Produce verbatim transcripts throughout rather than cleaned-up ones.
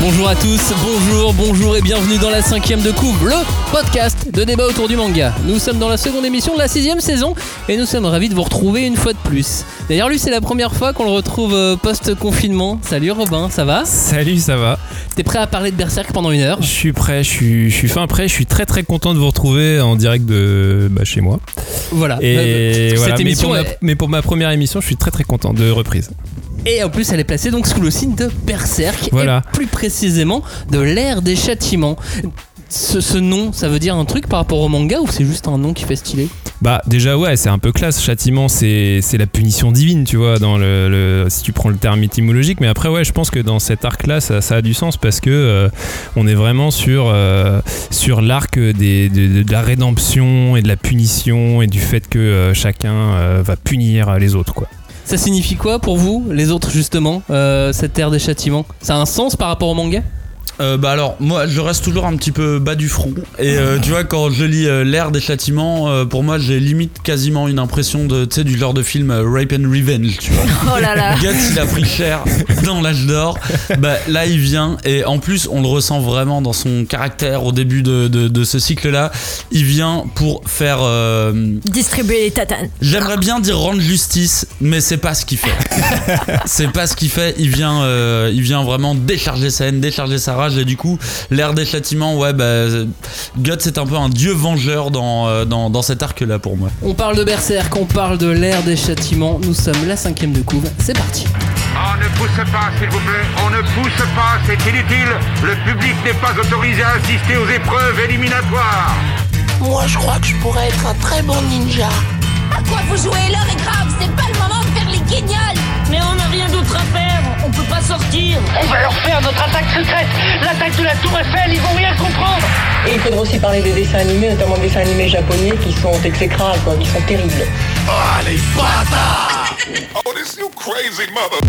Bonjour à tous, bonjour, bonjour et bienvenue dans la cinquième de couve, le podcast de débat autour du manga. Nous sommes dans la seconde émission de la sixième saison et nous sommes ravis de vous retrouver une fois de plus. D'ailleurs lui c'est la première fois qu'on le retrouve post-confinement. Salut Robin, ça va ? Salut, ça va. T'es prêt à parler de Berserk pendant une heure ? Je suis prêt, je suis, je suis fin prêt, je suis très très content de vous retrouver en direct de bah, chez moi. Voilà. Et Cette voilà. Mais, émission pour est... ma, mais pour ma première émission, je suis très très content de reprise. Et en plus elle est placée donc sous le signe de Berserk, voilà. Et plus précisément de l'ère des châtiments. Ce, ce nom, ça veut dire un truc par rapport au manga ou c'est juste un nom qui fait stylé ? Bah déjà ouais, c'est un peu classe. Châtiment, c'est, c'est la punition divine, tu vois, dans le, le, si tu prends le terme étymologique. Mais après ouais, je pense que dans cet arc-là, ça, ça a du sens parce que euh, on est vraiment sur, euh, sur l'arc des, de, de la rédemption et de la punition et du fait que euh, chacun euh, va punir les autres, quoi. Ça signifie quoi pour vous, les autres justement, euh, cette ère des châtiments ? Ça a un sens par rapport au manga ? Euh, bah alors moi je reste toujours un petit peu bas du front et euh, tu vois quand je lis euh, l'ère des châtiments euh, pour moi j'ai limite quasiment une impression de tu sais du genre de film euh, Rape and Revenge, tu vois. Oh là là. Guts il a pris cher dans l'âge d'or, bah là il vient et en plus on le ressent vraiment dans son caractère au début de, de, de ce cycle là, il vient pour faire euh... distribuer les tatanes. J'aimerais bien dire rendre justice mais c'est pas ce qu'il fait. C'est pas ce qu'il fait, il vient, euh, il vient vraiment décharger sa haine, décharger sa rage. Et du coup l'ère des châtiments, ouais bah Guts c'est un peu un dieu vengeur dans, dans, dans cet arc là pour moi. On parle de Berserk, on parle de l'ère des châtiments. Nous sommes la cinquième de couve, c'est parti. On ne pousse pas s'il vous plaît, on ne pousse pas, c'est inutile. Le public n'est pas autorisé à assister aux épreuves éliminatoires. Moi je crois que je pourrais être un très bon ninja. À quoi vous jouez ? L'heure est grave, c'est pas le moment de faire les guignols. Mais on n'a rien d'autre à faire, on peut pas sortir. On va leur faire notre attaque secrète, l'attaque de la Tour Eiffel, ils vont rien comprendre. Et il faudra aussi parler des dessins animés, notamment des dessins animés japonais qui sont exécrables, quoi, qui sont terribles. Oh les bâtards. Oh this you crazy mother.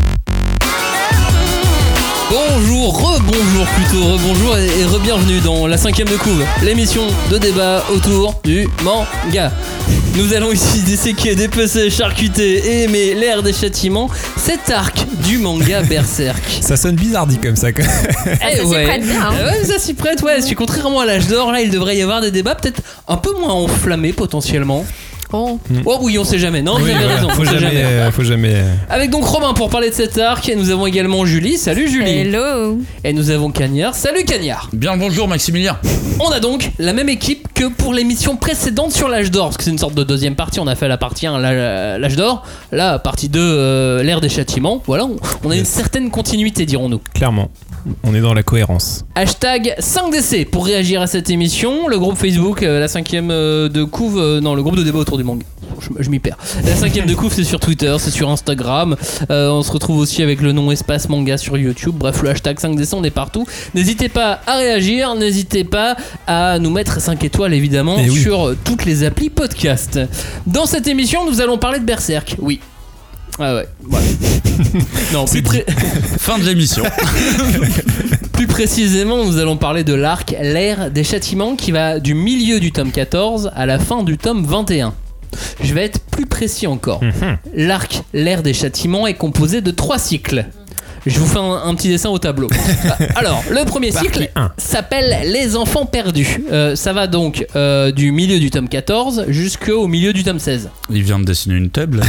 Bonjour, rebonjour plutôt, rebonjour et, et re-bienvenue dans la cinquième de couve, l'émission de débat autour du manga. Nous allons ici disséquer, dépecer, charcuter et aimer l'ère des châtiments, cet arc du manga Berserk. Ça sonne bizarre dit comme ça. Eh ça ouais. s'y prête bien. Hein. Ouais, ça s'y prête, ouais. Si contrairement à l'âge d'or, là il devrait y avoir des débats peut-être un peu moins enflammés potentiellement. Oh. Oh oui, on sait jamais. Non, vous oui, avez voilà, raison. faut, jamais, jamais. euh, faut jamais. Euh... Avec donc Robin pour parler de cet arc, et nous avons également Julie. Salut Julie. Hello. Et nous avons Cagnard. Salut Cagnard. Bien le bonjour Maximilien. On a donc la même équipe que pour l'émission précédente sur l'âge d'or, parce que c'est une sorte de deuxième partie. On a fait la partie un, l'âge d'or. Là, partie deux, euh, l'ère des châtiments. Voilà, on, on a yes. une certaine continuité, dirons-nous. Clairement. On est dans la cohérence. Hashtag cinq D C pour réagir à cette émission. Le groupe Facebook, euh, la cinquième euh, de couve, euh, non, le groupe de débat autour du manga. Je, je m'y perds. La cinquième de couve, c'est sur Twitter, c'est sur Instagram. Euh, on se retrouve aussi avec le nom Espace Manga sur YouTube. Bref, le hashtag cinq D C, on est partout. N'hésitez pas à réagir, n'hésitez pas à nous mettre cinq étoiles évidemment oui. sur toutes les applis podcast. Dans cette émission, nous allons parler de Berserk. Oui. Ah ouais, voilà. Non, plus près. Fin de l'émission. Plus précisément, nous allons parler de l'arc l'ère des châtiments qui va du milieu du tome quatorze à la fin du tome vingt et un. Je vais être plus précis encore. Mm-hmm. L'arc l'ère des châtiments est composé de trois cycles. Je vous fais un, un petit dessin au tableau. Alors, le premier cycle s'appelle Les Enfants Perdus. Euh, ça va donc euh, du milieu du tome quatorze jusqu'au milieu du tome seize. Il vient de dessiner une table.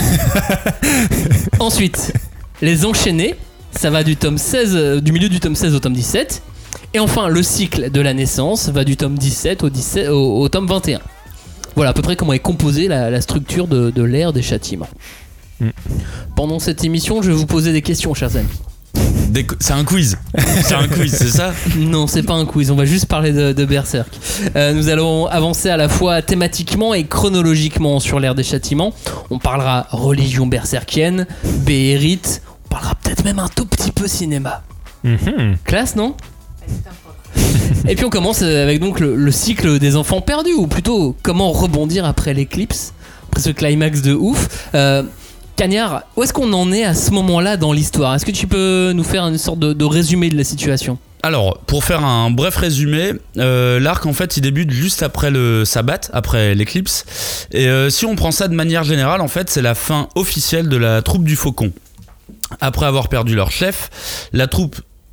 Ensuite, Les Enchaînés. Ça va du tome seize, euh, du milieu du tome seize au tome dix-sept. Et enfin, le cycle de la naissance va du tome dix-sept au, dix-sept, au, au tome vingt et un. Voilà à peu près comment est composée la, la structure de, de l'ère des châtiments. Mm. Pendant cette émission, je vais vous poser des questions, chers amis. Des, c'est un quiz. C'est un quiz, c'est ça ? Non, c'est pas un quiz. On va juste parler de, de Berserk. Euh, nous allons avancer à la fois thématiquement et chronologiquement sur l'ère des châtiments. On parlera religion berserkienne, Béhérit. On parlera peut-être même un tout petit peu cinéma. Mm-hmm. Classe, non ? Et puis on commence avec donc le, le cycle des enfants perdus, ou plutôt comment rebondir après l'éclipse, après ce climax de ouf. Euh, Cagnard, où est-ce qu'on en est à ce moment-là dans l'histoire ? Est-ce que tu peux nous faire une sorte de, de résumé de la situation ? Alors, pour faire un bref résumé, euh, l'arc en fait il débute juste après le sabbat, après l'éclipse. Et euh, si on prend ça de manière générale, en fait c'est la fin officielle de la troupe du Faucon. Après avoir perdu leur chef, la troupe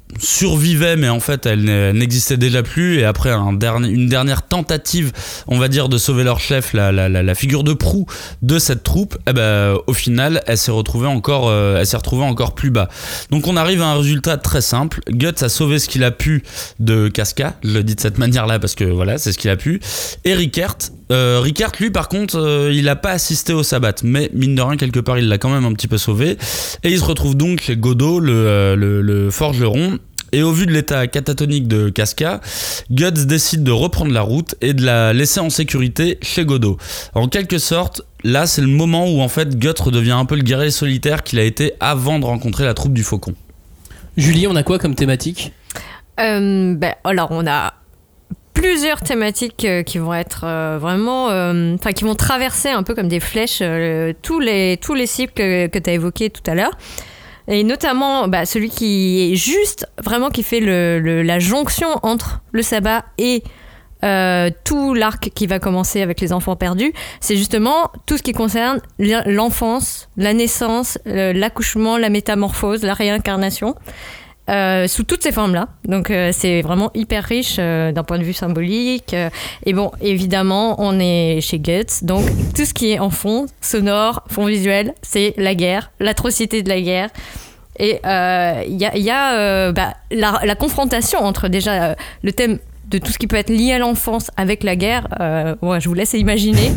survivait, mais en fait elle, elle n'existait déjà plus, et après un dernier, une dernière tentative, on va dire, de sauver leur chef, la, la, la, la figure de proue de cette troupe, eh ben, au final elle s'est retrouvée encore, euh, elle s'est retrouvée encore plus bas. Donc on arrive à un résultat très simple. Guts a sauvé ce qu'il a pu de Casca, je le dis de cette manière là parce que voilà, c'est ce qu'il a pu, et Rickert euh, Rickert lui par contre euh, il a pas assisté au sabbat, mais mine de rien quelque part il l'a quand même un petit peu sauvé, et il se retrouve donc chez Godot, le, euh, le, le forgeron. Et au vu de l'état catatonique de Casca, Guts décide de reprendre la route et de la laisser en sécurité chez Godot. En quelque sorte, là c'est le moment où en fait Guts redevient un peu le guerrier solitaire qu'il a été avant de rencontrer la troupe du Faucon. Julie, on a quoi comme thématique ? euh, ben, Alors on a plusieurs thématiques euh, qui vont être euh, vraiment, enfin euh, qui vont traverser un peu comme des flèches euh, tous les tous les cycles que, que tu as évoqués tout à l'heure. Et notamment bah, celui qui est juste, vraiment qui fait le, le, la jonction entre le sabbat et euh, tout l'arc qui va commencer avec les enfants perdus. C'est justement tout ce qui concerne l'enfance, la naissance, l'accouchement, la métamorphose, la réincarnation. Euh, sous toutes ces formes-là. Donc euh, c'est vraiment hyper riche euh, d'un point de vue symbolique. Euh, et bon, évidemment, on est chez Guts, donc tout ce qui est en fond, sonore, fond visuel, c'est la guerre, l'atrocité de la guerre. Et il euh, y a, y a euh, bah, la, la confrontation entre déjà euh, le thème de tout ce qui peut être lié à l'enfance avec la guerre. Euh, ouais, je vous laisse imaginer.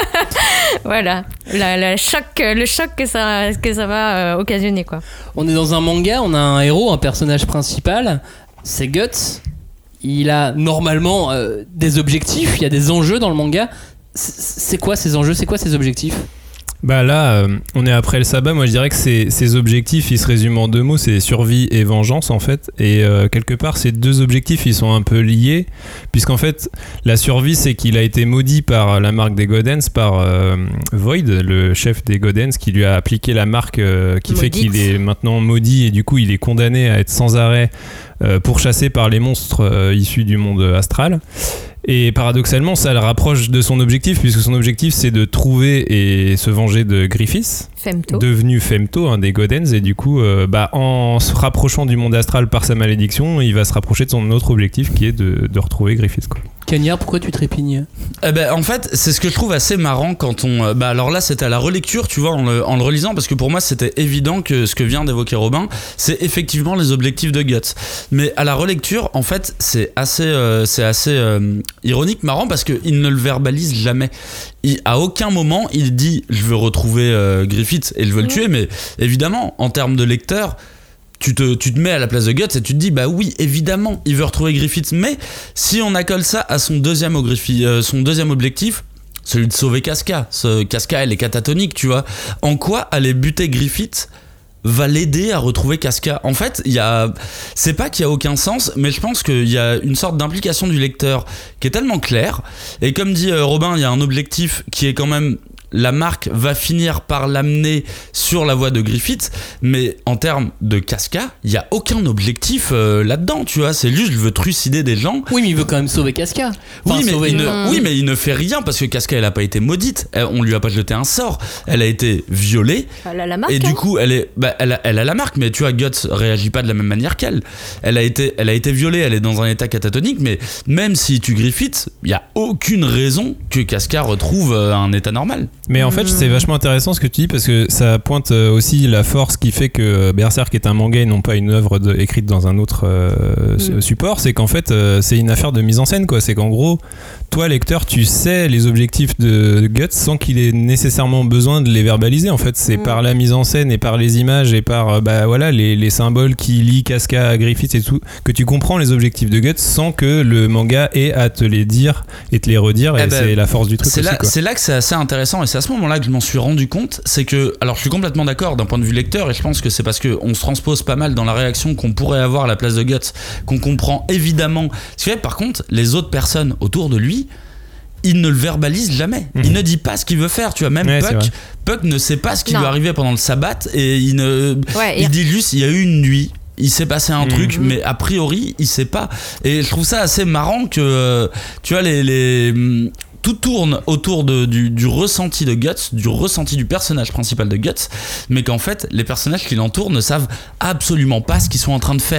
Voilà, la, la choc, le choc que ça, que ça va euh, occasionner, quoi. On est dans un manga, on a un héros, un personnage principal, c'est Guts. Il a normalement euh, des objectifs, il y a des enjeux dans le manga. C'est quoi ces enjeux, c'est quoi ces objectifs ? Bah là, euh, on est après le sabbat. Moi, je dirais que ces, ces objectifs, ils se résument en deux mots, c'est survie et vengeance en fait. Et euh, quelque part, ces deux objectifs, ils sont un peu liés, puisqu'en fait, la survie, c'est qu'il a été maudit par la marque des Godens, par euh, Void, le chef des Godens, qui lui a appliqué la marque euh, qui Maudite. Fait qu'il est maintenant maudit, et du coup, il est condamné à être sans arrêt euh, pourchassé par les monstres euh, issus du monde astral. Et paradoxalement, ça le rapproche de son objectif, puisque son objectif, c'est de trouver et se venger de Griffiths, Femto. devenu Femto, un des Godens, et du coup, euh, bah, en se rapprochant du monde astral par sa malédiction, il va se rapprocher de son autre objectif, qui est de, de retrouver Griffiths, quoi. Cagnard, pourquoi tu trépignes ? Eh ben, en fait, c'est ce que je trouve assez marrant quand on... Bah alors là, c'était à la relecture, tu vois, en le, en le relisant, parce que pour moi, c'était évident que ce que vient d'évoquer Robin, c'est effectivement les objectifs de Guts. Mais à la relecture, en fait, c'est assez, euh, c'est assez euh, ironique, marrant, parce qu'il ne le verbalise jamais. Il, à aucun moment, il dit « je veux retrouver euh, Griffiths et je veux le tuer », mais évidemment, en termes de lecteur... Tu te, tu te mets à la place de Guts et tu te dis bah oui évidemment il veut retrouver Griffiths, mais si on accole ça à son deuxième, euh, son deuxième objectif, celui de sauver Casca, ce Casca elle est catatonique, tu vois, en quoi aller buter Griffiths va l'aider à retrouver Casca? En fait, il y a, c'est pas qu'il y a aucun sens, mais je pense qu'il y a une sorte d'implication du lecteur qui est tellement claire, et comme dit euh, Robin, il y a un objectif qui est quand même, la marque va finir par l'amener sur la voie de Griffiths, mais en termes de Casca, il n'y a aucun objectif euh, là-dedans, tu vois, c'est juste je veux trucider des gens. Oui, mais il veut quand même sauver Casca. Enfin, oui, mais sauver il une... ne, oui, mais il ne fait rien parce que Casca, elle n'a pas été maudite, elle, on lui a pas jeté un sort, elle a été violée. Elle a la marque. Et hein. du coup, elle, est, bah, elle, a, elle a la marque, mais tu vois, Guts réagit pas de la même manière qu'elle. Elle a été, elle a été violée, elle est dans un état catatonique, mais même si tu Griffiths, il n'y a aucune raison que Casca retrouve un état normal. Mais en fait, c'est vachement intéressant ce que tu dis, parce que ça pointe aussi la force qui fait que Berserk est un manga et non pas une œuvre de, écrite dans un autre euh, mm. support. C'est qu'en fait, euh, c'est une affaire de mise en scène, quoi. C'est qu'en gros, toi, lecteur, tu sais les objectifs de Guts sans qu'il ait nécessairement besoin de les verbaliser. En fait, c'est mm. par la mise en scène et par les images et par bah, voilà, les, les symboles qui lient Casca à Griffiths et tout, que tu comprends les objectifs de Guts sans que le manga ait à te les dire et te les redire. Et, et ben, c'est la force du truc c'est aussi, là, quoi. C'est là que c'est assez intéressant, et c'est à ce moment-là que je m'en suis rendu compte. C'est que, alors je suis complètement d'accord d'un point de vue lecteur, et je pense que c'est parce qu'on se transpose pas mal dans la réaction qu'on pourrait avoir à la place de Guts, qu'on comprend évidemment. Parce que, par contre, les autres personnes autour de lui, il ne le verbalise jamais. Mmh. Il ne dit pas ce qu'il veut faire, tu vois. Même ouais, Puck, Puck ne sait pas ce qui non. lui arrivait pendant le sabbat, et il ne, ouais, il et... dit juste, il y a eu une nuit. Il s'est passé un mmh. truc, mais a priori, il sait pas. Et je trouve ça assez marrant que, tu vois, les, les tout tourne autour de, du, du ressenti de Guts, du ressenti du personnage principal de Guts, mais qu'en fait, les personnages qui l'entourent ne savent absolument pas ce qu'ils sont en train de faire.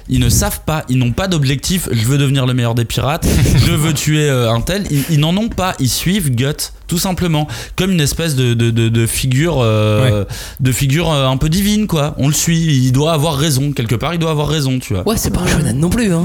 ils ne savent pas, ils n'ont pas d'objectif. Je veux devenir le meilleur des pirates, je veux tuer euh, un tel. Ils, ils n'en ont pas. Ils suivent Guts, tout simplement, comme une espèce de de, de, de figure, euh, ouais. de figure euh, un peu divine, quoi. On le suit. Il doit avoir raison quelque part. Il doit avoir raison, tu vois. Ouais, c'est pas un shonen non plus. Hein.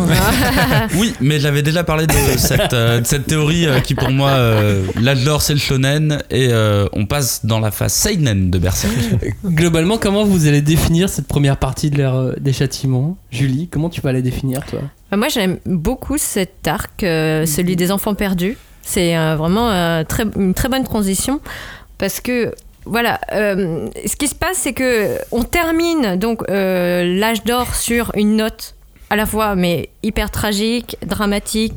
Oui, mais j'avais déjà parlé de cette euh, de cette théorie euh, qui pour moi, euh, l'âge d'or c'est le shonen et euh, on passe dans la phase seinen de Berserk. Globalement, comment vous allez définir cette première partie de l'ère euh, des châtiments, Julie? Comment tu vas la définir, toi? Moi, j'aime beaucoup cet arc, euh, celui des enfants perdus. C'est euh, vraiment euh, très, une très bonne transition parce que voilà, euh, ce qui se passe, c'est que on termine donc euh, l'âge d'or sur une note à la fois mais hyper tragique, dramatique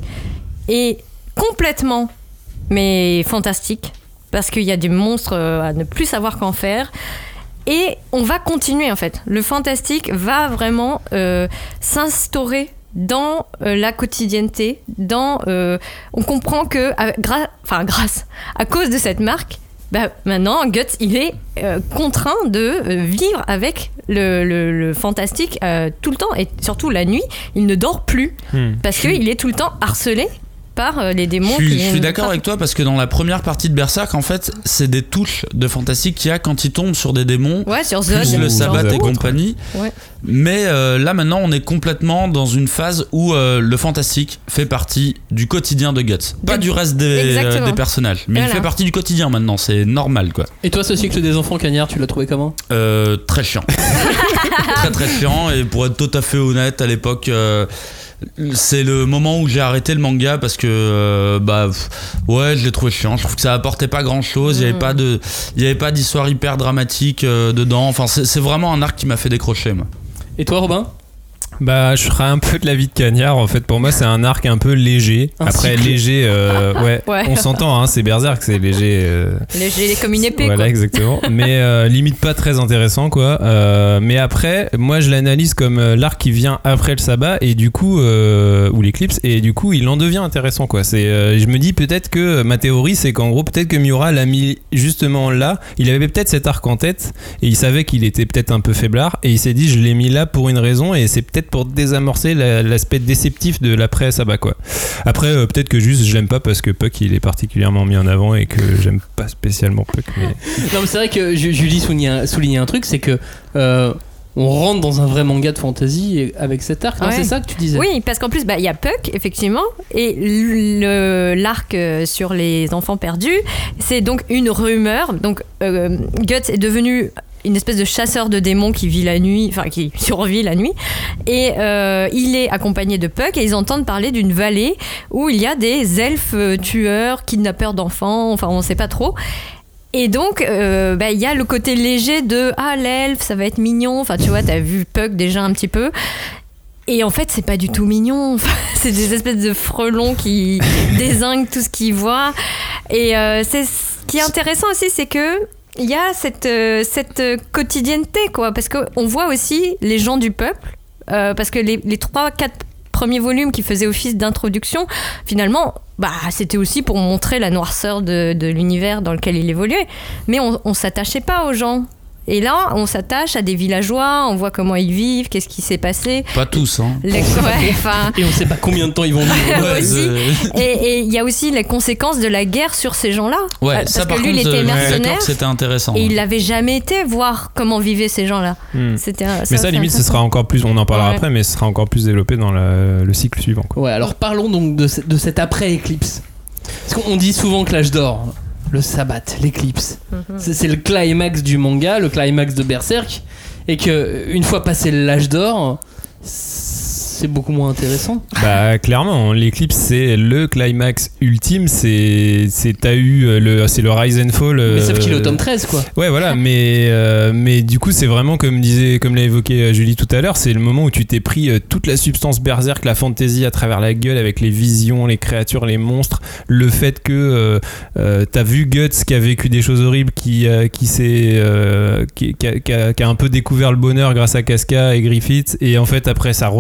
et complètement mais fantastique parce qu'il y a des monstres à ne plus savoir qu'en faire. Et on va continuer en fait. Le fantastique va vraiment euh, s'instaurer dans euh, la quotidienneté. Dans, euh, on comprend que, euh, gra- enfin grâce, à cause de cette marque, bah, maintenant Guts il est euh, contraint de euh, vivre avec le, le, le fantastique euh, tout le temps et surtout la nuit. Il ne dort plus mmh. parce qu'il est tout le temps harcelé par les démons. Je suis, qui je suis d'accord avec toi parce que dans la première partie de Berserk, en fait, c'est des touches de fantastique qu'il y a quand il tombe sur des démons, ouais, sur Zod, plus le Sabbat et compagnie. Ouais. Mais euh, là maintenant, on est complètement dans une phase où euh, le fantastique fait partie du quotidien de Guts, pas de... du reste des, euh, des personnages, mais voilà. Il fait partie du quotidien maintenant. C'est normal, quoi. Et toi, ce cycle des enfants cagnards, tu l'as trouvé comment? euh, Très chiant, très très chiant. Et pour être tout à fait honnête, à l'époque. Euh, c'est le moment où j'ai arrêté le manga parce que euh, bah ouais je l'ai trouvé chiant. Je trouve que ça apportait pas grand chose. Il y avait pas de il y avait pas d'histoire hyper dramatique euh, dedans. Enfin c'est, c'est vraiment un arc qui m'a fait décrocher, moi. Et toi, Robin? Bah, je ferai un peu de l'avis de Cagnard. En fait, pour moi, c'est un arc un peu léger. Un Après, cycle. léger, euh, ouais, ouais, on s'entend, hein, c'est Berserk, c'est léger. Euh, léger comme une épée. Voilà, quoi. exactement. Mais euh, limite pas très intéressant, quoi. Euh, mais après, moi, je l'analyse comme euh, l'arc qui vient après le sabbat et du coup, euh, ou l'éclipse, et du coup, il en devient intéressant, quoi. C'est, euh, je me dis peut-être que ma théorie, c'est qu'en gros, peut-être que Miura l'a mis justement là. Il avait peut-être cet arc en tête et il savait qu'il était peut-être un peu faiblard et il s'est dit, je l'ai mis là pour une raison et c'est peut-être pour désamorcer la, l'aspect déceptif de l'après Sabbat, quoi. Après euh, peut-être que juste je l'aime pas parce que Puck il est particulièrement mis en avant et que j'aime pas spécialement Puck, mais... Non mais c'est vrai que Julie soulignait, soulignait un truc, c'est que euh, on rentre dans un vrai manga de fantasy avec cet arc, non, ouais. C'est ça que tu disais? Oui, parce qu'en plus il bah, y a Puck effectivement et le, l'arc sur les enfants perdus, c'est donc une rumeur. Donc euh, Guts est devenu une espèce de chasseur de démons qui vit la nuit, enfin qui survit la nuit, et euh, il est accompagné de Puck et ils entendent parler d'une vallée où il y a des elfes tueurs, kidnappeurs d'enfants, enfin on sait pas trop. Et donc, il euh, bah, y a le côté léger de « Ah, l'elfe, ça va être mignon ». Enfin, tu vois, t'as vu Puck déjà un petit peu. Et en fait, c'est pas du tout mignon. Enfin, c'est des espèces de frelons qui dézinguent tout ce qu'ils voient. Et euh, c'est, ce qui est intéressant aussi, c'est que il y a cette, euh, cette quotidienneté, quoi. Parce qu'on voit aussi les gens du peuple. Euh, parce que les, les trois, quatre premiers volumes qui faisaient office d'introduction, finalement... Bah, c'était aussi pour montrer la noirceur de, de l'univers dans lequel il évoluait. Mais on ne s'attachait pas aux gens. Et là, on s'attache à des villageois, on voit comment ils vivent, qu'est-ce qui s'est passé. Pas tous, hein. Les, ouais, et on ne sait pas combien de temps ils vont vivre. Ouais, aussi. Et il y a aussi les conséquences de la guerre sur ces gens-là. Ouais, parce ça, que par lui, contre, il était mercenaire. Ouais, c'était intéressant. Et il n'avait jamais été voir comment vivaient ces gens-là. Hmm. C'était, ça, mais ça, limite, ce sera encore plus, on en parlera ouais. après, mais ce sera encore plus développé dans la, le cycle suivant, quoi. Ouais, alors parlons donc de, ce, de cet après-éclipse. Parce qu'on dit souvent que l'âge d'or, le sabbat, l'éclipse, mm-hmm. c'est, c'est le climax du manga, le climax de Berserk, et que une fois passé l'âge d'or, c'est beaucoup moins intéressant. Bah clairement, l'éclipse c'est le climax ultime, c'est c'est t'as eu le c'est le rise and fall. Mais sauf qu'il est au tome treize, quoi. Ouais, voilà, mais euh, mais du coup, c'est vraiment comme disait comme l'a évoqué Julie tout à l'heure, c'est le moment où tu t'es pris euh, toute la substance berserk, la fantasy à travers la gueule avec les visions, les créatures, les monstres, le fait que euh, euh, t'as vu Guts qui a vécu des choses horribles, qui euh, qui s'est euh, qui, qui, a, qui, a, qui a un peu découvert le bonheur grâce à Casca et Griffith, et en fait après ça retombe complètement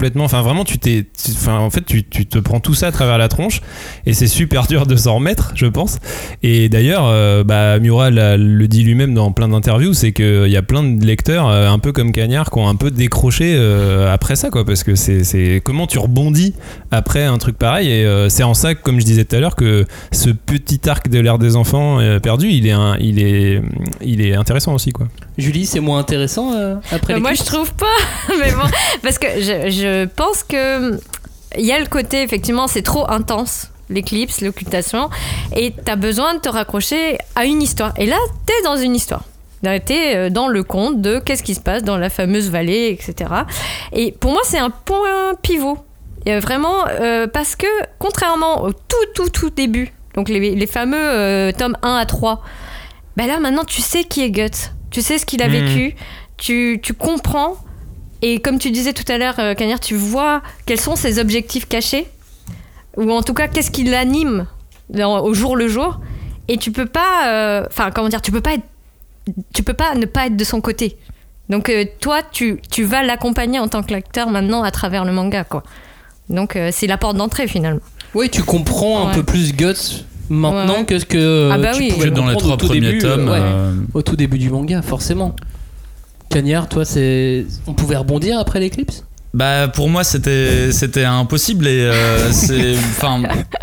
complètement. Enfin, vraiment, tu t'es. tu- Enfin, en fait, tu, tu te prends tout ça à travers la tronche et c'est super dur de s'en remettre, je pense. Et d'ailleurs, euh, bah, Miura l'a- le dit lui-même dans plein d'interviews, c'est qu'il y a plein de lecteurs, euh, un peu comme Cagnard, qui ont un peu décroché euh, après ça, quoi. Parce que c'est, c'est comment tu rebondis après un truc pareil. Et euh, c'est en ça, comme je disais tout à l'heure, que ce petit arc de l'ère des enfants euh, perdu, il est, un, il, est, il est intéressant aussi, quoi. Julie, c'est moins intéressant euh, après Bah, les moi, clips je trouve pas. Mais bon, parce que je, je pense que il y a le côté, effectivement, c'est trop intense, l'éclipse, l'occultation, et t'as besoin de te raccrocher à une histoire. Et là, t'es dans une histoire. T'es dans le conte de qu'est-ce qui se passe dans la fameuse vallée, et cetera. Et pour moi, c'est un point pivot. Et vraiment, euh, parce que, contrairement au tout, tout, tout début, donc les, les fameux euh, tomes un à trois, ben là, maintenant, tu sais qui est Guts. Tu sais ce qu'il a Mmh. vécu. Tu, tu comprends. Et comme tu disais tout à l'heure, euh, Cagnard, tu vois quels sont ses objectifs cachés. Ou en tout cas, qu'est-ce qui l'anime dans- au jour le jour. Et tu peux pas... Enfin, comment dire, tu peux pas être... Tu peux pas ne pas être de son côté. Donc, euh, toi, tu, tu vas l'accompagner en tant que lecteur maintenant à travers le manga, quoi. Donc, euh, c'est la porte d'entrée, finalement. Oui, tu comprends un Ouais. peu plus Guts maintenant Ouais. que ce que Ah bah tu oui. pouvais Que dans les comprendre trois au tout premiers début, tomes. euh, ouais, euh, au tout début du manga, forcément. Cagnard, toi, c'est... on pouvait rebondir après l'éclipse ? Bah pour moi c'était c'était impossible et euh, c'est enfin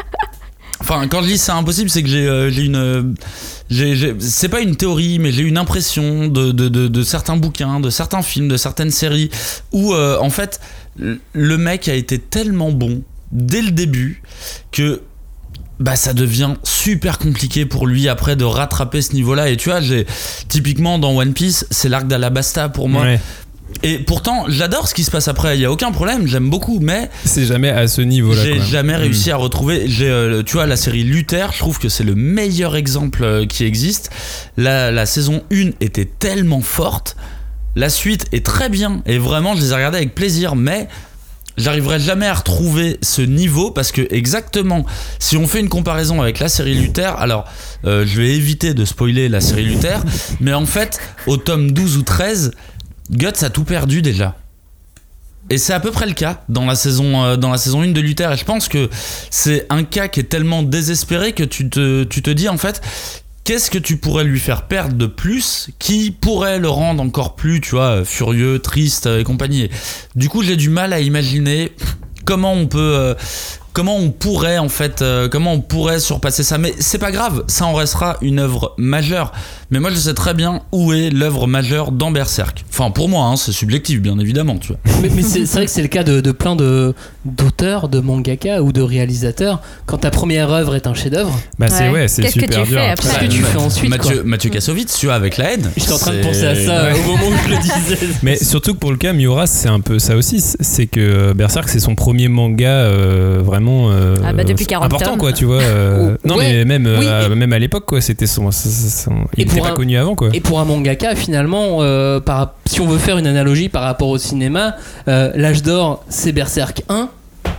enfin quand je dis c'est impossible c'est que j'ai euh, j'ai une j'ai, j'ai c'est pas une théorie mais j'ai une impression de de, de de certains bouquins, de certains films, de certaines séries où euh, en fait le mec a été tellement bon dès le début que bah ça devient super compliqué pour lui après de rattraper ce niveau-là. Et tu vois, j'ai typiquement dans One Piece, c'est l'arc d'Alabasta pour moi. Ouais. Et pourtant, j'adore ce qui se passe après, il y a aucun problème, j'aime beaucoup, mais C'est jamais à ce niveau-là, j'ai quoi. jamais Mm. réussi à retrouver. J'ai, euh, tu vois, la série Luther, je trouve que c'est le meilleur exemple euh, qui existe. La, la saison un était tellement forte, la suite est très bien, et vraiment, je les ai regardées avec plaisir, mais j'arriverai jamais à retrouver ce niveau parce que exactement si on fait une comparaison avec la série Luther, alors euh, je vais éviter de spoiler la série Luther, mais en fait au tome douze ou treize, Guts a tout perdu déjà. Et c'est à peu près le cas dans la saison euh, dans la saison un de Luther, et je pense que c'est un cas qui est tellement désespéré que tu te tu te dis en fait qu'est-ce que tu pourrais lui faire perdre de plus qui pourrait le rendre encore plus, tu vois, furieux, triste et compagnie. Et du coup, j'ai du mal à imaginer comment on peut, euh, comment on pourrait en fait, euh, comment on pourrait surpasser ça. Mais c'est pas grave, ça en restera une œuvre majeure. Mais moi, je sais très bien où est l'œuvre majeure dans Berserk. Enfin, pour moi, hein, c'est subjectif, bien évidemment, tu vois. Mais, mais c'est, c'est vrai que c'est le cas de, de plein de, d'auteurs, de mangaka ou de réalisateurs. Quand ta première œuvre est un chef-d'œuvre, Bah c'est Ouais. ouais, c'est Qu'est-ce que super tu dur. fais après. qu'est-ce que tu fais ensuite, Mathieu, quoi. Mathieu Kassovitz, tu vois, avec la haine. J'étais en train de c'est- penser à ça Ouais. au moment où je le disais. Mais surtout que pour le cas Miura, c'est un peu ça aussi, c'est que Berserk c'est son premier manga euh, vraiment euh, Ah bah, depuis quarante important, tomes. quoi, tu vois. euh, Oh, non ouais. mais même Oui, euh, et- même à l'époque, quoi, c'était son, son- son- Et il était pour pas un- connu avant, quoi. Et pour un mangaka, finalement, euh, par, si on veut faire une analogie par rapport au cinéma, euh, l'âge d'or, c'est Berserk un.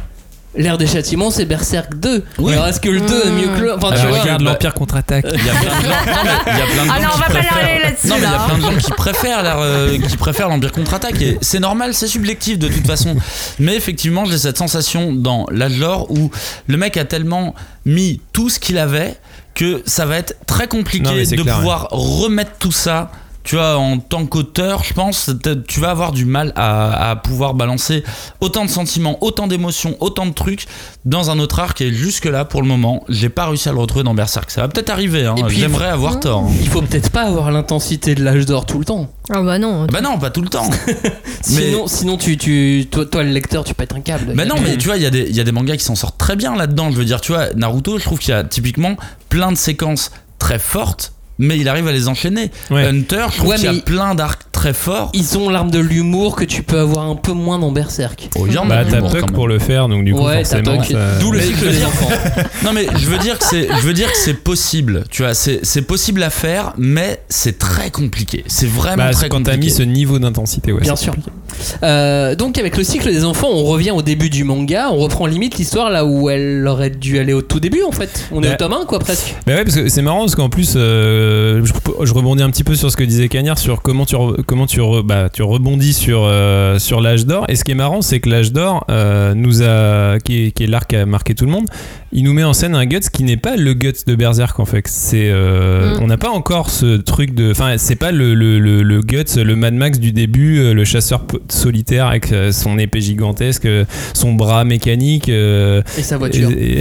L'ère des châtiments, c'est Berserk deux. Oui. Alors est-ce que le deux est mieux que le... Enfin, tu Alors, vois, regarde bah- l'Empire contre-attaque. Il y a plein de gens, non, mais il y a plein de Ah gens non, on qui va pas préfèrent- aller là-dessus, Non, mais il y a là. plein de gens qui préfèrent l'ère, euh, qui préfèrent l'Empire contre-attaque, et c'est normal, c'est subjectif de toute façon. Mais effectivement, j'ai cette sensation dans l'âge d'or où le mec a tellement mis tout ce qu'il avait que ça va être très compliqué Non, mais c'est de clair, pouvoir remettre tout ça. Tu vois, en tant qu'auteur, je pense, tu vas avoir du mal à, à pouvoir balancer autant de sentiments, autant d'émotions, autant de trucs dans un autre arc. Et jusque-là, pour le moment, j'ai pas réussi à le retrouver dans Berserk. Ça va peut-être arriver, hein. Et puis, J'aimerais avoir tort. hein. il faut peut-être pas avoir l'intensité de l'âge d'or tout le temps. Ah bah non. Bah non, pas tout le temps. Sinon, sinon tu, tu, toi, toi, le lecteur, tu pètes un câble. Bah non, mais tu vois, il y, a des- il y a des mangas qui s'en sortent très bien là-dedans. Je veux dire, tu vois, Naruto, je trouve qu'il y a typiquement plein de séquences très fortes, mais il arrive à les enchaîner. Ouais. Hunter, je trouve Ouais, qu'il y a mais- plein d'arcs très forts. Ils ont l'arme de l'humour que tu peux avoir un peu moins dans Berserk. Oh, il y en a Bah de t'as l'humour, Puck quand même. pour le faire, donc du coup Ouais, t'as forcément. Puck. ça- D'où le Mais cycle je veux des dire- enfants. Non mais je veux dire que c'est, je veux dire que c'est possible. Tu vois, c'est, c'est possible à faire, mais c'est très compliqué. C'est vraiment Bah, très quand t'as compliqué. mis ce niveau d'intensité, ouais. Bien c'est sûr. compliqué. Euh, donc avec le cycle des enfants, on revient au début du manga, on reprend limite l'histoire là où elle aurait dû aller au tout début en fait. On est Bah, au tome un quoi presque. Bah ouais, parce que c'est marrant parce qu'en plus, euh, je, je rebondis un petit peu sur ce que disait Cagnard sur comment tu re, comment tu re, bah, tu rebondis sur euh, sur l'âge d'or. Et ce qui est marrant, c'est que l'âge d'or euh, nous a qui est, qui est l'arc qui a marqué tout le monde. Il nous met en scène un Guts qui n'est pas le Guts de Berserk en fait. C'est euh, mm. on n'a pas encore ce truc de, enfin c'est pas le le le, le Guts, le Mad Max du début, le chasseur solitaire avec son épée gigantesque, son bras mécanique euh, et sa voiture et,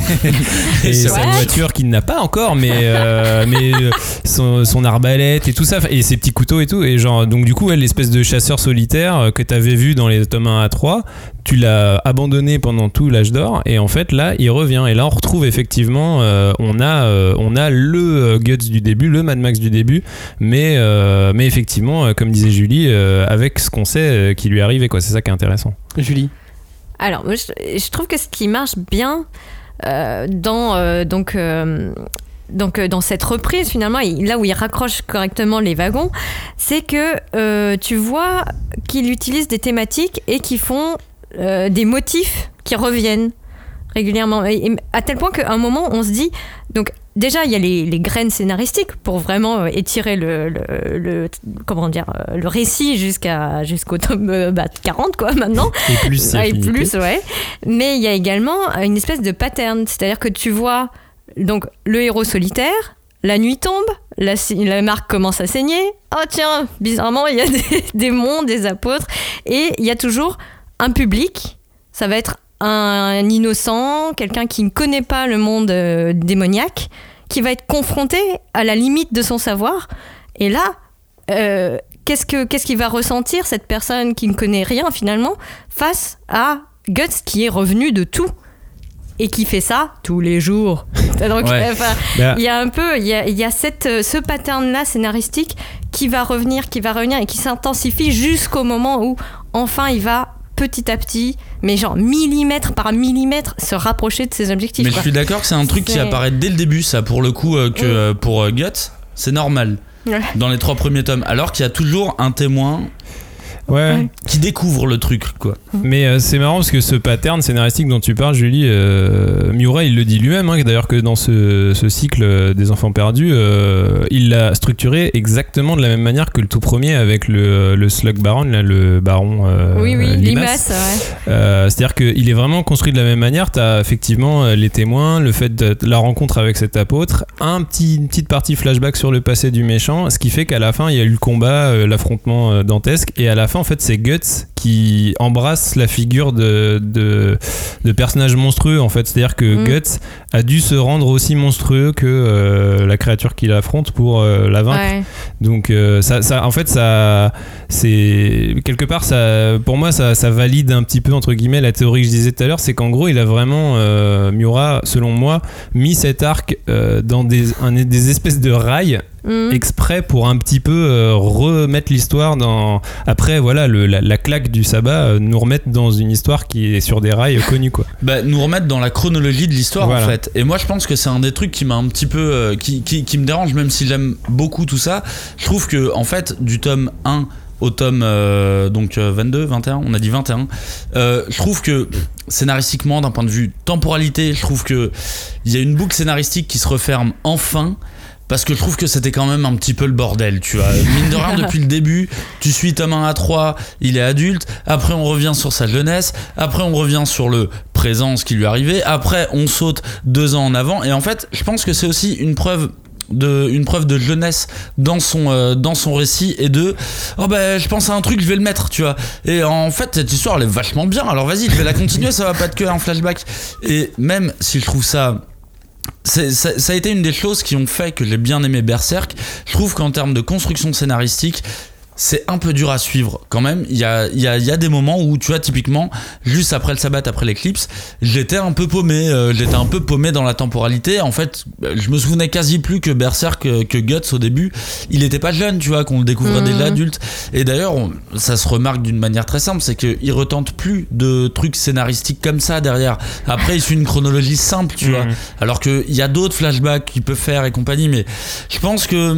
et, et sa voiture qu'il n'a pas encore, mais euh, mais son, son arbalète et tout ça et ses petits couteaux et tout et genre donc du coup ouais, l'espèce de chasseur solitaire que t'avais vu dans les tomes un à trois, tu l'as abandonné pendant tout l'âge d'or et en fait là il revient et là on retrouve effectivement euh, on a euh, on a le Guts du début, le Mad Max du début, mais euh, mais effectivement euh, comme disait Julie euh, avec ce qu'on sait euh, qui lui arrive et quoi, c'est ça qui est intéressant. Julie. Alors moi je, je trouve que ce qui marche bien euh, dans euh, donc euh, donc euh, dans cette reprise finalement, là où il raccroche correctement les wagons, c'est que euh, tu vois qu'il utilise des thématiques et qui font euh, des motifs qui reviennent régulièrement, et, et à tel point qu'à un moment on se dit, donc déjà il y a les, les graines scénaristiques pour vraiment étirer le, le, le comment dire le récit jusqu'à jusqu'au tome euh, bah, quarante quoi maintenant et plus, et plus ouais, mais il y a également une espèce de pattern, c'est-à-dire que tu vois donc le héros solitaire, la nuit tombe, la, la marque commence à saigner, oh tiens bizarrement il y a des démons, des apôtres, et il y a toujours un public, ça va être un innocent, quelqu'un qui ne connaît pas le monde euh, démoniaque, qui va être confronté à la limite de son savoir. Et là, euh, qu'est-ce que, qu'est-ce qu'il va ressentir, cette personne qui ne connaît rien finalement, face à Guts qui est revenu de tout et qui fait ça tous les jours. Donc, ouais. enfin, bah. il y a un peu, il y a, il y a cette, ce pattern-là scénaristique qui va revenir, qui va revenir et qui s'intensifie jusqu'au moment où enfin il va petit à petit, mais genre millimètre par millimètre, se rapprocher de ses objectifs. Mais quoi. Je suis d'accord que c'est un truc c'est... qui apparaît dès le début, ça, pour le coup, euh, que euh, pour euh, Guts, c'est normal. Ouais. Dans les trois premiers tomes, alors qu'il y a toujours un témoin ouais. qui découvre le truc, quoi. Mais euh, c'est marrant parce que ce pattern scénaristique dont tu parles, Julie, euh, Miura, il le dit lui-même, hein, d'ailleurs que dans ce, ce cycle des enfants perdus, euh, il l'a structuré exactement de la même manière que le tout premier avec le, le Slug Baron, là, le baron euh, oui, oui, Limas. Limas ouais. euh, c'est-à-dire qu'il est vraiment construit de la même manière. T'as effectivement les témoins, le fait de la rencontre avec cet apôtre, un petit, une petite partie flashback sur le passé du méchant, ce qui fait qu'à la fin, il y a eu le combat, euh, l'affrontement euh, dantesque, et à la fin, en fait, c'est Guts qui embrasse la figure de, de, de personnage monstrueux, en fait. C'est-à-dire que mmh. Guts a dû se rendre aussi monstrueux que euh, la créature qu'il affronte pour euh, la vaincre. Ouais. Donc, euh, ça, ça, en fait, ça, c'est quelque part, ça, pour moi, ça, ça valide un petit peu, entre guillemets, la théorie que je disais tout à l'heure, c'est qu'en gros, il a vraiment, euh, Miura, selon moi, mis cet arc euh, dans des, un, des espèces de rails Mmh. exprès pour un petit peu euh, remettre l'histoire dans, après voilà le, la, la claque du sabbat, euh, nous remettre dans une histoire qui est sur des rails euh, connus quoi. Bah, nous remettre dans la chronologie de l'histoire voilà. en fait, et moi je pense que c'est un des trucs qui m'a un petit peu euh, qui, qui, qui me dérange, même si j'aime beaucoup tout ça. Je trouve que en fait du tome un au tome euh, donc euh, vingt-deux, vingt et un, on a dit vingt et un, euh, je trouve que scénaristiquement, d'un point de vue temporalité, je trouve que il y a une boucle scénaristique qui se referme enfin. Parce que je trouve que c'était quand même un petit peu le bordel, tu vois. Mine de rien, depuis le début, tu suis tome un à trois, il est adulte. Après, on revient sur sa jeunesse. Après, on revient sur le présent, ce qui lui est arrivé. Après, on saute deux ans en avant. Et en fait, je pense que c'est aussi une preuve de, une preuve de jeunesse dans son, euh, dans son récit. Et de, oh ben, je pense à un truc, je vais le mettre, tu vois. Et en fait, cette histoire, elle est vachement bien. Alors vas-y, je vais la continuer, ça va pas être que un flashback. Et même si je trouve ça... C'est, ça, ça a été une des choses qui ont fait que j'ai bien aimé Berserk. Je trouve qu'en termes de construction scénaristique, c'est un peu dur à suivre quand même. Il y a, il y a, il y a des moments où, tu vois, typiquement, juste après le sabbat, après l'éclipse, j'étais un peu paumé. Euh, j'étais un peu paumé dans la temporalité. En fait, je me souvenais quasi plus que Berserk, que, que Guts au début. Il était pas jeune, tu vois, qu'on le découvrait mmh. déjà adulte. Et d'ailleurs, on, ça se remarque d'une manière très simple, c'est qu'il retente plus de trucs scénaristiques comme ça derrière. Après, il suit une chronologie simple, tu mmh. vois. Alors qu'il y a d'autres flashbacks qu'il peut faire et compagnie, mais je pense que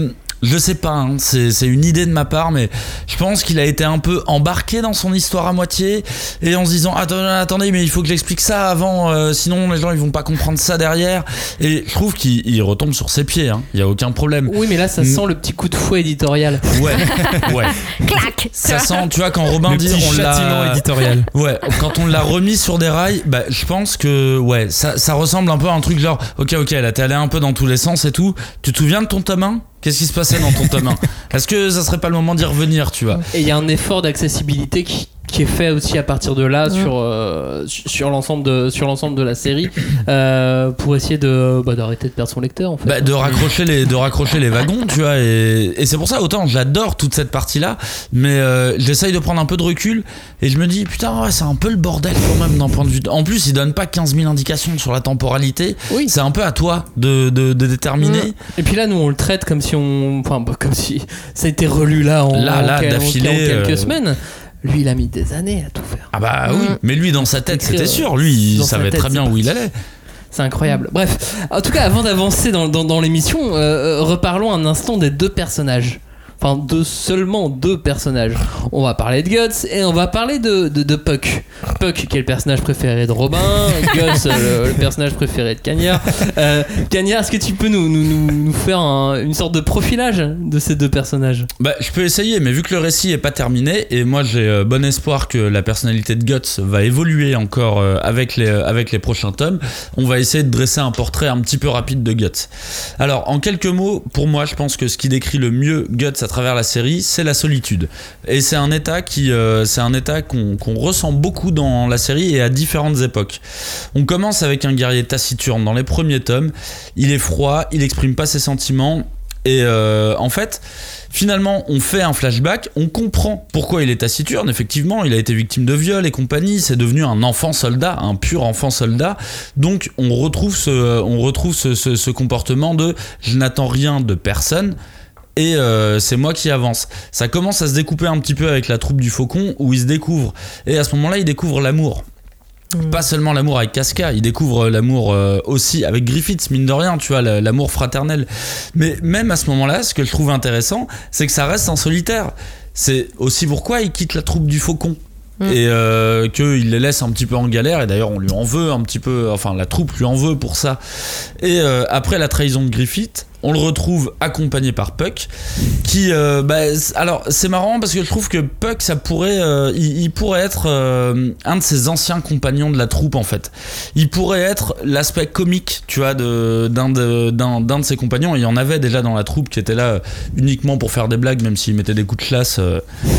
Je sais pas, hein, c'est, c'est une idée de ma part, mais je pense qu'il a été un peu embarqué dans son histoire à moitié et en se disant attendez, attendez mais il faut que j'explique ça avant, euh, sinon les gens ils vont pas comprendre ça derrière. Et je trouve qu'il il retombe sur ses pieds, hein, il y a aucun problème. Oui, mais là ça sent le petit coup de fouet éditorial. Ouais, ouais. Clac. Ça sent, tu vois, quand Robin dit on l'a éditorial. Ouais, quand on l'a remis sur des rails, bah je pense que ouais, ça, ça ressemble un peu à un truc genre ok ok là t'es allé un peu dans tous les sens et tout. Tu te souviens de ton tome un ? Qu'est-ce qui se passait dans ton tome un ? Est-ce que ça serait pas le moment d'y revenir, tu vois ? Et il y a un effort d'accessibilité qui, qui est fait aussi à partir de là, mmh. sur, euh, sur, l'ensemble de, sur l'ensemble de la série, euh, pour essayer de, bah, d'arrêter de perdre son lecteur, en fait. Bah, de, raccrocher les, de raccrocher les wagons, tu vois. Et, et c'est pour ça, autant j'adore toute cette partie-là, mais euh, j'essaye de prendre un peu de recul et je me dis, putain, ouais, c'est un peu le bordel quand même d'un point de vue. En plus, il donne pas quinze mille indications sur la temporalité. Oui. C'est un peu à toi de, de, de déterminer. Mmh. Et puis là, nous, on le traite comme si on. Enfin, bah, comme si ça a été relu là en, là, là, en, d'affilée, en quelques euh... semaines. Lui, il a mis des années à tout faire. Ah bah oui, mmh. mais lui, dans sa tête, c'était sûr. Lui, il savait tête, très bien où il allait. C'est incroyable. Bref, en tout cas, avant d'avancer dans, dans, dans l'émission, euh, reparlons un instant des deux personnages. Enfin, de seulement deux personnages. On va parler de Guts et on va parler de, de, de Puck. Puck, qui est le personnage préféré de Robin. Guts, le, le personnage préféré de Cagnard. Euh, Cagnard, est-ce que tu peux nous, nous, nous, nous faire un, une sorte de profilage de ces deux personnages ? Bah, je peux essayer, mais vu que le récit est pas terminé, et moi j'ai euh, bon espoir que la personnalité de Guts va évoluer encore euh, avec, les, euh, avec les prochains tomes, on va essayer de dresser un portrait un petit peu rapide de Guts. Alors, en quelques mots, pour moi, je pense que ce qui décrit le mieux Guts à travers la série, c'est la solitude. Et c'est un état qui, euh, c'est un état qu'on, qu'on ressent beaucoup dans la série et à différentes époques. On commence avec un guerrier taciturne dans les premiers tomes. Il est froid, il exprime pas ses sentiments. Et euh, en fait, finalement, on fait un flashback, on comprend pourquoi il est taciturne. Effectivement, il a été victime de viol et compagnie, c'est devenu un enfant soldat, un pur enfant soldat. Donc, on retrouve ce, on retrouve ce, ce, ce comportement de « je n'attends rien de personne ». Et euh, c'est moi qui avance. Ça commence à se découper un petit peu avec la troupe du Faucon où il se découvre. Et à ce moment-là, il découvre l'amour. Mmh. Pas seulement l'amour avec Casca, il découvre l'amour euh, aussi avec Griffiths, mine de rien, tu vois, l'amour fraternel. Mais même à ce moment-là, ce que je trouve intéressant, c'est que ça reste en solitaire. C'est aussi pourquoi il quitte la troupe du Faucon. Mmh. Et euh, qu'il les laisse un petit peu en galère, et d'ailleurs on lui en veut un petit peu, enfin la troupe lui en veut pour ça. Et euh, après la trahison de Griffith, on le retrouve accompagné par Puck, qui, euh, bah, alors c'est marrant parce que je trouve que Puck, ça pourrait, euh, il, il pourrait être euh, un de ses anciens compagnons de la troupe en fait. Il pourrait être l'aspect comique, tu vois, de, d'un, de, d'un, d'un de ses compagnons. Il y en avait déjà dans la troupe qui était là uniquement pour faire des blagues, même s'il mettait des coups de classe. Euh.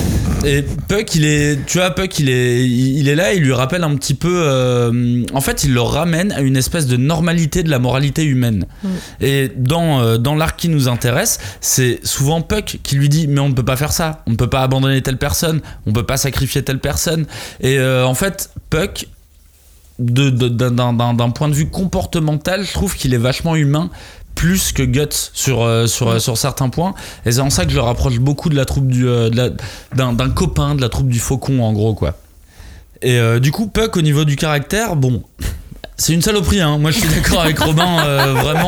Et Puck, il est, tu vois, Puck, il est, il est là, il lui rappelle un petit peu. Euh, en fait, il le ramène à une espèce de normalité de la moralité humaine. Mmh. Et dans euh, dans l'arc qui nous intéresse, c'est souvent Puck qui lui dit mais on ne peut pas faire ça, on ne peut pas abandonner telle personne, on ne peut pas sacrifier telle personne. Et euh, en fait, Puck, de, de, d'un, d'un, d'un point de vue comportemental, je trouve qu'il est vachement humain. Plus que Guts sur, euh, sur, euh, sur certains points, et c'est en ça que je le rapproche beaucoup de la troupe du, euh, de la, d'un, d'un copain de la troupe du Faucon en gros quoi. Et euh, du coup Puck au niveau du caractère, bon, c'est une saloperie hein. Moi je suis d'accord avec Robin euh, vraiment,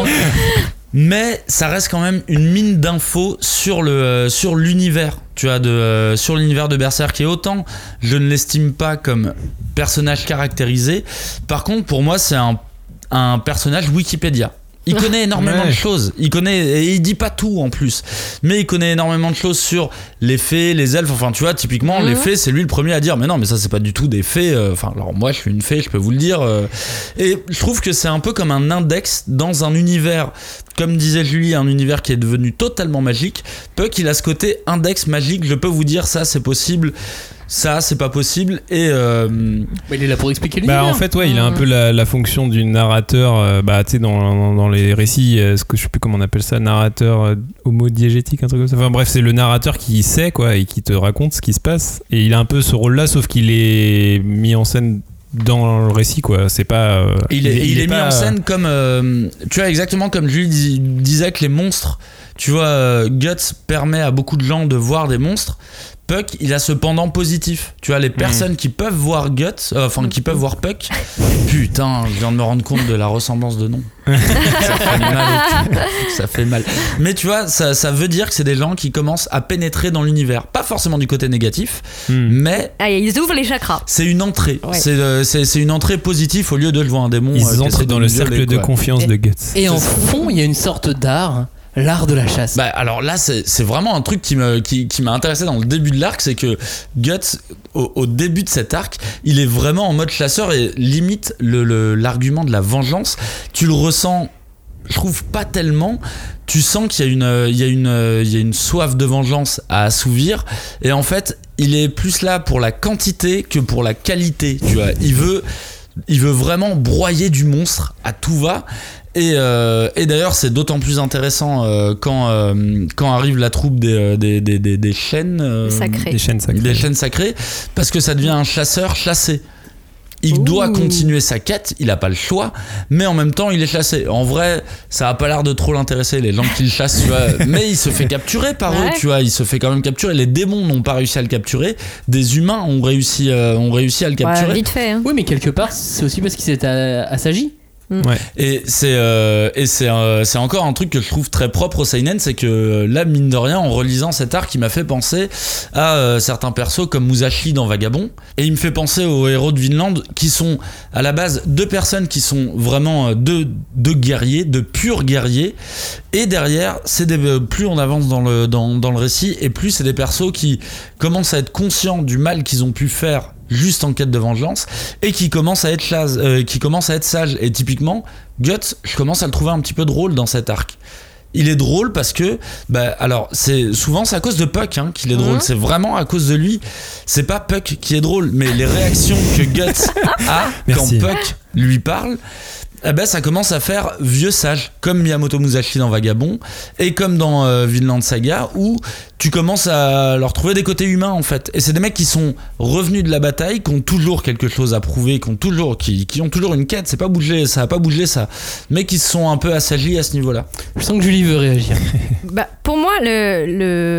mais ça reste quand même une mine d'infos sur, le, euh, sur l'univers, tu vois, de, euh, sur l'univers de Berserk. Et autant je ne l'estime pas comme personnage caractérisé, par contre pour moi c'est un, un personnage Wikipédia. Il connaît énormément ouais. de choses, il connaît, et il dit pas tout en plus, mais il connaît énormément de choses sur les fées, les elfes, enfin tu vois, typiquement mmh. les fées, c'est lui le premier à dire mais non mais ça c'est pas du tout des fées, enfin alors moi je suis une fée, je peux vous le dire, et je trouve que c'est un peu comme un index dans un univers, comme disait Julie, un univers qui est devenu totalement magique. Puck il a ce côté index magique, je peux vous dire ça c'est possible, ça c'est pas possible, et euh... bah, il est là pour expliquer l'univers. Bah en fait ouais, il a un peu la, la fonction du narrateur, euh, bah tu sais dans, dans, dans les récits, euh, ce que je sais plus comment on appelle ça, narrateur euh, homodiégétique, un truc comme ça, enfin bref c'est le narrateur qui sait quoi et qui te raconte ce qui se passe, et il a un peu ce rôle là sauf qu'il est mis en scène dans le récit quoi, c'est pas euh, il est, il, il, il est, est mis pas, en scène comme euh, tu vois, exactement comme Julie dis, disait que les monstres, tu vois, euh, Guts permet à beaucoup de gens de voir des monstres. Puck, il a ce pendant positif. Tu vois, les personnes mmh. qui peuvent voir Guts, euh, enfin qui peuvent voir Puck, putain, je viens de me rendre compte de la ressemblance de nom. Ça fait mal. Ça fait mal. Mais tu vois, ça, ça veut dire que c'est des gens qui commencent à pénétrer dans l'univers. Pas forcément du côté négatif, mmh. mais. Ah, ils ouvrent les chakras. C'est une entrée. Ouais. C'est, euh, c'est, c'est une entrée positive au lieu de voir un démon. Ils euh, entrent dans le cercle de confiance et, de Guts. Et en fond, il y a une sorte d'art. L'art de la chasse. Bah alors là c'est, c'est vraiment un truc qui, me, qui, qui m'a intéressé dans le début de l'arc, c'est que Guts au, au début de cet arc il est vraiment en mode chasseur et limite le, le, l'argument de la vengeance tu le ressens, je trouve pas tellement. Tu sens qu'il y a une, il y a une, il y a une soif de vengeance à assouvir et en fait il est plus là pour la quantité que pour la qualité, tu vois. Il veut, il veut vraiment broyer du monstre à tout va. Et, euh, et d'ailleurs c'est d'autant plus intéressant euh, quand, euh, quand arrive la troupe des, des, des, des, des chaînes euh, sacrées. Des chaînes sacrées. Des chaînes sacrées, parce que ça devient un chasseur chassé. Il Ouh. doit continuer sa quête, il a pas le choix, mais en même temps il est chassé. En vrai, ça a pas l'air de trop l'intéresser, les gens qui le chassent, tu vois. Mais il se fait capturer par ouais. eux, tu vois. Il se fait quand même capturer. Les démons n'ont pas réussi à le capturer, des humains ont réussi, euh, ont réussi à le capturer. Ouais, vite fait. Hein. Oui, mais quelque part, c'est aussi parce qu'il s'est assagi. Ouais. Et c'est euh, et c'est euh, c'est encore un truc que je trouve très propre au seinen, c'est que là mine de rien en relisant cet arc il m'a fait penser à euh, certains persos comme Musashi dans Vagabond, et il me fait penser aux héros de Vinland qui sont à la base deux personnes qui sont vraiment deux, deux guerriers, de purs guerriers, et derrière c'est des, plus on avance dans le, dans, dans le récit et plus c'est des persos qui commencent à être conscients du mal qu'ils ont pu faire juste en quête de vengeance et qui commence à être chaz, euh, qui commence à être sage. Et typiquement Guts, je commence à le trouver un petit peu drôle dans cet arc. Il est drôle parce que bah alors c'est souvent c'est à cause de Puck hein, qu'il est drôle, mmh. c'est vraiment à cause de lui. C'est pas Puck qui est drôle, mais les réactions que Guts a quand Puck lui parle, eh ben, ça commence à faire vieux sage, comme Miyamoto Musashi dans Vagabond et comme dans euh, Vinland Saga, où tu commences à leur trouver des côtés humains en fait. Et c'est des mecs qui sont revenus de la bataille, qui ont toujours quelque chose à prouver, qui ont toujours, qui, qui ont toujours une quête. C'est pas bougé, ça a pas bougé ça, mais qui se sont un peu assagis à ce niveau-là. Je sens que Julie veut réagir. Bah, pour moi, le,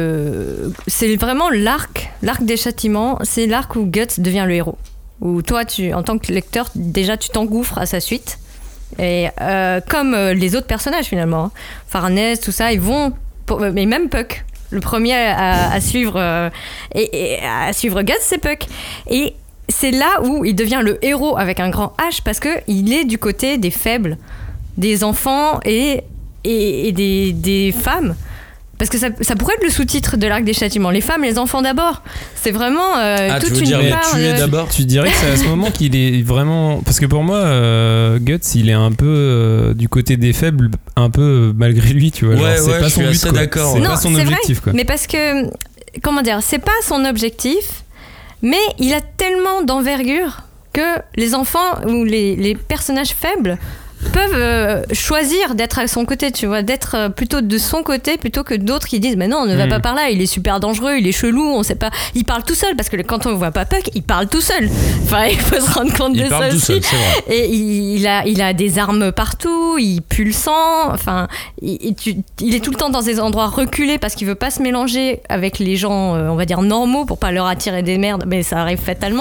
le... c'est vraiment l'arc, l'arc des châtiments. C'est l'arc où Guts devient le héros. Où toi, tu, en tant que lecteur, déjà tu t'engouffres à sa suite. Et euh, comme euh, les autres personnages finalement, Farnèse, tout ça, ils vont, pour, mais même Puck, le premier à, à suivre euh, et, et à suivre Guts, c'est Puck. Et c'est là où il devient le héros avec un grand H parce que il est du côté des faibles, des enfants et et, et des, des femmes. Parce que ça, ça pourrait être le sous-titre de l'arc des châtiments. Les femmes, les enfants d'abord. C'est vraiment euh, ah, toute tu veux une dire part. Tuer de... d'abord. Tu dirais que c'est à ce moment qu'il est vraiment. Parce que pour moi, euh, Guts, il est un peu euh, du côté des faibles, un peu euh, malgré lui, tu vois. Ouais, genre, c'est ouais, pas je son suis but, assez quoi. d'accord. C'est non, pas son c'est objectif, vrai, quoi. Mais parce que, comment dire, c'est pas son objectif, mais il a tellement d'envergure que les enfants ou les, les personnages faibles peuvent euh, choisir d'être à son côté, tu vois, d'être euh, plutôt de son côté plutôt que d'autres qui disent mais non, ne va mmh. pas par là, il est super dangereux, il est chelou, on sait pas, il parle tout seul parce que quand on voit pas Puck, il parle tout seul. Enfin, il faut se rendre compte il de ça tout aussi. Seul, c'est vrai. Et il, il a il a des armes partout, il pue le sang, enfin, il, il, tu, il est tout le temps dans des endroits reculés parce qu'il veut pas se mélanger avec les gens, euh, on va dire normaux pour pas leur attirer des merdes, mais ça arrive fatalement.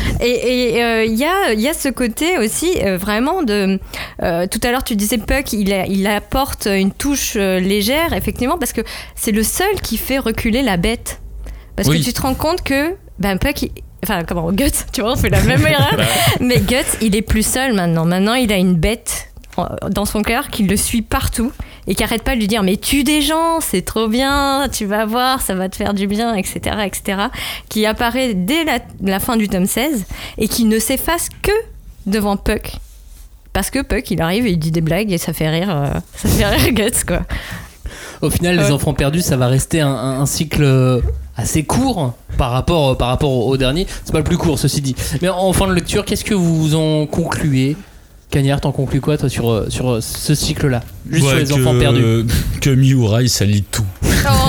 Et il euh, y a il y a ce côté aussi euh, vraiment de euh, tout à l'heure tu disais Puck, il, a, il apporte une touche euh, légère effectivement parce que c'est le seul qui fait reculer la bête parce oui. que tu te rends compte que ben Puck il, enfin comment Guts, tu vois, on fait la même erreur, mais Guts il est plus seul maintenant maintenant il a une bête dans son cœur qui le suit partout et qui arrête pas de lui dire mais tue des gens, c'est trop bien, tu vas voir, ça va te faire du bien, etc, etc, qui apparaît dès la, la fin du tome seize et qui ne s'efface que devant Puck parce que Puck il arrive et il dit des blagues et ça fait rire euh, ça fait rire Guts quoi. Au final ouais. Les enfants perdus ça va rester un, un, un cycle assez court par rapport, par rapport au dernier, c'est pas le plus court ceci dit, mais en fin de lecture qu'est-ce que vous en concluez? Cagnard, t'en conclus quoi toi sur, sur ce cycle-là? Juste ouais, sur les que, enfants perdus. Que Miura il salit tout. Oh.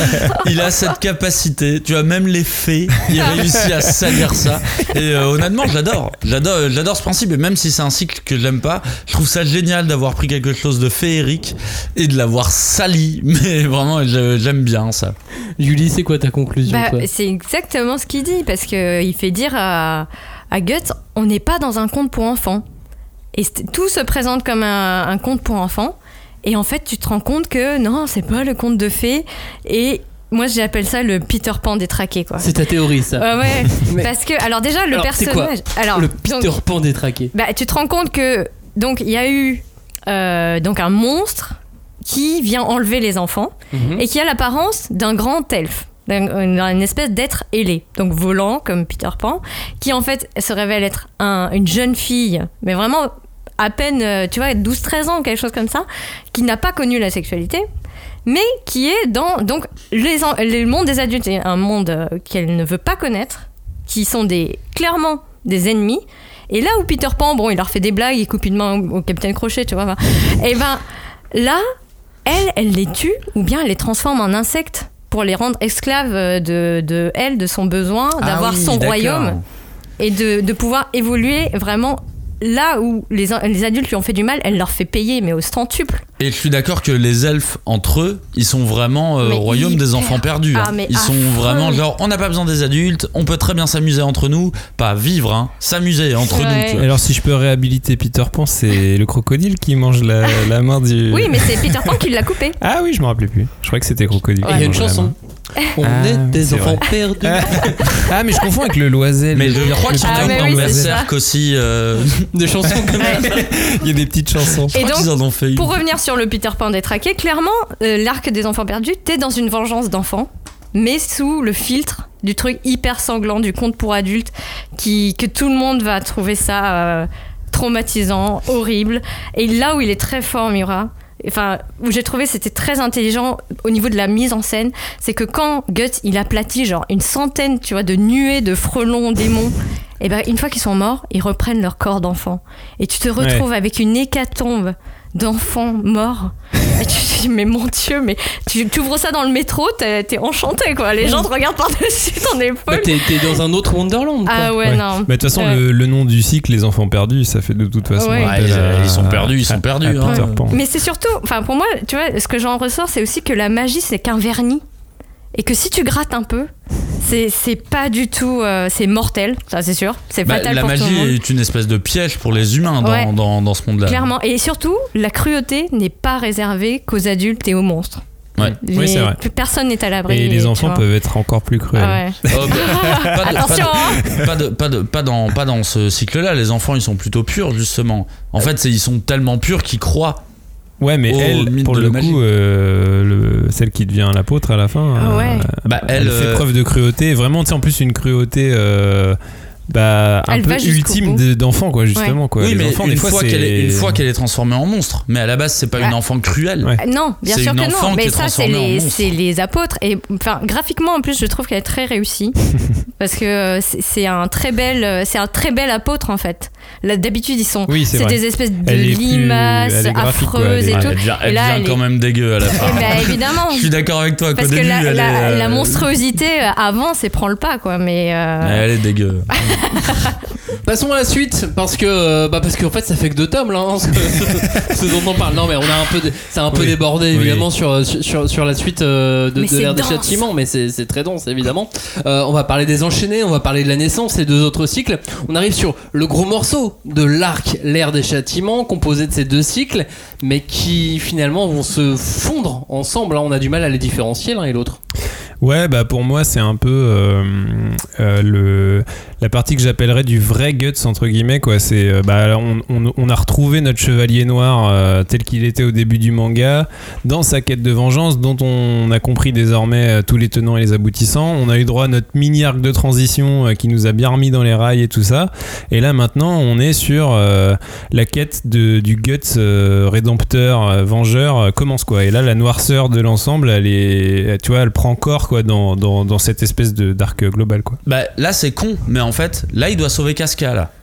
Il a cette capacité, tu vois, même les fées, il réussit à salir ça. Et euh, honnêtement, j'adore. J'adore, j'adore ce principe. Et même si c'est un cycle que j'aime pas, je trouve ça génial d'avoir pris quelque chose de féerique et de l'avoir sali. Mais vraiment, j'aime bien ça. Julie, c'est quoi ta conclusion, bah, toi ? C'est exactement ce qu'il dit, parce qu'il fait dire à, à Guts, on n'est pas dans un conte pour enfants. Et tout se présente comme un, un conte pour enfants. Et en fait, tu te rends compte que non, c'est pas le conte de fées. Et moi, j'appelle ça le Peter Pan détraqué, quoi. C'est ta théorie, ça. Euh, ouais, Mais... parce que, alors déjà, le alors, personnage... C'est quoi alors, le Peter donc, Pan détraqué. Bah, tu te rends compte que, donc, il y a eu euh, donc un monstre qui vient enlever les enfants mm-hmm. et qui a l'apparence d'un grand elfe, d'une espèce d'être ailé, donc volant comme Peter Pan, qui en fait se révèle être un, une jeune fille, mais vraiment à peine, tu vois, douze treize ans, quelque chose comme ça, qui n'a pas connu la sexualité, mais qui est dans donc, les, le monde des adultes, c'est un monde qu'elle ne veut pas connaître, qui sont des, clairement des ennemis. Et là où Peter Pan, bon, il leur fait des blagues, il coupe une main au, au Capitaine Crochet, tu vois, et ben là, elle, elle les tue, ou bien elle les transforme en insectes pour les rendre esclaves de, de elle, de son besoin, d'avoir ah oui, son d'accord. royaume et de, de pouvoir évoluer vraiment là où les, les adultes lui ont fait du mal, elle leur fait payer, mais au centuple. Et je suis d'accord que les elfes, entre eux, ils sont vraiment euh, au royaume des enfants perdus. Ah, hein. Ils sont affreux. Vraiment genre, on n'a pas besoin des adultes, on peut très bien s'amuser entre nous, pas vivre, hein, s'amuser entre ouais. nous. Tu vois. Alors si je peux réhabiliter Peter Pan, c'est le crocodile qui mange la, la main du... Oui, mais c'est Peter Pan qui l'a coupé. Ah oui, je me rappelais plus. Je crois que c'était crocodile. Il y a une chanson. On ah, est des enfants vrai. Perdus. Ah, mais je confonds avec le Loisel. Mais je crois qu'ils ah, sont dans oui, le Berserk aussi. Euh... Des chansons comme ça. Il y a des petites chansons. Je et crois donc, qu'ils en ont fait une. Pour revenir sur le Peter Pan détraqué, clairement, euh, l'arc des enfants perdus, t'es dans une vengeance d'enfants, mais sous le filtre du truc hyper sanglant, du conte pour adultes, qui, que tout le monde va trouver ça euh, traumatisant, horrible. Et là où il est très fort, Miura, enfin, où j'ai trouvé c'était très intelligent au niveau de la mise en scène, c'est que quand Guts il aplatit genre une centaine, tu vois, de nuées de frelons démons, et ben une fois qu'ils sont morts, ils reprennent leur corps d'enfant et tu te retrouves ouais. avec une hécatombe d'enfants morts. Et tu te dis mais mon Dieu, mais tu, tu ouvres ça dans le métro, t'es, t'es enchanté quoi, les gens te regardent par-dessus, t'en es folle. Bah, t'es, t'es dans un autre Wonderland quoi. Ah ouais, ouais. non. Mais de toute façon ouais. le, le nom du cycle, les enfants perdus, ça fait de toute façon ouais. Ouais, ils, à, ils sont perdus, ils sont perdus. À, à hein. Mais c'est surtout, enfin pour moi, tu vois, ce que j'en ressors, c'est aussi que la magie c'est qu'un vernis. Et que si tu grattes un peu, c'est, c'est pas du tout... Euh, c'est mortel, ça c'est sûr. C'est bah, fatal la pour tout le monde. La magie est une espèce de piège pour les humains dans, ouais. dans, dans ce monde-là. Clairement. Et surtout, la cruauté n'est pas réservée qu'aux adultes et aux monstres. Ouais. Les, oui, c'est vrai. Personne n'est à l'abri. Et les enfants peuvent être encore plus cruels. Ah ouais. Oh, bah, pas de, Attention pas, de, pas, de, pas, de, pas, dans, pas dans ce cycle-là. Les enfants, ils sont plutôt purs, justement. En fait, c'est, ils sont tellement purs qu'ils croient. Ouais, mais elle, pour le coup, euh, le, celle qui devient l'apôtre à la fin, ah ouais. euh, bah, elle, elle fait euh... preuve de cruauté. Vraiment, tu sais, en plus, une cruauté euh, bah, un elle peu ultime de, d'enfant, quoi, justement. Ouais. Quoi. Oui, les mais enfants, une, des fois, fois c'est... qu'elle est, une fois qu'elle est transformée en monstre. Mais à la base, c'est pas bah, une enfant cruelle. Ouais. Non, bien c'est sûr que non. Mais ça, c'est les, c'est les apôtres. Et enfin, graphiquement, en plus, je trouve qu'elle est très réussie. Parce que c'est, c'est, un très bel, c'est un très bel apôtre, en fait. Là, d'habitude, ils sont. Oui, c'est, c'est des espèces de limaces affreuses et tout. Elle devient, elle et là, devient quand est... même dégueu à la fin. Bah, évidemment. Je suis d'accord avec toi. Parce qu'au que début, la, elle la, est, la monstruosité avant, c'est prend le pas, quoi. Mais. Euh... Elle est dégueu. Passons à la suite parce que bah parce qu'en fait ça fait que deux tomes là hein, ce, ce, ce dont on parle. Non mais on a un peu de, c'est un peu oui. débordé évidemment oui. sur, sur sur la suite euh, de, de l'ère des châtiments, mais c'est c'est très dense évidemment. Euh, on va parler des enchaînés, on va parler de la naissance et deux autres cycles. On arrive sur le gros morceau de l'arc l'ère des châtiments composé de ces deux cycles, mais qui finalement vont se fondre ensemble. Là on a du mal à les différencier l'un et l'autre. Ouais, bah pour moi c'est un peu euh, euh, le la partie que j'appellerais du vrai Guts entre guillemets quoi. C'est euh, bah on, on on a retrouvé notre chevalier noir euh, tel qu'il était au début du manga dans sa quête de vengeance dont on a compris désormais euh, tous les tenants et les aboutissants. On a eu droit à notre mini arc de transition euh, qui nous a bien remis dans les rails et tout ça. Et là maintenant on est sur euh, la quête de du Guts euh, rédempteur euh, vengeur euh, commence quoi. Et là la noirceur de l'ensemble elle est tu vois elle prend corps quoi dans dans dans cette espèce de d'arc global quoi. Bah là c'est con mais en fait là il doit sauver Casca là.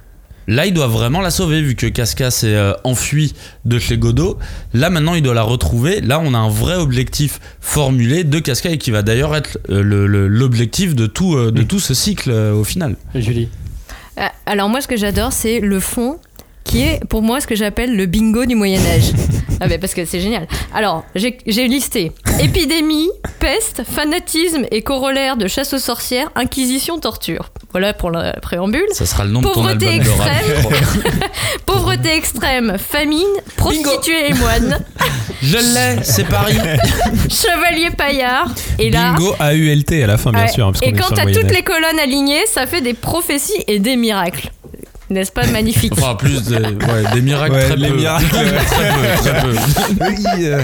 Là, il doit vraiment la sauver vu que Casca s'est euh, enfui de chez Godot. Là, maintenant, il doit la retrouver. Là, on a un vrai objectif formulé de Casca et qui va d'ailleurs être euh, le, le, l'objectif de tout, euh, de mmh. tout ce cycle euh, au final. Julie. Euh, alors moi, ce que j'adore, c'est le fond qui est pour moi ce que j'appelle le bingo du Moyen-Âge. Ah ben parce que c'est génial. Alors, j'ai, j'ai listé épidémie, peste, fanatisme et corollaire de chasse aux sorcières, inquisition, torture. Voilà pour le préambule. Ça sera le nom de ton Pauvreté album extrême, pauvreté extrême, famine, prostituées et moines. Je l'ai, c'est Paris. Chevalier paillard. Et là, Bingo A U L T à la fin, bien ouais. sûr. Hein, parce et qu'on est quand sur t'as le toutes Moyen-Âge. les colonnes alignées, ça fait des prophéties et des miracles. N'est-ce pas magnifique? Enfin, plus de, ouais, des miracles, ouais, très les peu. miracles, très peu, très peu.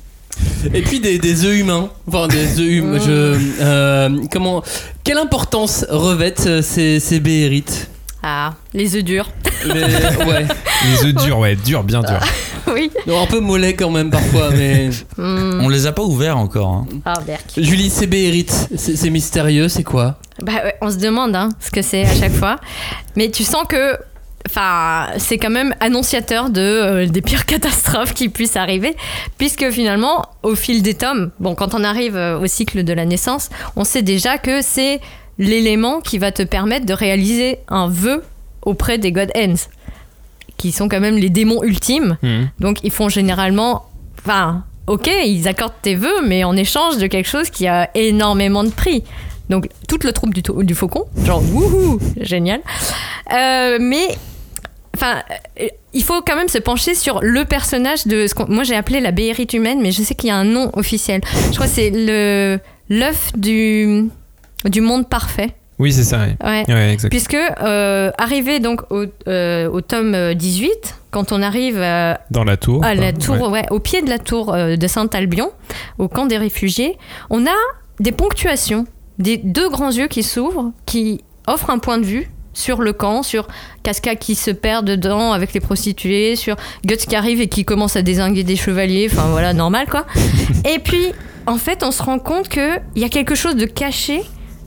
Et puis des, des œufs humains, enfin des œufs humains. Je, euh, comment, quelle importance revêtent ces, ces béérites? Ah, les œufs durs. Les, ouais. Les œufs durs, ouais, durs, bien durs. Oui. Non, un peu mollet quand même parfois, mais. Mm. On les a pas ouverts encore. Hein. Ah, berk. Julie, ces béérites, c'est, c'est mystérieux, c'est quoi? Bah ouais, on se demande hein, ce que c'est à chaque fois. Mais tu sens que. Enfin, c'est quand même annonciateur de, euh, des pires catastrophes qui puissent arriver, puisque finalement, au fil des tomes, bon, quand on arrive euh, au cycle de la naissance, on sait déjà que c'est l'élément qui va te permettre de réaliser un vœu auprès des God Hands, qui sont quand même les démons ultimes. Mmh. Donc, ils font généralement... Enfin, ok, ils accordent tes vœux, mais en échange de quelque chose qui a énormément de prix. Donc, toute le troupe du, to- du faucon, genre, wouhou, génial. Euh, mais... Enfin, il faut quand même se pencher sur le personnage de ce qu'on... Moi, j'ai appelé la béérite humaine, mais je sais qu'il y a un nom officiel. Je crois que c'est le l'œuf du du monde parfait. Oui, c'est ça. Ouais, ouais. ouais exact. Puisque euh, arrivé donc au, euh, au tome dix-huit, quand on arrive euh, dans la tour, à la tour, ouais. Ouais, au pied de la tour euh, de Saint-Albion, au camp des réfugiés, on a des ponctuations, des deux grands yeux qui s'ouvrent, qui offrent un point de vue sur le camp, sur Casca qui se perd dedans avec les prostituées, sur Guts qui arrive et qui commence à dézinguer des chevaliers, enfin voilà, normal quoi. Et puis, en fait, on se rend compte qu'il y a quelque chose de caché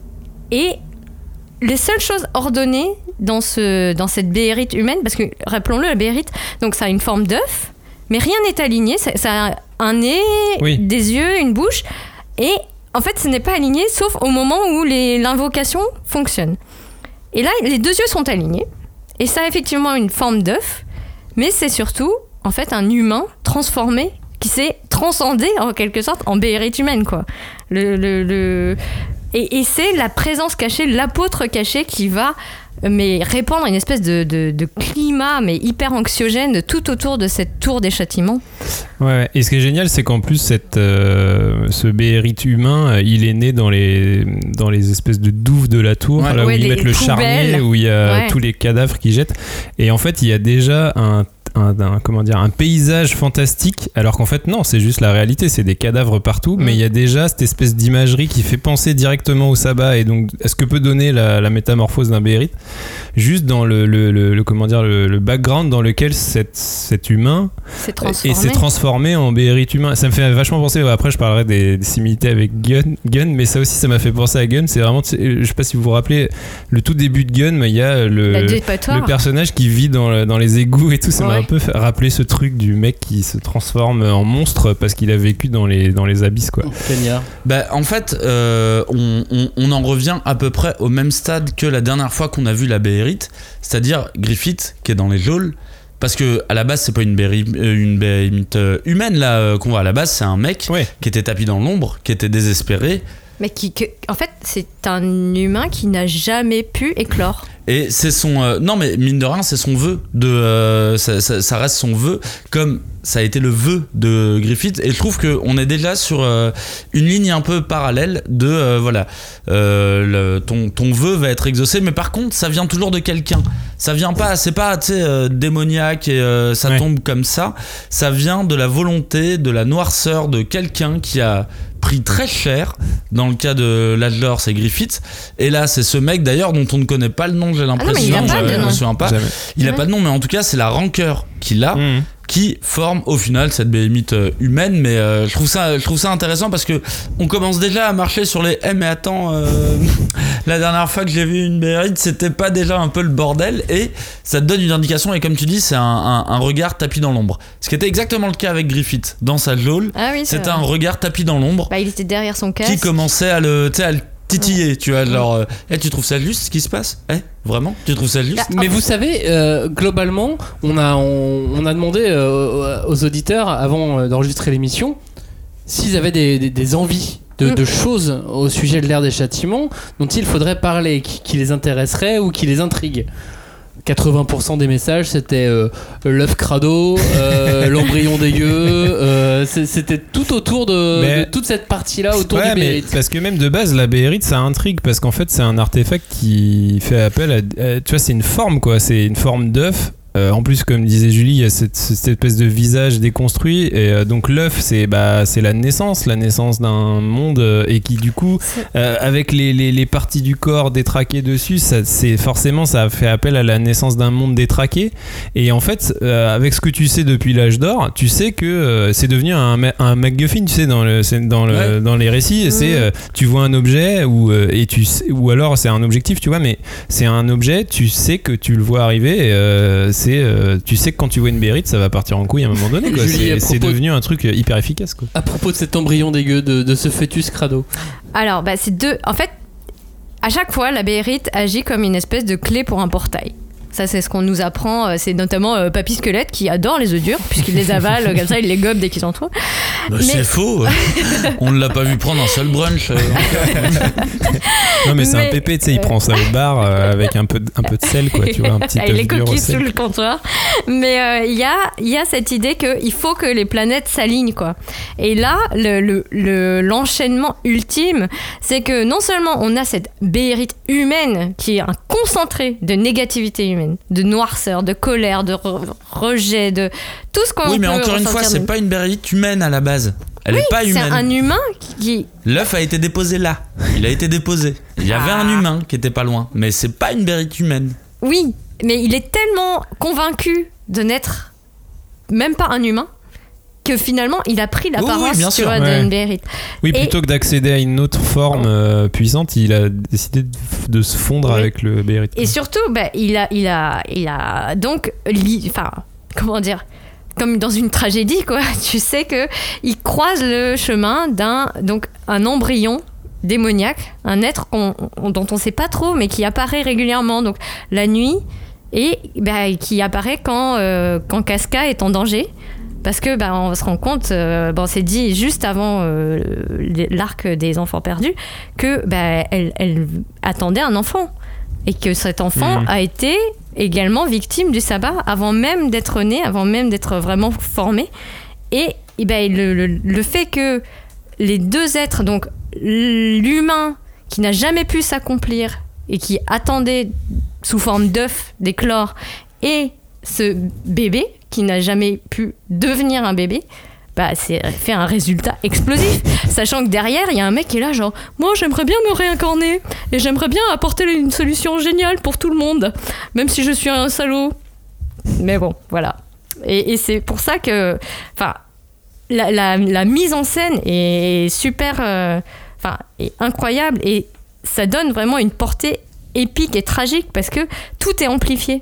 et les seules choses ordonnées dans, ce, dans cette béérite humaine, parce que, rappelons-le, la béérite, donc ça a une forme d'œuf, mais rien n'est aligné, ça, ça a un nez, oui. des yeux, une bouche, et en fait, ce n'est pas aligné, sauf au moment où les, l'invocation fonctionne. Et là, les deux yeux sont alignés. Et ça a effectivement une forme d'œuf. Mais c'est surtout, en fait, un humain transformé qui s'est transcendé, en quelque sorte, en béérite humaine, quoi. Le, le, le... Et, et c'est la présence cachée, l'apôtre caché qui va mais répandre une espèce de, de, de climat mais hyper anxiogène tout autour de cette tour des châtiments. Ouais, et ce qui est génial, c'est qu'en plus, cette, euh, ce béérite humain, il est né dans les, dans les espèces de douves de la tour, ouais. là ouais, où ils mettent le charnier, où il y a ouais. tous les cadavres qu'ils jettent. Et en fait, il y a déjà un Un, un, comment dire, un paysage fantastique, alors qu'en fait non, c'est juste la réalité, c'est des cadavres partout, mmh. mais il y a déjà cette espèce d'imagerie qui fait penser directement au sabbat, et donc à ce que peut donner la, la métamorphose d'un béérite, juste dans le, le, le, le comment dire, le, le background dans lequel cette, cet humain s'est transformé. et s'est transformé en béérite humain. Ça me fait vachement penser, après je parlerai des, des similitudes avec Gun, Gun, mais ça aussi ça m'a fait penser à Gun. C'est vraiment, je sais pas si vous vous rappelez le tout début de Gun, mais il y a le, le personnage qui vit dans, le, dans les égouts et tout, ça ouais. m'a un peu rappeler ce truc du mec qui se transforme en monstre parce qu'il a vécu dans les, dans les abysses, quoi. Bah, en fait, euh, on, on, on en revient à peu près au même stade que la dernière fois qu'on a vu la béérite, c'est-à-dire Griffith qui est dans les geôles. Parce que à la base c'est pas une béérite une béérite humaine là qu'on voit, à la base c'est un mec ouais. qui était tapis dans l'ombre, qui était désespéré. Mais qui, que, en fait, c'est un humain qui n'a jamais pu éclore. Et c'est son... Euh, non, mais mine de rien, c'est son vœu. De, euh, ça, ça, ça reste son vœu, comme ça a été le vœu de Griffith. Et je trouve qu'on est déjà sur euh, une ligne un peu parallèle de... Euh, voilà, euh, le, ton, ton vœu va être exaucé, mais par contre, ça vient toujours de quelqu'un. Ça vient pas... C'est pas, tu sais, euh, démoniaque et euh, ça ouais. tombe comme ça. Ça vient de la volonté, de la noirceur de quelqu'un qui a... pris très cher. Dans le cas de l'Adler, c'est Griffith, et là c'est ce mec d'ailleurs dont on ne connaît pas le nom, j'ai l'impression. Ah non, mais il a pas de nom. Je me souviens pas. Jamais. Il ouais. a pas de nom, mais en tout cas c'est la rancœur qu'il a mmh. qui forme au final cette béhémite humaine. Mais euh, je trouve ça je trouve ça intéressant parce que on commence déjà à marcher sur les eh mais attends euh, la dernière fois que j'ai vu une Bérit, c'était pas déjà un peu le bordel, et ça te donne une indication, et comme tu dis, c'est un, un, un regard tapis dans l'ombre. Ce qui était exactement le cas avec Griffith dans sa geôle. Ah oui, c'était vrai. un regard tapis dans l'ombre. Bah, il était derrière son casque. Qui commençait à le, à le titiller, tu vois, genre, euh, hey, tu trouves ça juste ce qui se passe ? Eh, vraiment ? Tu trouves ça juste ? Mais vous savez, euh, globalement, on a, on, on a demandé euh, aux auditeurs, avant euh, d'enregistrer l'émission, s'ils avaient des, des, des envies de, mm. de choses au sujet de l'ère des châtiments dont il faudrait parler, qui, qui les intéresseraient ou qui les intriguent. quatre-vingts pour cent des messages, c'était euh, l'œuf crado, euh, l'embryon dégueu, euh, c'était tout autour de, mais, de toute cette partie-là, autour ouais, du Béérite. Parce que même de base, la Béérite, ça intrigue, parce qu'en fait, c'est un artefact qui fait appel à... à tu vois, c'est une forme, quoi, c'est une forme d'œuf. Euh, en plus, comme disait Julie, il y a cette, cette espèce de visage déconstruit, et euh, donc l'œuf, c'est, bah, c'est la naissance, la naissance d'un monde, euh, et qui du coup, euh, avec les, les, les parties du corps détraquées dessus, ça, c'est, forcément, ça fait appel à la naissance d'un monde détraqué. Et en fait, euh, avec ce que tu sais depuis l'âge d'or, tu sais que euh, c'est devenu un, un MacGuffin, tu sais, dans, le, dans, le, ouais. dans les récits, mmh. c'est euh, tu vois un objet, ou, euh, et tu, ou alors c'est un objectif, tu vois, mais c'est un objet, tu sais que tu le vois arriver, et, euh, c'est Euh, tu sais que quand tu vois une Béérite, ça va partir en couille à un moment donné, quoi. Julie, c'est, c'est devenu un truc hyper efficace, quoi. À propos de cet embryon dégueu, de, de ce fœtus crado. Alors, bah, c'est deux. En fait, à chaque fois, la Béérite agit comme une espèce de clé pour un portail. Ça, c'est ce qu'on nous apprend. C'est notamment euh, Papy Squelette qui adore les œufs durs, puisqu'il les avale comme ça, il les gobe dès qu'ils en trouvent. Bah, mais... C'est faux. On ne l'a pas vu prendre un seul brunch. Non, mais c'est mais, un pépé, tu sais, il euh... prend ça au bar euh, avec un peu, un peu de sel, quoi, tu vois, un petit œuf dur. Les coquilles sous le comptoir. Mais il euh, y, a, y a cette idée qu'il faut que les planètes s'alignent, quoi. Et là, le, le, le, l'enchaînement ultime, c'est que non seulement on a cette Béérite humaine qui est un concentré de négativité humaine, de noirceur, de colère, de re- rejet, de tout ce qu'on oui, peut mais encore une fois, c'est pas une Béérite humaine à la base. Elle oui, est pas humaine. C'est un humain qui... L'œuf a été déposé là. Il a été déposé. Il y avait ah. un humain qui était pas loin. Mais c'est pas une Béérite humaine. Oui, mais il est tellement convaincu de n'être même pas un humain que finalement, il a pris l'apparence oui, oui, tu vois, ouais. d'une Béérite. Oui, et... plutôt que d'accéder à une autre forme euh, puissante, il a décidé de, de se fondre oui. avec le Béérite. Et surtout, bah, il, a, il, a, il a donc... Li... Enfin, comment dire, comme dans une tragédie, quoi. Tu sais qu'il croise le chemin d'un donc, un embryon démoniaque, un être qu'on, dont on ne sait pas trop, mais qui apparaît régulièrement donc, la nuit et bah, qui apparaît quand, euh, quand Casca est en danger. Parce que bah, on se rend compte, euh, bon, c'est dit juste avant euh, l'arc des enfants perdus, que bah, elle, elle attendait un enfant. Et que cet enfant mmh. a été également victime du sabbat avant même d'être né, avant même d'être vraiment formé. Et, et ben, le, le, le fait que les deux êtres, donc l'humain qui n'a jamais pu s'accomplir et qui attendait sous forme d'œuf d'éclore, et ce bébé qui n'a jamais pu devenir un bébé, bah, c'est fait un résultat explosif. Sachant que derrière, il y a un mec qui est là, genre, moi j'aimerais bien me réincarner et j'aimerais bien apporter une solution géniale pour tout le monde, même si je suis un salaud. Mais bon, voilà. Et, et c'est pour ça que, enfin, la, la, la mise en scène est super, enfin, euh, est incroyable et ça donne vraiment une portée épique et tragique parce que tout est amplifié.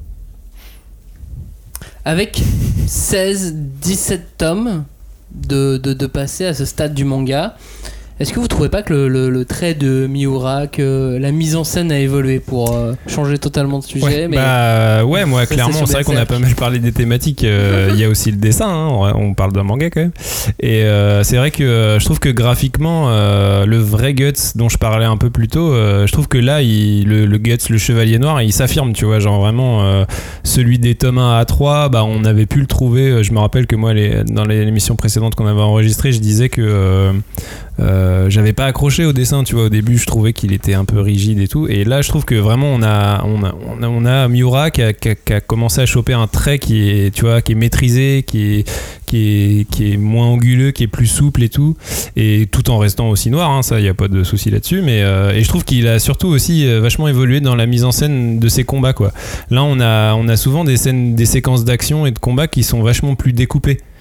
Avec seize dix-sept tomes de, de, de passer à ce stade du manga, est-ce que vous trouvez pas que le, le, le trait de Miura, que la mise en scène a évolué pour euh, changer totalement de sujet ouais, mais bah ouais, moi clairement, c'est vrai qu'on a pas mal parlé des thématiques. Il euh, y a aussi le dessin, hein, on parle d'un manga quand même. Et euh, c'est vrai que euh, je trouve que graphiquement, euh, le vrai Guts dont je parlais un peu plus tôt, euh, je trouve que là, il, le, le Guts, le Chevalier Noir, il s'affirme, tu vois, genre vraiment euh, celui des tomes un à trois, bah on avait pu le trouver. Je me rappelle que moi, les, dans les émissions précédentes qu'on avait enregistrées, je disais que euh, Euh, j'avais pas accroché au dessin, tu vois. Au début, je trouvais qu'il était un peu rigide et tout. Et là, je trouve que vraiment, on a, on a, on a, on a Miura qui a, qui, a, qui a commencé à choper un trait qui est, tu vois, qui est maîtrisé, qui est, qui est, qui est moins anguleux, qui est plus souple et tout. Et tout en restant aussi noir, hein, ça, y a pas de souci là-dessus. Mais euh, et je trouve qu'il a surtout aussi vachement évolué dans la mise en scène de ses combats, quoi. Là, on a, on a souvent des scènes, des séquences d'action et de combat qui sont vachement plus découpées.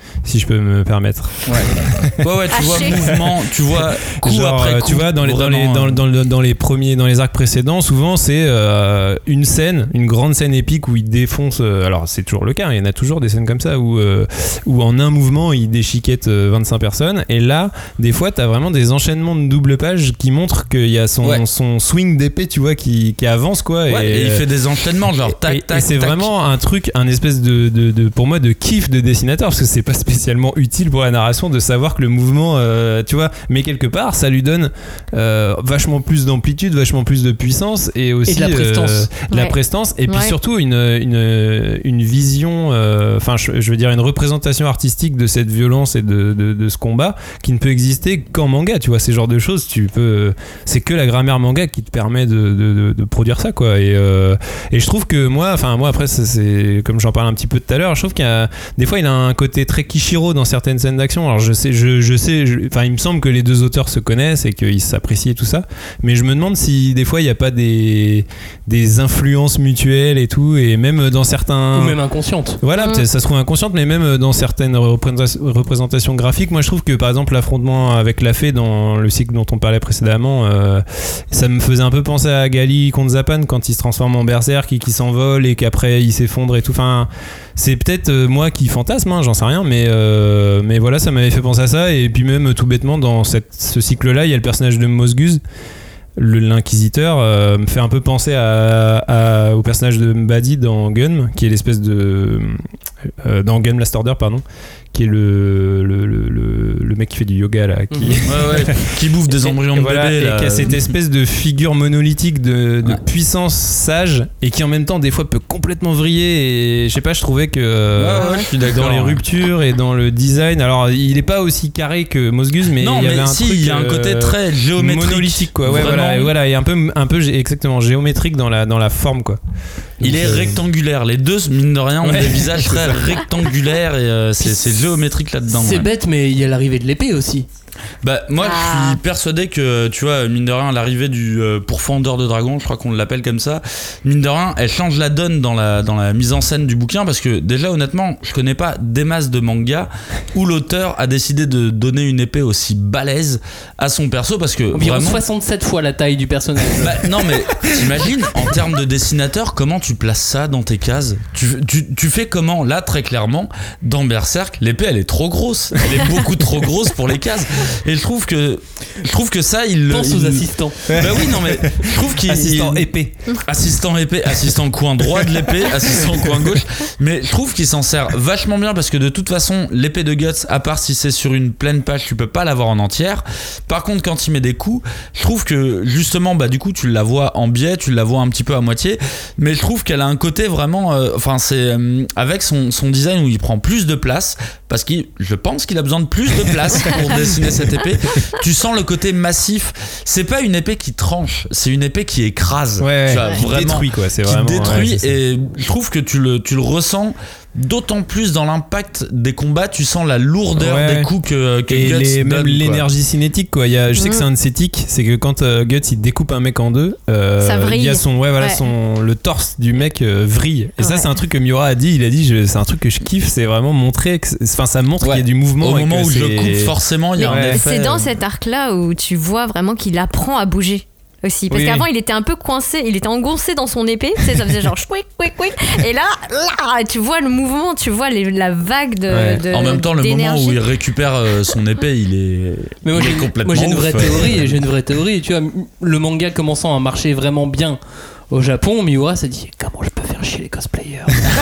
si je peux me permettre. Ouais, ouais, ouais tu vois mouvement, tu vois coup Genre, après coup. Tu vois, dans les, dans, les, dans, dans, dans les premiers, dans les arcs précédents, souvent c'est euh, une scène, une grande scène épique où il défonce. Euh, alors c'est toujours le cas, il y en a toujours des scènes comme ça où, euh, où en un mouvement il déchiquette euh, vingt-cinq personnes. Et là, des fois, t'as vraiment des enchaînements de double page qui montrent qu'il y a son, ouais. son swing d'épée, tu vois, qui, qui avance quoi. Ouais, et, et il fait des enchaînements, genre tac, et, tac. Et c'est tac. vraiment un truc, un espèce de, de, de, pour moi, de kiff de dessinateur, parce que c'est pas spécialement utile pour la narration de savoir que le mouvement, euh, tu vois, mais quelque part, ça lui donne euh, vachement plus d'amplitude, vachement plus de puissance et aussi et de la prestance, euh, ouais. la prestance, et puis ouais. surtout une, une, une vision, enfin, euh, je, je veux dire, une représentation artistique de cette violence et de, de, de ce combat qui ne peut exister qu'en manga, tu vois, ces genres de choses, tu peux, c'est que la grammaire manga qui te permet de, de, de, de produire ça, quoi, et, euh, et je trouve que moi, enfin, moi après, c'est, c'est comme j'en parlais un petit peu tout à l'heure, je trouve qu'il y a, des fois, il a un côté très Kishiro dans certaines scènes d'action. Alors, je sais, je, je sais, enfin, il me semble que les deux auteurs se connaissent et qu'ils s'apprécient et tout ça, mais je me demande si des fois, il n'y a pas des, des influences mutuelles et tout, et même dans certains... Ou même inconscientes. Voilà, mmh. ça se trouve inconsciente, mais même dans certaines représentations, représentations graphiques, moi, je trouve que, par exemple, l'affrontement avec la fée dans le cycle dont on parlait précédemment, euh, ça me faisait un peu penser à Gali contre Zapan quand il se transforme en berserk et qu'il s'envole et qu'après il s'effondre et tout. Enfin, c'est peut-être euh, moi qui fantasme, hein, j'en sais rien, mais, euh, mais voilà, ça m'avait fait penser à ça. Et puis même tout bêtement, dans cette, ce cycle-là, il y a le personnage de Mosguz, le, l'inquisiteur, euh, me fait un peu penser à, à, au personnage de Mbadi dans Gun, qui est l'espèce de... Euh, dans Gun Last Order, pardon, qui est le, le, le, le, le mec qui fait du yoga là, qui, ouais, ouais, qui bouffe des embryons de voilà, bébé et là. qui a cette espèce de figure monolithique de, de ouais. puissance sage et qui en même temps des fois peut complètement vriller. Et je sais pas, je trouvais que euh, ouais, ouais, je suis d'accord, dans les ouais. ruptures et dans le design, alors il est pas aussi carré que Mosguz, mais non, il y avait mais un si, truc il y a un côté euh, très géométrique, monolithique quoi. Ouais, voilà, et voilà, et un peu, un peu exactement géométrique dans la dans la forme quoi. Il Donc, est euh... rectangulaire. Les deux, mine de rien, ont ouais. des visages très rectangulaires et euh, c'est, c'est géométrique là-dedans. C'est ouais. bête, mais il y a l'arrivée de l'épée aussi. Bah moi ah. je suis persuadé que tu vois mine de rien l'arrivée du euh, pourfendeur de dragon, je crois qu'on l'appelle comme ça, mine de rien elle change la donne dans la, dans la mise en scène du bouquin, parce que déjà honnêtement je connais pas des masses de mangas où l'auteur a décidé de donner une épée aussi balèze à son perso, parce que environ vraiment soixante-sept fois la taille du personnage. Bah, non mais t'imagines en termes de dessinateur comment tu places ça dans tes cases, tu, tu, tu fais comment là très clairement dans Berserk l'épée elle est trop grosse, elle est beaucoup trop grosse pour les cases. Et je trouve que je trouve que ça il pense il, aux assistants. Bah oui non mais je trouve qu'il assistant il, épée, assistant épée, assistant coin droit de l'épée, assistant coin gauche. Mais je trouve qu'il s'en sert vachement bien, parce que de toute façon l'épée de Guts, à part si c'est sur une pleine page, tu peux pas l'avoir en entière. Par contre quand il met des coups, je trouve que justement bah du coup tu la vois en biais, tu la vois un petit peu à moitié, mais je trouve qu'elle a un côté vraiment euh, enfin c'est euh, avec son, son design où il prend plus de place, parce que je pense qu'il a besoin de plus de place pour dessiner cette épée. Tu sens le côté massif. C'est pas une épée qui tranche, c'est une épée qui écrase. Ouais, tu vois, qui vraiment, détruit quoi. C'est qui vraiment détruit. Ouais, c'est et je trouve que tu le, tu le ressens. D'autant plus dans l'impact des combats, tu sens la lourdeur ouais. des coups que, que et Guts les, donne, même quoi. l'énergie cinétique quoi. Il y a, je sais mmh. que c'est un de ses tics, c'est que quand euh, Guts il découpe un mec en deux, euh, ça vrille. Il y a son, ouais, voilà, ouais. son, le torse du mec euh, vrille. Et ouais. ça c'est un truc que Miura a dit. Il a dit je, c'est un truc que je kiffe, c'est vraiment montrer, enfin ça montre ouais. qu'il y a du mouvement. Au et moment que où c'est... je le coupe, forcément il y a ouais. un effet. C'est dans cet arc là où tu vois vraiment qu'il apprend à bouger. Aussi, parce oui, qu'avant oui. il était un peu coincé, il était engoncé dans son épée, tu sais, ça faisait genre chouic, chouic, chouic, et là, là, tu vois le mouvement, tu vois les, la vague de, ouais. de en même temps, le d'énergie. moment où il récupère euh, son épée, il est, mais moi, il j'ai, est complètement moi j'ai une vraie ouf. théorie, j'ai une vraie théorie, tu vois, le manga commençant à marcher vraiment bien au Japon, Miura s'est dit comment je peux faire chier les cosplayers.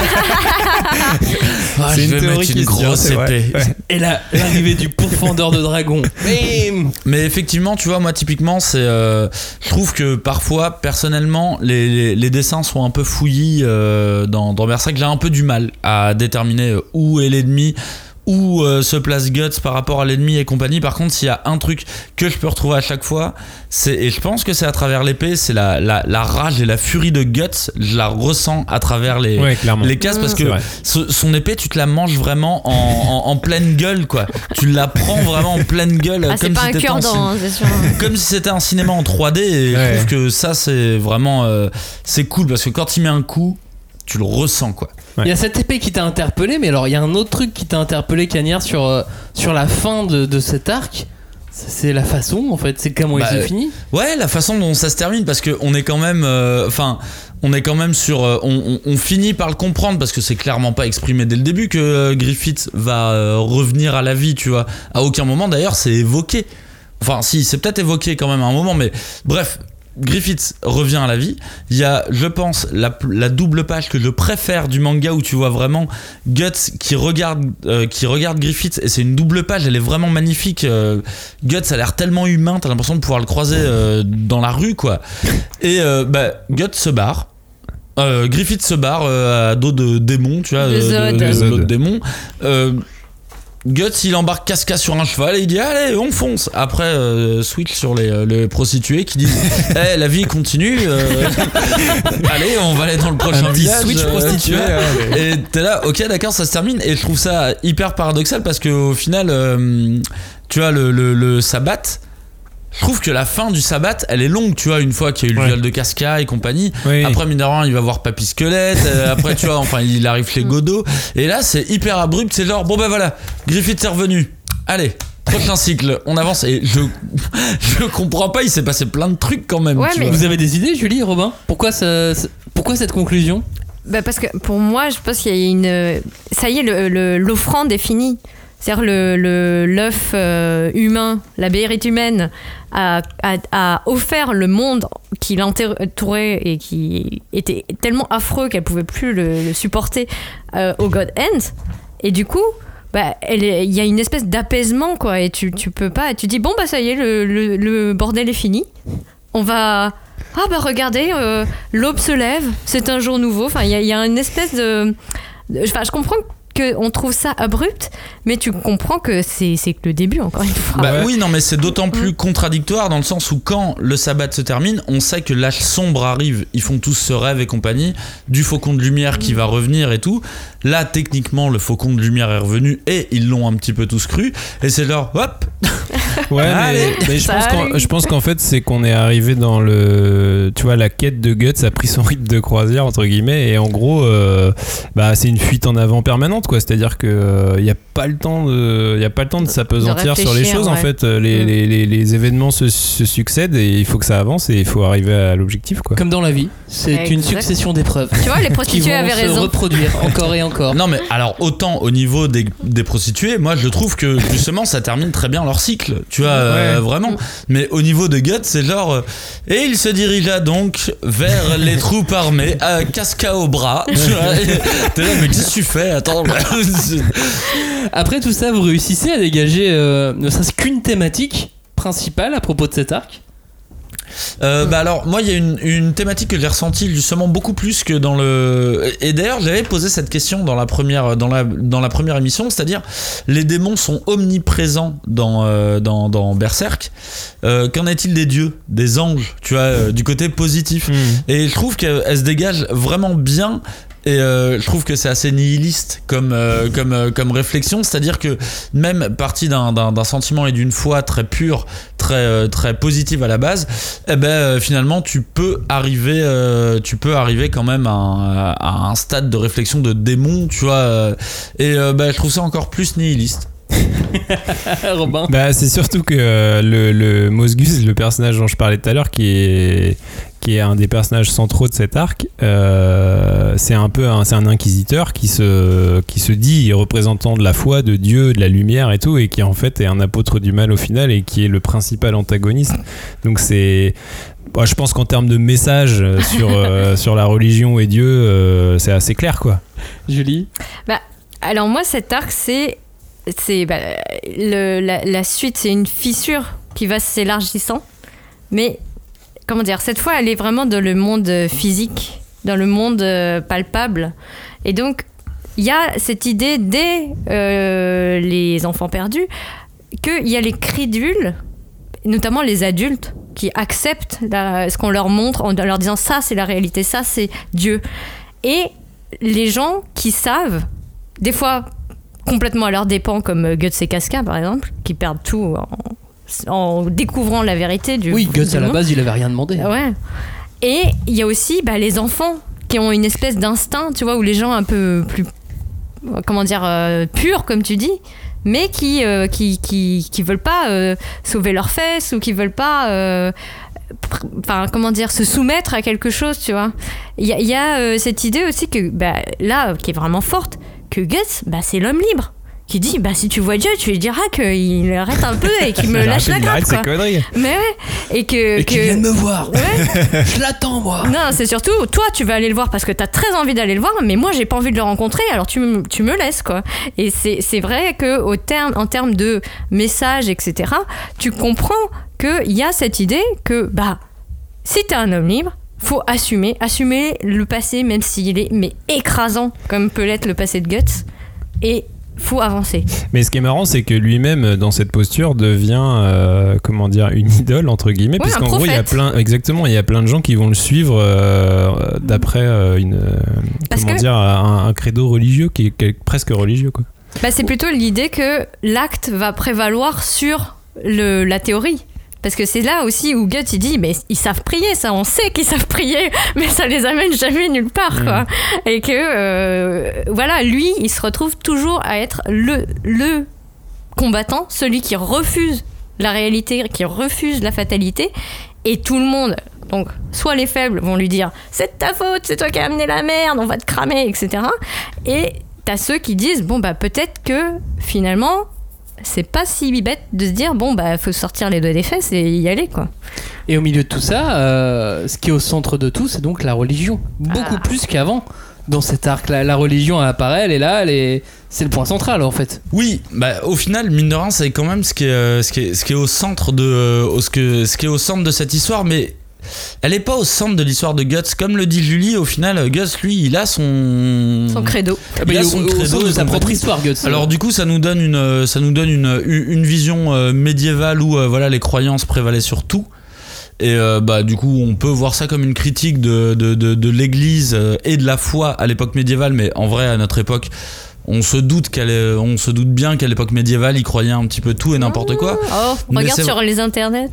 ah, c'est je une vais théorie mettre qui une grosse épée. Ouais. Et là, l'arrivée du pourfendeur de dragon. Bim. Mais effectivement, tu vois, moi typiquement, c'est, euh, je trouve que parfois, personnellement, les, les, les dessins sont un peu fouillis euh, dans, dans Berserk. J'ai un peu du mal à déterminer où est l'ennemi, où euh, se place Guts par rapport à l'ennemi et compagnie. Par contre, s'il y a un truc que je peux retrouver à chaque fois, c'est, et je pense que c'est à travers l'épée, c'est la, la, la rage et la furie de Guts. Je la ressens à travers les, ouais, les cases, parce que ce, son épée, tu te la manges vraiment en, en, en pleine gueule, quoi. Tu la prends vraiment en pleine gueule. Ah, comme c'est pas si un cure-dent, hein, c'est sûr. Comme si c'était un cinéma en trois D, et ouais. je trouve que ça, c'est vraiment euh, c'est cool, parce que quand il met un coup, tu le ressens quoi. Il ouais. y a cette épée qui t'a interpellé, mais alors il y a un autre truc qui t'a interpellé, Cagnard, sur, euh, sur la fin de, de cet arc. C'est la façon, en fait, c'est comment bah, il se finit. Ouais, la façon dont ça se termine, parce qu'on est quand même, enfin, euh, on est quand même sur, euh, on, on, on finit par le comprendre parce que c'est clairement pas exprimé dès le début que euh, Griffith va euh, revenir à la vie, tu vois. À aucun moment d'ailleurs c'est évoqué. Enfin, si, c'est peut-être évoqué quand même à un moment, mais bref. Griffith revient à la vie. Il y a, je pense, la, la double page que je préfère du manga où tu vois vraiment Guts qui regarde, euh, qui regarde Griffith, et c'est une double page, elle est vraiment magnifique. Euh, Guts a l'air tellement humain, t'as l'impression de pouvoir le croiser euh, dans la rue, quoi. Et euh, bah, Guts se barre. Euh, Griffith se barre euh, à dos de démons, tu vois, de, euh, de, de, de, de, de démons. Euh, Guts il embarque Casca sur un cheval et il dit allez on fonce. Après euh, switch sur les, les prostituées qui disent hey, la vie continue euh, allez on va aller dans le prochain un village switch euh, prostituée ouais. Et t'es là ok d'accord ça se termine et je trouve ça hyper paradoxal parce qu'au final euh, tu vois le, le, le sabbat, je trouve que la fin du sabbat elle est longue, tu vois, une fois qu'il y a eu le ouais. viol de Casca et compagnie. Oui. Après mine de rien il va voir Papy Squelette, euh, après tu vois enfin il arrive chez Godot et là c'est hyper abrupt, c'est genre bon ben voilà Griffith est revenu, allez prochain cycle on avance et je je comprends pas, il s'est passé plein de trucs quand même. Ouais, mais vous avez des idées Julie, Robin, pourquoi ça, pourquoi cette conclusion? Bah parce que pour moi je pense qu'il y a une ça y est le, le, l'offrande est finie. C'est-à-dire le, le, l'œuf euh, humain, la béérite humaine, a, a, a offert le monde qui l'entourait et qui était tellement affreux qu'elle ne pouvait plus le, le supporter euh, au God End. Et du coup, bah, il y a une espèce d'apaisement, quoi. Et tu, tu peux pas... Tu dis, bon, bah ça y est, le, le, le bordel est fini. On va... Ah bah regardez, euh, l'aube se lève, c'est un jour nouveau. Enfin, il y, y a une espèce de... Enfin, je comprends que qu'on trouve ça abrupt, mais tu comprends que c'est, c'est que le début, encore une fois. Bah ouais. Oui, non, mais c'est d'autant plus mmh. contradictoire dans le sens où quand le sabbat se termine, on sait que l'âge sombre arrive. Ils font tous ce rêve et compagnie, du faucon de lumière mmh. qui va revenir et tout. Là, techniquement, le faucon de lumière est revenu et ils l'ont un petit peu tous cru. Et c'est genre, hop. Ouais, mais, mais je, pense qu'en, je pense qu'en fait, c'est qu'on est arrivé dans le. Tu vois, la quête de Guts a pris son rythme de croisière, entre guillemets, et en gros, euh, bah, c'est une fuite en avant permanente, quoi. C'est-à-dire qu'il n'y a pas le temps de, y a pas le temps de s'apesantir de sur les choses, ouais. En fait. Les, mmh. les, les, les événements se, se succèdent et il faut que ça avance et il faut arriver à l'objectif, quoi. Comme dans la vie, c'est exact. Une succession d'épreuves. Tu vois, les prostituées avaient raison. Qui vont se reproduire encore et encore. Non, mais alors, autant au niveau des, des prostituées, moi, je trouve que justement, ça termine très bien leur cycle. Tu vois, ouais. euh, vraiment. Mais au niveau de Guts, c'est genre. Euh, et il se dirigea donc vers les troupes armées, à Casca au bras. Tu vois, et, t'es là, mais qu'est-ce que tu fais? Attends. Après tout ça, vous réussissez à dégager euh, ne serait-ce qu'une thématique principale à propos de cet arc? Euh, bah alors moi il y a une, une thématique que j'ai ressentie justement beaucoup plus que dans le et d'ailleurs j'avais posé cette question dans la première dans la dans la première émission, c'est-à-dire les démons sont omniprésents dans euh, dans dans Berserk, euh, qu'en est-il des dieux, des anges, tu vois, euh, du côté positif mmh. Et je trouve qu'elle se dégage vraiment bien. Et euh, je trouve que c'est assez nihiliste comme euh, comme euh, comme réflexion, c'est-à-dire que même parti d'un d'un, d'un sentiment et d'une foi très pure, très euh, très positive à la base, eh ben euh, finalement tu peux arriver euh, tu peux arriver quand même à, à un stade de réflexion de démon, tu vois. Euh, et euh, ben je trouve ça encore plus nihiliste. Robin. Bah, c'est surtout que euh, le, le Mosgus, le personnage dont je parlais tout à l'heure, qui est qui est un des personnages centraux de cet arc, euh, c'est un peu un, c'est un inquisiteur qui se qui se dit représentant de la foi, de Dieu, de la lumière et tout, et qui en fait est un apôtre du mal au final et qui est le principal antagoniste. Donc c'est Bon, je pense qu'en termes de message sur euh, sur la religion et Dieu, euh, c'est assez clair, quoi. Julie. Bah alors moi cet arc c'est c'est bah, le, la, la suite, c'est une fissure qui va s'élargissant, mais comment dire, cette fois elle est vraiment dans le monde physique, dans le monde euh, palpable, et donc il y a cette idée dès euh, les enfants perdus qu'il y a les crédules, notamment les adultes, qui acceptent la, ce qu'on leur montre en leur disant ça c'est la réalité, ça c'est Dieu, et les gens qui savent, des fois complètement à leur dépens, comme Guts et Casca par exemple, qui perdent tout en, en découvrant la vérité du oui, Guts à la monde. base il avait rien demandé. Ouais. Et il y a aussi bah, les enfants qui ont une espèce d'instinct, tu vois, où les gens un peu plus, comment dire, euh, purs, comme tu dis, mais qui, euh, qui, qui, qui veulent pas euh, sauver leurs fesses ou qui veulent pas, euh, enfin, comment dire, se soumettre à quelque chose, tu vois. Il y a, y a euh, cette idée aussi que, bah, là, qui est vraiment forte, que Guts, bah, c'est l'homme libre. Qui dit, bah, si tu vois Dieu, tu lui diras qu'il arrête un peu et qu'il me lâche la grappe, quoi. Conneries. Mais ouais. Et que. Et que... qu'il vienne me voir. Ouais. Je l'attends, moi. Non, c'est surtout, toi, tu vas aller le voir parce que t'as très envie d'aller le voir, mais moi, j'ai pas envie de le rencontrer, alors tu, me, tu me laisses, quoi. Et c'est, c'est vrai qu'en terme, en termes de messages, et cetera, tu comprends qu'il y a cette idée que, bah, si t'es un homme libre, faut assumer, assumer le passé, même s'il est mais écrasant, comme peut l'être le passé de Guts. Et faut avancer. Mais ce qui est marrant, c'est que lui-même, dans cette posture, devient, euh, comment dire, une idole entre guillemets, ouais, puisqu'en gros, il y a plein, exactement, il y a plein de gens qui vont le suivre euh, d'après euh, une, Parce comment que... dire, un, un credo religieux qui est, qui est presque religieux, quoi. Bah, c'est plutôt l'idée que l'acte va prévaloir sur le, la théorie. Parce que c'est là aussi où Guts il dit mais ils savent prier, ça on sait qu'ils savent prier, mais ça les amène jamais nulle part, quoi. Mmh. Et que euh, voilà, lui il se retrouve toujours à être le, le combattant, celui qui refuse la réalité, qui refuse la fatalité, et tout le monde, donc soit les faibles vont lui dire c'est de ta faute, c'est toi qui as amené la merde, on va te cramer, et cetera. Et t'as ceux qui disent bon bah peut-être que finalement c'est pas si bête de se dire bon bah faut sortir les doigts des fesses et y aller, quoi. Et au milieu de tout ça, euh, ce qui est au centre de tout, c'est donc la religion, beaucoup ah. plus qu'avant. Dans cet arc, la, la religion elle apparaît, elle est là, elle est... c'est le point central en fait. Oui, bah au final, mine de rien, c'est quand même ce qui est, euh, ce qui est, ce qui est au centre de, euh, ce que, ce qui est au centre de cette histoire, mais. Elle est pas au centre de l'histoire de Guts, comme le dit Julie. Au final, Guts, lui, il a son son credo. Il a son credo de sa propre histoire, Guts. Alors du coup, ça nous donne une, ça nous donne une, une vision médiévale où voilà, les croyances prévalaient sur tout. Et euh, bah du coup, on peut voir ça comme une critique de de de, de l'Église et de la foi à l'époque médiévale, mais en vrai, à notre époque. On se doute qu'elle est, on se doute bien qu'à l'époque médiévale, ils croyaient un petit peu tout et n'importe quoi. Oh, regarde sur les internets.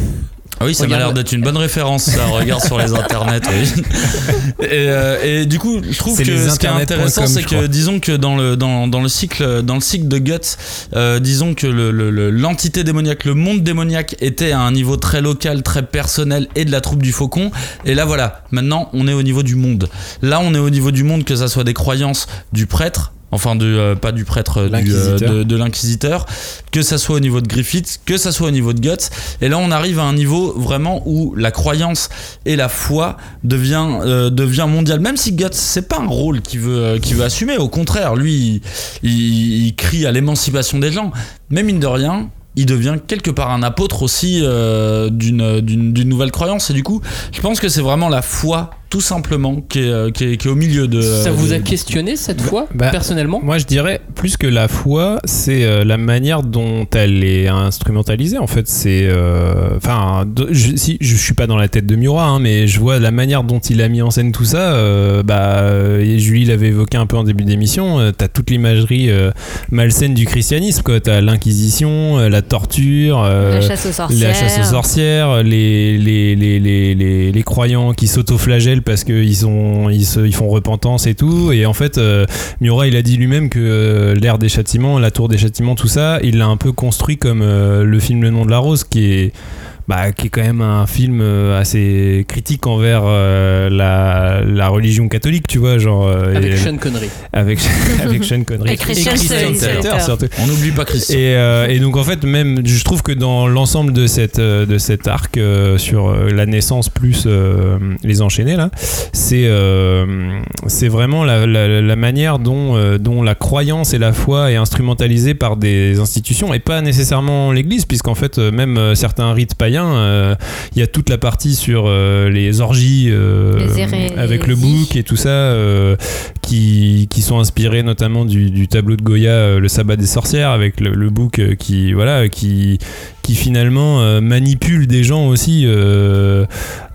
Ah oui, ça Regarde. m'a l'air d'être une bonne référence, ça. Regarde sur les internets, oui. Et, euh, et du coup, je trouve c'est que ce qui est intéressant, c'est que disons que dans le dans dans le cycle dans le cycle de Guts, euh, disons que le, le l'entité démoniaque, le monde démoniaque était à un niveau très local, très personnel et de la troupe du Faucon. Et là, voilà. Maintenant, on est au niveau du monde. Là, on est au niveau du monde, que ça soit des croyances du prêtre. Enfin, de, euh, pas du prêtre, du, euh, de, de l'inquisiteur, que ça soit au niveau de Griffith, que ça soit au niveau de Guts. Et là, on arrive à un niveau vraiment où la croyance et la foi devient, euh, devient mondiale. Même si Guts, c'est pas un rôle qu'il veut, euh, qu'il veut assumer. Au contraire, lui, il, il, il crie à l'émancipation des gens. Mais mine de rien, il devient quelque part un apôtre aussi euh, d'une, d'une, d'une nouvelle croyance. Et du coup, je pense que c'est vraiment la foi, tout simplement, qui est, qui est, qui est au milieu de... Ça vous de... a questionné cette foi, bah, personnellement ? Moi, je dirais, plus que la foi, c'est euh, la manière dont elle est instrumentalisée, en fait. C'est... Enfin, euh, je, si, je suis pas dans la tête de Miura, hein, mais je vois la manière dont il a mis en scène tout ça. Euh, bah, et Julie l'avait évoqué un peu en début d'émission. Euh, t'as toute l'imagerie euh, malsaine du christianisme, quoi. T'as l'inquisition, euh, la torture... Euh, la chasse aux sorcières. La chasse aux sorcières, les, les, les, les, les, les croyants qui s'autoflagellent parce qu'ils sont, ils, se, ils font repentance et tout. Et en fait, euh, Miura, il a dit lui-même que euh, l'ère des châtiments, la tour des châtiments, tout ça, il l'a un peu construit comme euh, le film Le Nom de la Rose, qui est... Bah, qui est quand même un film assez critique envers euh, la, la religion catholique, tu vois, genre... Euh, avec Sean Connery. Avec, avec Sean Connery. Et Christian, et Christian Slater, surtout. On n'oublie pas Christian. Et, euh, et donc, en fait, même, je trouve que dans l'ensemble de, cette, de cet arc euh, sur euh, la naissance plus euh, les enchaînés, là, c'est, euh, c'est vraiment la, la, la manière dont, euh, dont la croyance et la foi est instrumentalisée par des institutions, et pas nécessairement l'Église, puisqu'en fait, même euh, certains rites païens, il euh, y a toute la partie sur euh, les orgies euh, les avec le bouc et tout ça euh, qui, qui sont inspirés notamment du, du tableau de Goya euh, le sabbat des sorcières, avec le, le bouc euh, qui, voilà, qui, qui finalement euh, manipule des gens aussi euh,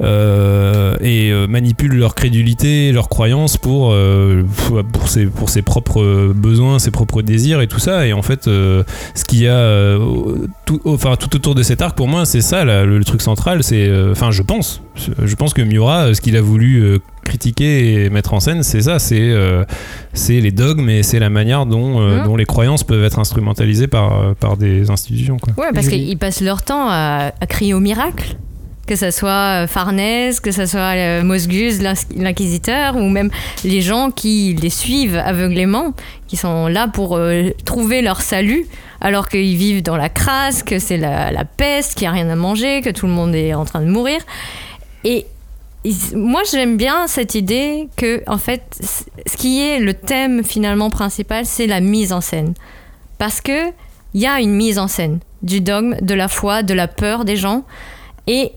euh, et euh, manipule leur crédulité, leur croyance pour, euh, pour, ses, pour ses propres besoins, ses propres désirs et tout ça. Et en fait euh, ce qu'il y a euh, tout, enfin, tout autour de cet arc, pour moi c'est ça là, le, le truc central, c'est, enfin euh, je pense je pense que Miura, ce qu'il a voulu euh, critiquer et mettre en scène, c'est ça, c'est, euh, c'est les dogmes et c'est la manière dont, euh, mmh. dont les croyances peuvent être instrumentalisées par, par des institutions, quoi. Ouais, parce qu'ils passent leur temps à, à crier au miracle. Que ça soit Farnèse, que ça soit euh, Mosgus, l'inquisiteur, ou même les gens qui les suivent aveuglément, qui sont là pour euh, trouver leur salut, alors qu'ils vivent dans la crasse, que c'est la, la peste, qu'il n'y a rien à manger, que tout le monde est en train de mourir. Et, et moi, j'aime bien cette idée que, en fait, ce qui est le thème finalement principal, c'est la mise en scène. Parce qu'il y a une mise en scène du dogme, de la foi, de la peur des gens. Et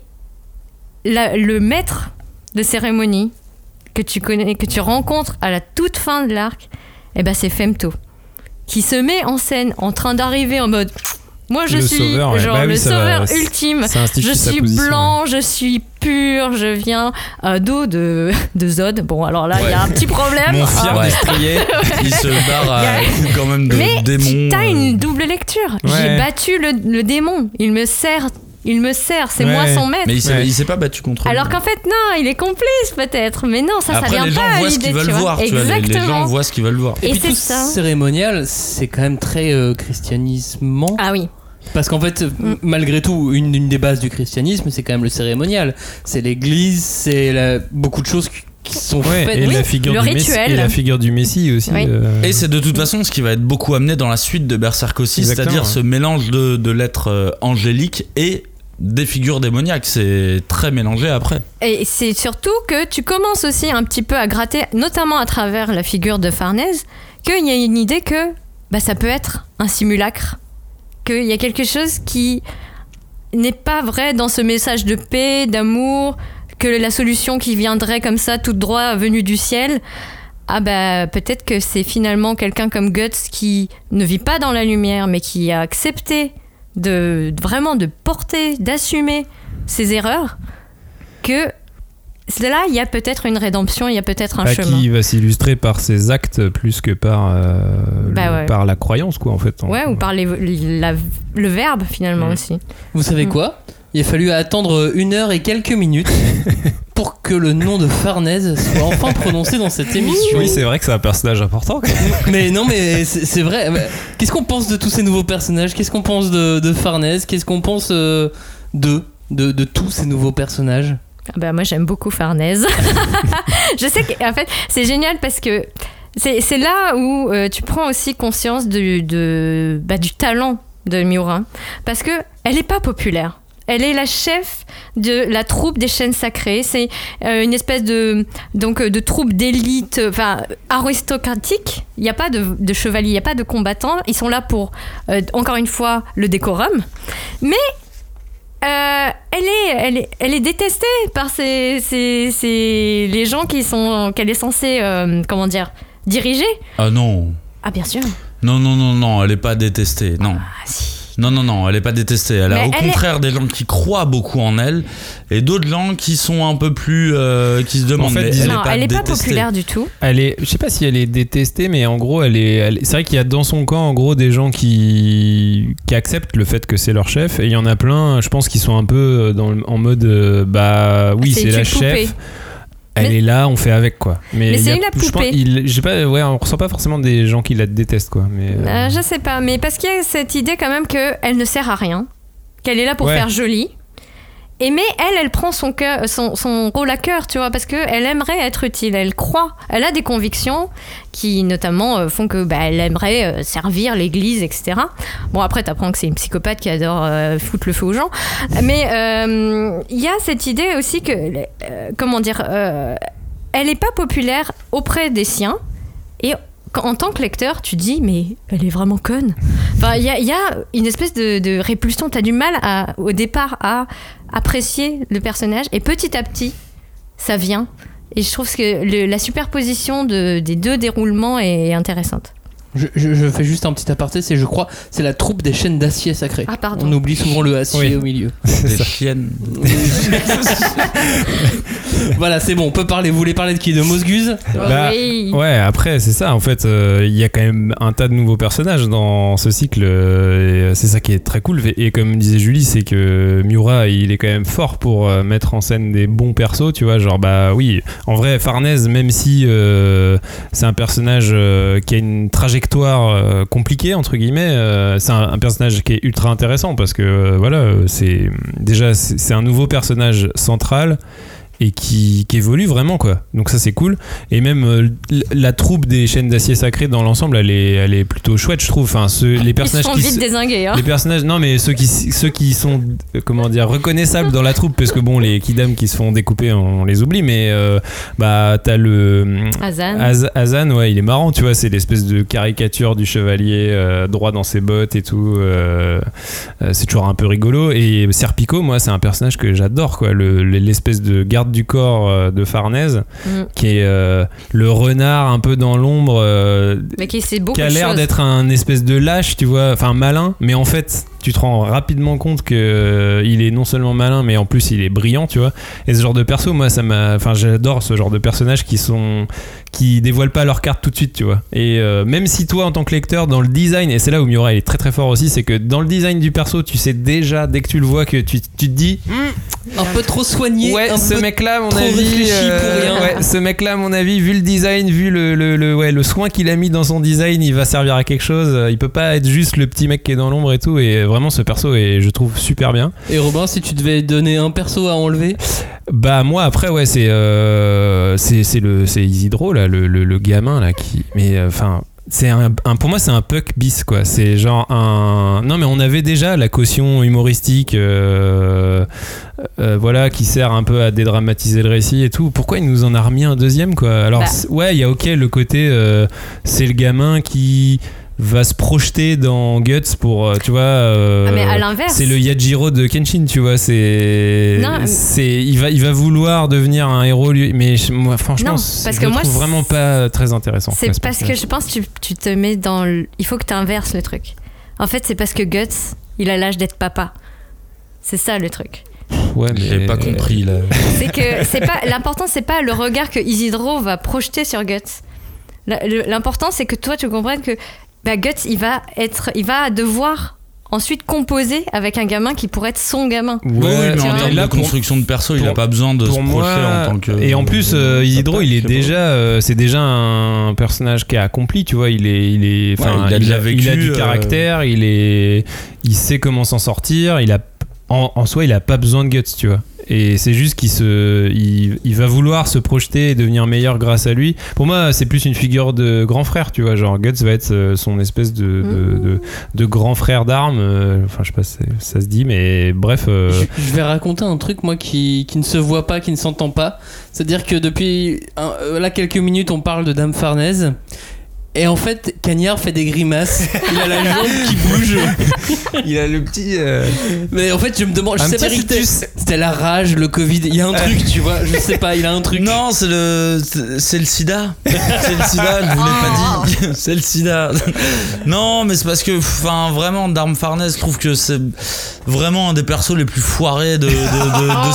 La, le maître de cérémonie que tu connais, que tu rencontres à la toute fin de l'arc, eh ben c'est Femto, qui se met en scène en train d'arriver en mode moi je le suis sauveur, genre bah oui, le sauveur va, ultime, je suis position, blanc, ouais. je suis pur, je viens euh, d'eau de, de Zod. Bon alors là il ouais. y a un petit problème. Mon fier ah, destrier, ouais. il se barre à coup quand même de mais démon. T'as une double lecture. Ouais. J'ai battu le, le démon, il me sert. Il me sert, c'est ouais. moi son maître. Mais il s'est, ouais. il s'est pas battu contre lui. Alors qu'en fait, non, il est complice peut-être. Mais non, ça, Après, ça vient les gens pas à voient l'idée. Ce qu'ils veulent tu voir, vois. tu vois, les, les gens voient ce qu'ils veulent voir. Et, Et puis c'est tout ça. cérémonial, c'est quand même très euh, christianismant. Ah oui. Parce qu'en fait, mm. malgré tout, une, une des bases du christianisme, c'est quand même le cérémonial. C'est l'église, c'est la, beaucoup de choses qui qui sont ouais, faites. Et, oui, la figure le du rituel. Messie, et la figure du Messie aussi. Oui. Euh... Et c'est de toute façon ce qui va être beaucoup amené dans la suite de Berserk aussi, Exactement, c'est-à-dire ouais. ce mélange de, de l'être euh, angélique et des figures démoniaques, c'est très mélangé après. Et c'est surtout que tu commences aussi un petit peu à gratter, notamment à travers la figure de Farnèse, qu'il y a une idée que bah, ça peut être un simulacre, qu'il y a quelque chose qui n'est pas vrai dans ce message de paix, d'amour, que la solution qui viendrait comme ça, toute droit, venue du ciel, ah bah peut-être que c'est finalement quelqu'un comme Guts qui ne vit pas dans la lumière, mais qui a accepté de vraiment de porter, d'assumer ses erreurs, que là il y a peut-être une rédemption, il y a peut-être un bah, chemin qui va s'illustrer par ses actes plus que par euh, bah, le, ouais. par la croyance, quoi, en fait. Ouais, ou par les, la, le verbe finalement mmh. aussi. Vous savez quoi ? Il a fallu attendre une heure et quelques minutes pour que le nom de Farnèse soit enfin prononcé dans cette émission. Oui, c'est vrai que c'est un personnage important. Mais non, mais c'est, c'est vrai. Qu'est-ce qu'on pense de tous ces nouveaux personnages ? Qu'est-ce qu'on pense de, de Farnèse ? Qu'est-ce qu'on pense euh, de, de, de tous ces nouveaux personnages ? Ah bah moi j'aime beaucoup Farnèse. Je sais qu'en fait c'est génial parce que c'est, c'est là où euh, tu prends aussi conscience de, de, bah, du talent de Miura. Parce qu'elle n'est pas populaire. Elle est la chef de la troupe des chaînes sacrées. C'est euh, une espèce de, donc, de troupe d'élite, enfin, aristocratique. Il n'y a pas de, de chevaliers, il n'y a pas de combattants. Ils sont là pour, euh, encore une fois, le décorum. Mais euh, elle, est, elle, est, elle est détestée par ces, ces, ces, les gens qui sont, qu'elle est censée, euh, comment dire, diriger. Ah non. Ah bien sûr. Non, non, non, non, elle n'est pas détestée, non. Ah si. Non, non, non, elle est pas détestée. Elle a au elle contraire est... des gens qui croient beaucoup en elle et d'autres gens qui sont un peu plus. Euh, qui se demandent. En fait, mais elle non, est pas elle est pas détestée. populaire du tout. Elle est, je sais pas si elle est détestée, mais en gros, elle est. Elle, c'est vrai qu'il y a dans son camp, en gros, des gens qui, qui acceptent le fait que c'est leur chef et il y en a plein, je pense, qui sont un peu dans, en mode. Euh, bah oui, c'est, c'est la poupée. chef. Elle mais, est là, on fait avec, quoi. Mais, mais c'est une la poupée. Je pense, il, j'ai pas, ouais, on ressent pas forcément des gens qui la détestent, quoi. Mais, euh... Euh, je sais pas, mais parce qu'il y a cette idée quand même qu'elle ne sert à rien, qu'elle est là pour ouais. faire jolie. Et mais elle, elle prend son, cœur, son, son rôle à cœur, tu vois, parce qu'elle aimerait être utile, elle croit, elle a des convictions qui notamment euh, font que bah, elle aimerait euh, servir l'église, et cetera. Bon, après, t'apprends que c'est une psychopathe qui adore euh, foutre le feu aux gens, mais il euh, y a cette idée aussi que, euh, comment dire, euh, elle n'est pas populaire auprès des siens, et en tant que lecteur, tu dis, mais elle est vraiment conne. Enfin, il y, y a une espèce de, de répulsion. T'as du mal à, au départ à apprécier le personnage. Et petit à petit, ça vient. Et je trouve que le, la superposition de, des deux déroulements est intéressante. Je, je, je fais juste un petit aparté, c'est je crois c'est la troupe des chaînes d'acier sacré. Ah pardon. On oublie souvent le acier Oui. au milieu. Des chiennes. Voilà, c'est bon, on peut parler. Vous voulez parler de qui? De Mosguz? Bah, Oui. ouais, après, c'est ça. En fait, il euh, y a quand même un tas de nouveaux personnages dans ce cycle. Euh, et c'est ça qui est très cool. Et, et comme disait Julie, c'est que Miura, il est quand même fort pour euh, mettre en scène des bons persos. Tu vois, genre, bah oui, en vrai, Farnèse, même si euh, c'est un personnage euh, qui a une trajectoire euh, compliquée, entre guillemets, euh, c'est un, un personnage qui est ultra intéressant parce que, euh, voilà, c'est déjà, c'est, c'est un nouveau personnage central. Et qui, qui évolue vraiment, quoi. Donc ça, c'est cool. Et même euh, la troupe des chaînes d'acier sacré dans l'ensemble, elle est, elle est plutôt chouette, je trouve. Enfin, ceux, les personnages Ils sont qui vite dézingués. Hein. les personnages, non, mais ceux qui, ceux qui sont, euh, comment dire, reconnaissables dans la troupe, parce que bon, les kidam qui se font découper, on, on les oublie, mais euh, bah, t'as le Azan. Az- Azan, ouais, il est marrant, tu vois, c'est l'espèce de caricature du chevalier euh, droit dans ses bottes et tout. Euh, euh, c'est toujours un peu rigolo. Et Serpico, moi, c'est un personnage que j'adore, quoi, le, l'espèce de garde du corps de Farnèse, mm. qui est euh, le renard un peu dans l'ombre, euh, mais qui, c'est beaucoup qui a de l'air choses. d'être un espèce de lâche, tu vois, enfin malin, mais en fait tu te rends rapidement compte que euh, il est non seulement malin, mais en plus il est brillant, tu vois. Et ce genre de perso, moi, ça m'a, enfin, j'adore ce genre de personnages qui sont, qui dévoilent pas leurs cartes tout de suite, tu vois. Et euh, même si toi, en tant que lecteur, dans le design, et c'est là où Miura il est très très fort aussi, c'est que dans le design du perso, tu sais déjà dès que tu le vois que tu, tu te dis, mmh, un peu trop soigné. Ouais, un ce peu mec-là, à mon trop avis, réfléchi euh, pour rien. ouais, ce mec-là, à mon avis, vu le design, vu le, le, le, ouais, le soin qu'il a mis dans son design, il va servir à quelque chose. Il peut pas être juste le petit mec qui est dans l'ombre et tout. Et vraiment, ce perso est, je trouve, super bien. Et Robin, si tu devais donner un perso à enlever? Bah moi après ouais c'est euh, c'est c'est le c'est Isidro là, le, le, le gamin là qui, mais enfin. Euh, c'est un, un, pour moi c'est un Puck bis, quoi. C'est genre un, non mais on avait déjà la caution humoristique euh, euh, voilà, qui sert un peu à dédramatiser le récit et tout. Pourquoi il nous en a remis un deuxième, quoi? Alors bah. Ouais, il y a ok le côté euh, c'est le gamin qui va se projeter dans Guts pour, tu vois, euh, ah mais à l'inverse, c'est le Yajiro de Kenshin, tu vois, c'est, non, c'est il va il va vouloir devenir un héros lui, mais moi franchement, non, parce je que le moi, trouve vraiment pas très intéressant. C'est parce que je pense que tu, tu te mets dans le, il faut que tu inverses le truc. En fait, c'est parce que Guts, il a l'âge d'être papa. C'est ça le truc. Ouais, mais j'ai pas compris là. C'est que c'est pas l'important, c'est pas le regard que Isidro va projeter sur Guts. L'important, c'est que toi tu comprennes que bah, Guts, il va être, il va devoir ensuite composer avec un gamin qui pourrait être son gamin. Ouais, oui, mais en termes de construction de perso, pour, il a pas besoin de se projeter moi, en tant que. Et en plus, euh, Isidro, il est déjà, euh, c'est déjà un personnage qui est accompli, tu vois. Il est, il est, ouais, il a, il, a, vécu, il a du caractère, euh... il est, il sait comment s'en sortir. Il a, en, en soi, il a pas besoin de Guts, tu vois. Et c'est juste qu'il se, il, il va vouloir se projeter et devenir meilleur grâce à lui. Pour moi, c'est plus une figure de grand frère, tu vois. Genre Guts va être son espèce de, mmh. de, de, de grand frère d'armes. Enfin, je sais pas si ça se dit, mais bref. Euh... Je, je vais raconter un truc, moi, qui, qui ne se voit pas, qui ne s'entend pas. C'est-à-dire que depuis un, là quelques minutes, on parle de Dame Farnèse. Et en fait, Cagnard fait des grimaces. Il a la jambe qui bouge. Il a le petit. Euh... Mais en fait, je me demande. Je un sais pas si c'était, c'était la rage, le Covid. Il y a un truc, tu vois. Je sais pas. Il a un truc. Non, c'est le, c'est le SIDA. C'est le SIDA. Je vous l'ai pas dit. C'est le SIDA. Non, mais c'est parce que, enfin, vraiment, Dame Farnèse, je trouve que c'est vraiment un des persos les plus foirés de de, de, de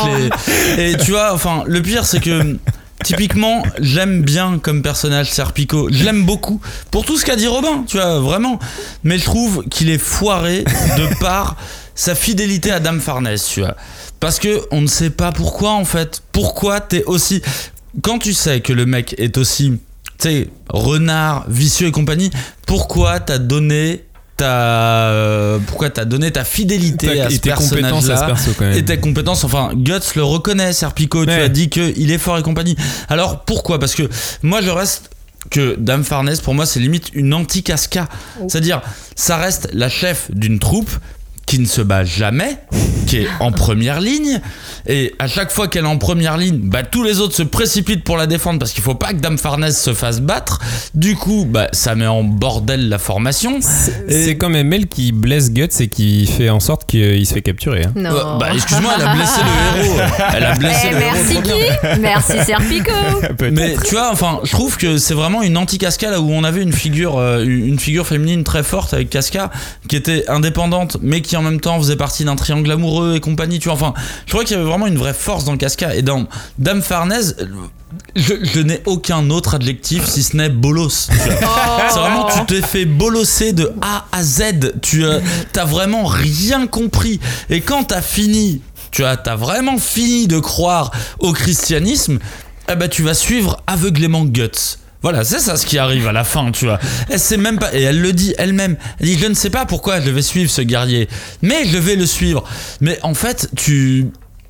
cycle. Et, et tu vois, enfin, le pire, c'est que. Typiquement, j'aime bien comme personnage Serpico, je l'aime beaucoup pour tout ce qu'a dit Robin, tu vois, vraiment. Mais je trouve qu'il est foiré de par sa fidélité à Dame Farnèse, tu vois. Parce que on ne sait pas pourquoi, en fait. Pourquoi t'es aussi. Quand tu sais que le mec est aussi, tu sais, renard, vicieux et compagnie, pourquoi t'as donné. T'as, euh, pourquoi t'as donné ta fidélité t'as, à ce personnage-là à ce perso, quand même. Et tes compétences, enfin Guts le reconnaît, Serpico, ouais. Tu as dit qu'il est fort et compagnie. Alors pourquoi ? Parce que moi je reste que Dame Farnèse, pour moi c'est limite une anti-Casca. Oh. C'est-à-dire ça reste la chef d'une troupe qui ne se bat jamais, qui est en première ligne, et à chaque fois qu'elle est en première ligne, bah, tous les autres se précipitent pour la défendre parce qu'il faut pas que Dame Farnèse se fasse battre. Du coup, bah, ça met en bordel la formation. C'est, et... c'est quand même elle qui blesse Guts et qui fait en sorte qu'il se fait capturer. Hein. Non. Euh, bah, excuse-moi, elle a blessé le héros. Elle a blessé Eh, le merci héros. qui Merci Serpico. Mais tu vois, enfin, je trouve que c'est vraiment une anti-Casca là où on avait une figure, euh, une figure féminine très forte avec Casca qui était indépendante, mais qui en même temps faisait partie d'un triangle amoureux et compagnie. Tu vois, enfin, je crois qu'il y avait vraiment une vraie force dans Casca et dans Dame Farnèse. Je, je n'ai aucun autre adjectif si ce n'est bolos. Tu vois. Oh. C'est vraiment, tu t'es fait bolosser de A à Z. Tu euh, t'as vraiment rien compris. Et quand t'as fini, tu as, t'as vraiment fini de croire au christianisme, eh ben, tu vas suivre aveuglément Guts. Voilà, c'est ça ce qui arrive à la fin, tu vois. Elle sait même pas, et elle le dit elle-même. Elle dit, je ne sais pas pourquoi je vais suivre ce guerrier, mais je vais le suivre. Mais en fait, tu...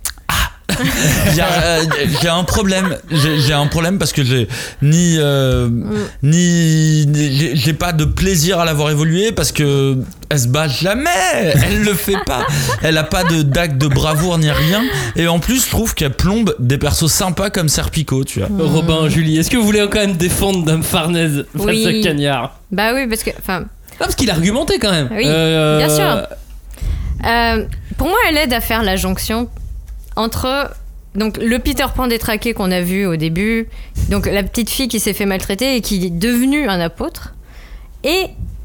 J'ai euh, j'ai un problème, j'ai, j'ai un problème parce que j'ai ni, euh, ni, ni j'ai, j'ai pas de plaisir à l'avoir évolué parce que elle se bat jamais, elle le fait pas, elle a pas de d'acte de bravoure ni rien, et en plus je trouve qu'elle plombe des persos sympas comme Serpico, tu vois. Mmh. Robin, Julie, est-ce que vous voulez quand même défendre Dame Farnèse face Oui. à Cagnard? Bah oui, parce que, enfin. Ah, parce qu'il a argumenté quand même. Oui, euh, bien sûr. Euh, pour moi, elle aide à faire la jonction entre donc le Peter Pan détraqué qu'on a vu au début, donc la petite fille qui s'est fait maltraiter et qui est devenue un apôtre, et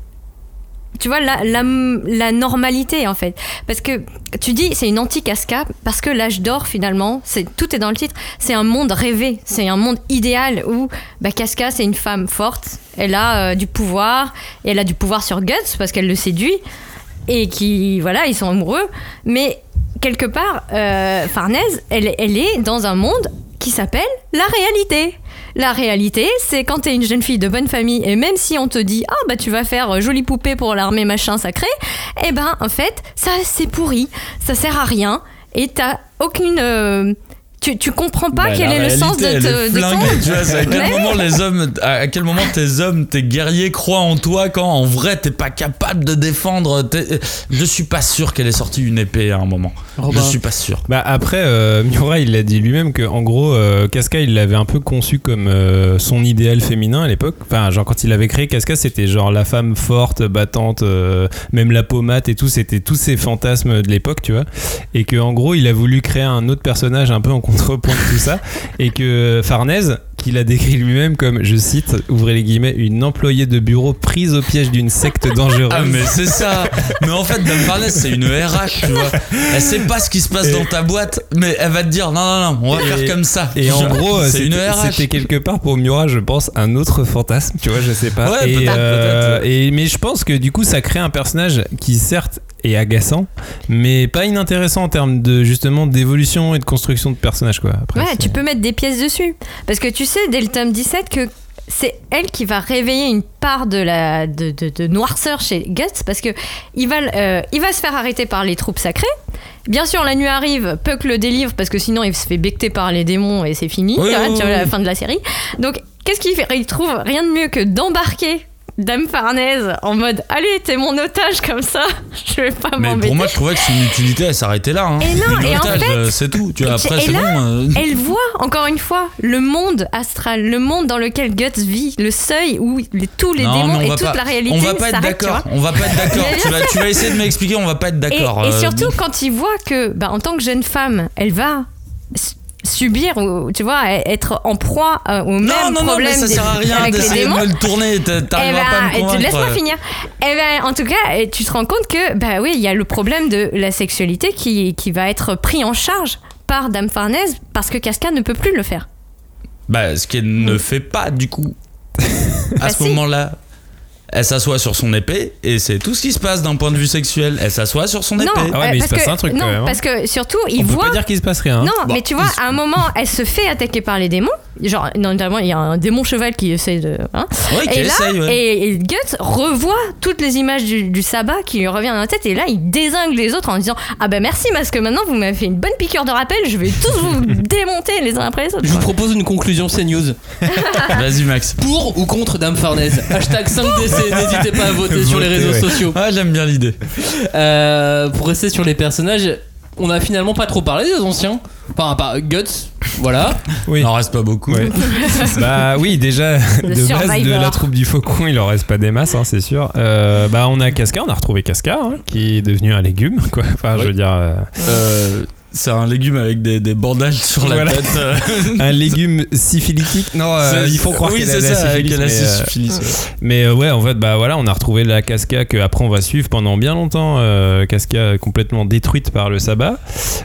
tu vois la, la, la normalité en fait, parce que tu dis c'est une anti-Casca parce que l'âge d'or finalement, c'est, tout est dans le titre, c'est un monde rêvé, c'est un monde idéal où bah, Casca c'est une femme forte, elle a euh, du pouvoir, et elle a du pouvoir sur Guts parce qu'elle le séduit et qui voilà ils sont amoureux, mais quelque part, euh, Farnèse, elle, elle est dans un monde qui s'appelle la réalité. La réalité, c'est quand t'es une jeune fille de bonne famille et même si on te dit « Ah, bah tu vas faire jolie poupée pour l'armée machin sacré », eh ben, en fait, ça c'est pourri, ça sert à rien et t'as aucune... Euh, Tu, tu comprends pas bah, quel est réalité, le sens de, elle te, est de flinguée, ton... tu vois, c'est à quel moment les hommes, à quel moment tes hommes, tes guerriers croient en toi quand en vrai t'es pas capable de défendre. T'es... Je suis pas sûr qu'elle ait sorti une épée à un moment. Robin. Je suis pas sûr. Bah après, euh, Miura il l'a dit lui-même que en gros, euh, Casca il l'avait un peu conçu comme euh, son idéal féminin à l'époque. Enfin, genre quand il avait créé Casca, c'était genre la femme forte, battante, euh, même la pommade et tout, c'était tous ces fantasmes de l'époque, tu vois. Et que en gros, il a voulu créer un autre personnage un peu en contrepoint de tout ça, et que Farnèse, qu'il a décrit lui-même comme, je cite, ouvrez les guillemets, une employée de bureau prise au piège d'une secte dangereuse. Ah mais c'est ça. Mais en fait, Dame Farnèse, c'est une R H, tu vois. Elle sait pas ce qui se passe et dans ta boîte, mais elle va te dire non non non, on va et faire comme ça. Et en gros, c'est c'était, une R H. C'était quelque part pour Miura, je pense, un autre fantasme, tu vois, je sais pas. Ouais, et, peut-être, euh, peut-être. Et mais je pense que du coup, ça crée un personnage qui certes est agaçant, mais pas inintéressant en termes de justement d'évolution et de construction de personnage, quoi. Après, ouais, c'est... tu peux mettre des pièces dessus, parce que tu sais dès le tome dix-sept que c'est elle qui va réveiller une part de la de, de, de noirceur chez Guts, parce que il va euh, il va se faire arrêter par les troupes sacrées. Bien sûr, la nuit arrive, Puck le délivre parce que sinon il se fait becter par les démons et c'est fini, oui, hein, oui, tu vois, oui. la fin de la série. Donc qu'est-ce qu'il fait? Il trouve rien de mieux que d'embarquer Dame Farnèse en mode allez, t'es mon otage comme ça, je vais pas mais m'embêter. Mais pour moi, je trouvais que son utilité elle s'arrêtait là. Hein. Et non, une et otage, en fait, euh, c'est tout. Tu vois, après, et c'est là, bon. Euh... Elle voit encore une fois le monde astral, le monde dans lequel Guts vit, le seuil où les, tous les non, démons et toute pas, la réalité on va pas être d'accord. On va pas être d'accord. tu, vas, tu vas essayer de m'expliquer. On va pas être d'accord. Et, et euh... surtout quand il voit que, bah, en tant que jeune femme, elle va subir ou tu vois être en proie euh, au même non, non, problème non, mais ça des, sert à rien avec d'essayer les démons. de me le tourner, t'arriveras eh ben, pas à me convaincre. Laisse-moi finir. Eh ben, en tout cas, tu te rends compte que bah oui, il y a le problème de la sexualité qui, qui va être pris en charge par Dame Farnèse parce que Casca ne peut plus le faire. Bah, ce qu'elle ne fait pas du coup à bah ce si. moment-là. Elle s'assoit sur son épée et c'est tout ce qui se passe d'un point de vue sexuel. Elle s'assoit sur son épée. Non, ah ouais, mais il se passe que, un truc non, quand même. Hein. Parce que surtout, il On voit. peut pas dire qu'il se passe rien. Non, hein. bon, mais tu vois, à un moment, elle se fait attaquer par les démons. genre notamment il y a un démon cheval qui essaie de hein, ouais, et là essaye, ouais. et, et Guts revoit toutes les images du, du sabbat qui lui reviennent dans la tête et là il dézingue les autres en disant ah bah merci parce que maintenant vous m'avez fait une bonne piqûre de rappel, je vais tous vous démonter les uns après les autres. Je vous propose une conclusion CNews. Vas-y Max. Pour ou contre Dame Farnèse. Hashtag cinq D C, n'hésitez pas à voter Voter, sur les réseaux ouais. sociaux. Ah j'aime bien l'idée. Euh, pour rester sur les personnages, on a finalement pas trop parlé des anciens. Enfin, pas Guts, voilà. Oui. Il en reste pas beaucoup. Ouais. Bah oui, déjà, Le de base survivor. de la troupe du Faucon, il en reste pas des masses, hein, c'est sûr. Euh, bah on a Casca, on a retrouvé Casca, hein, qui est devenu un légume, quoi. Enfin, Ouais. je veux dire... Euh... Euh, c'est un légume avec des, des bandages sur la Voilà. tête. euh. un légume syphilitique. Non, euh, C'est- il faut croire oui, qu'il a c'est la ça, syphilis, qu'elle a mais, euh, syphilis, ouais. mais euh, ouais, en fait, bah voilà, on a retrouvé la Casca que après on va suivre pendant bien longtemps. Euh, Casca complètement détruite par le sabbat.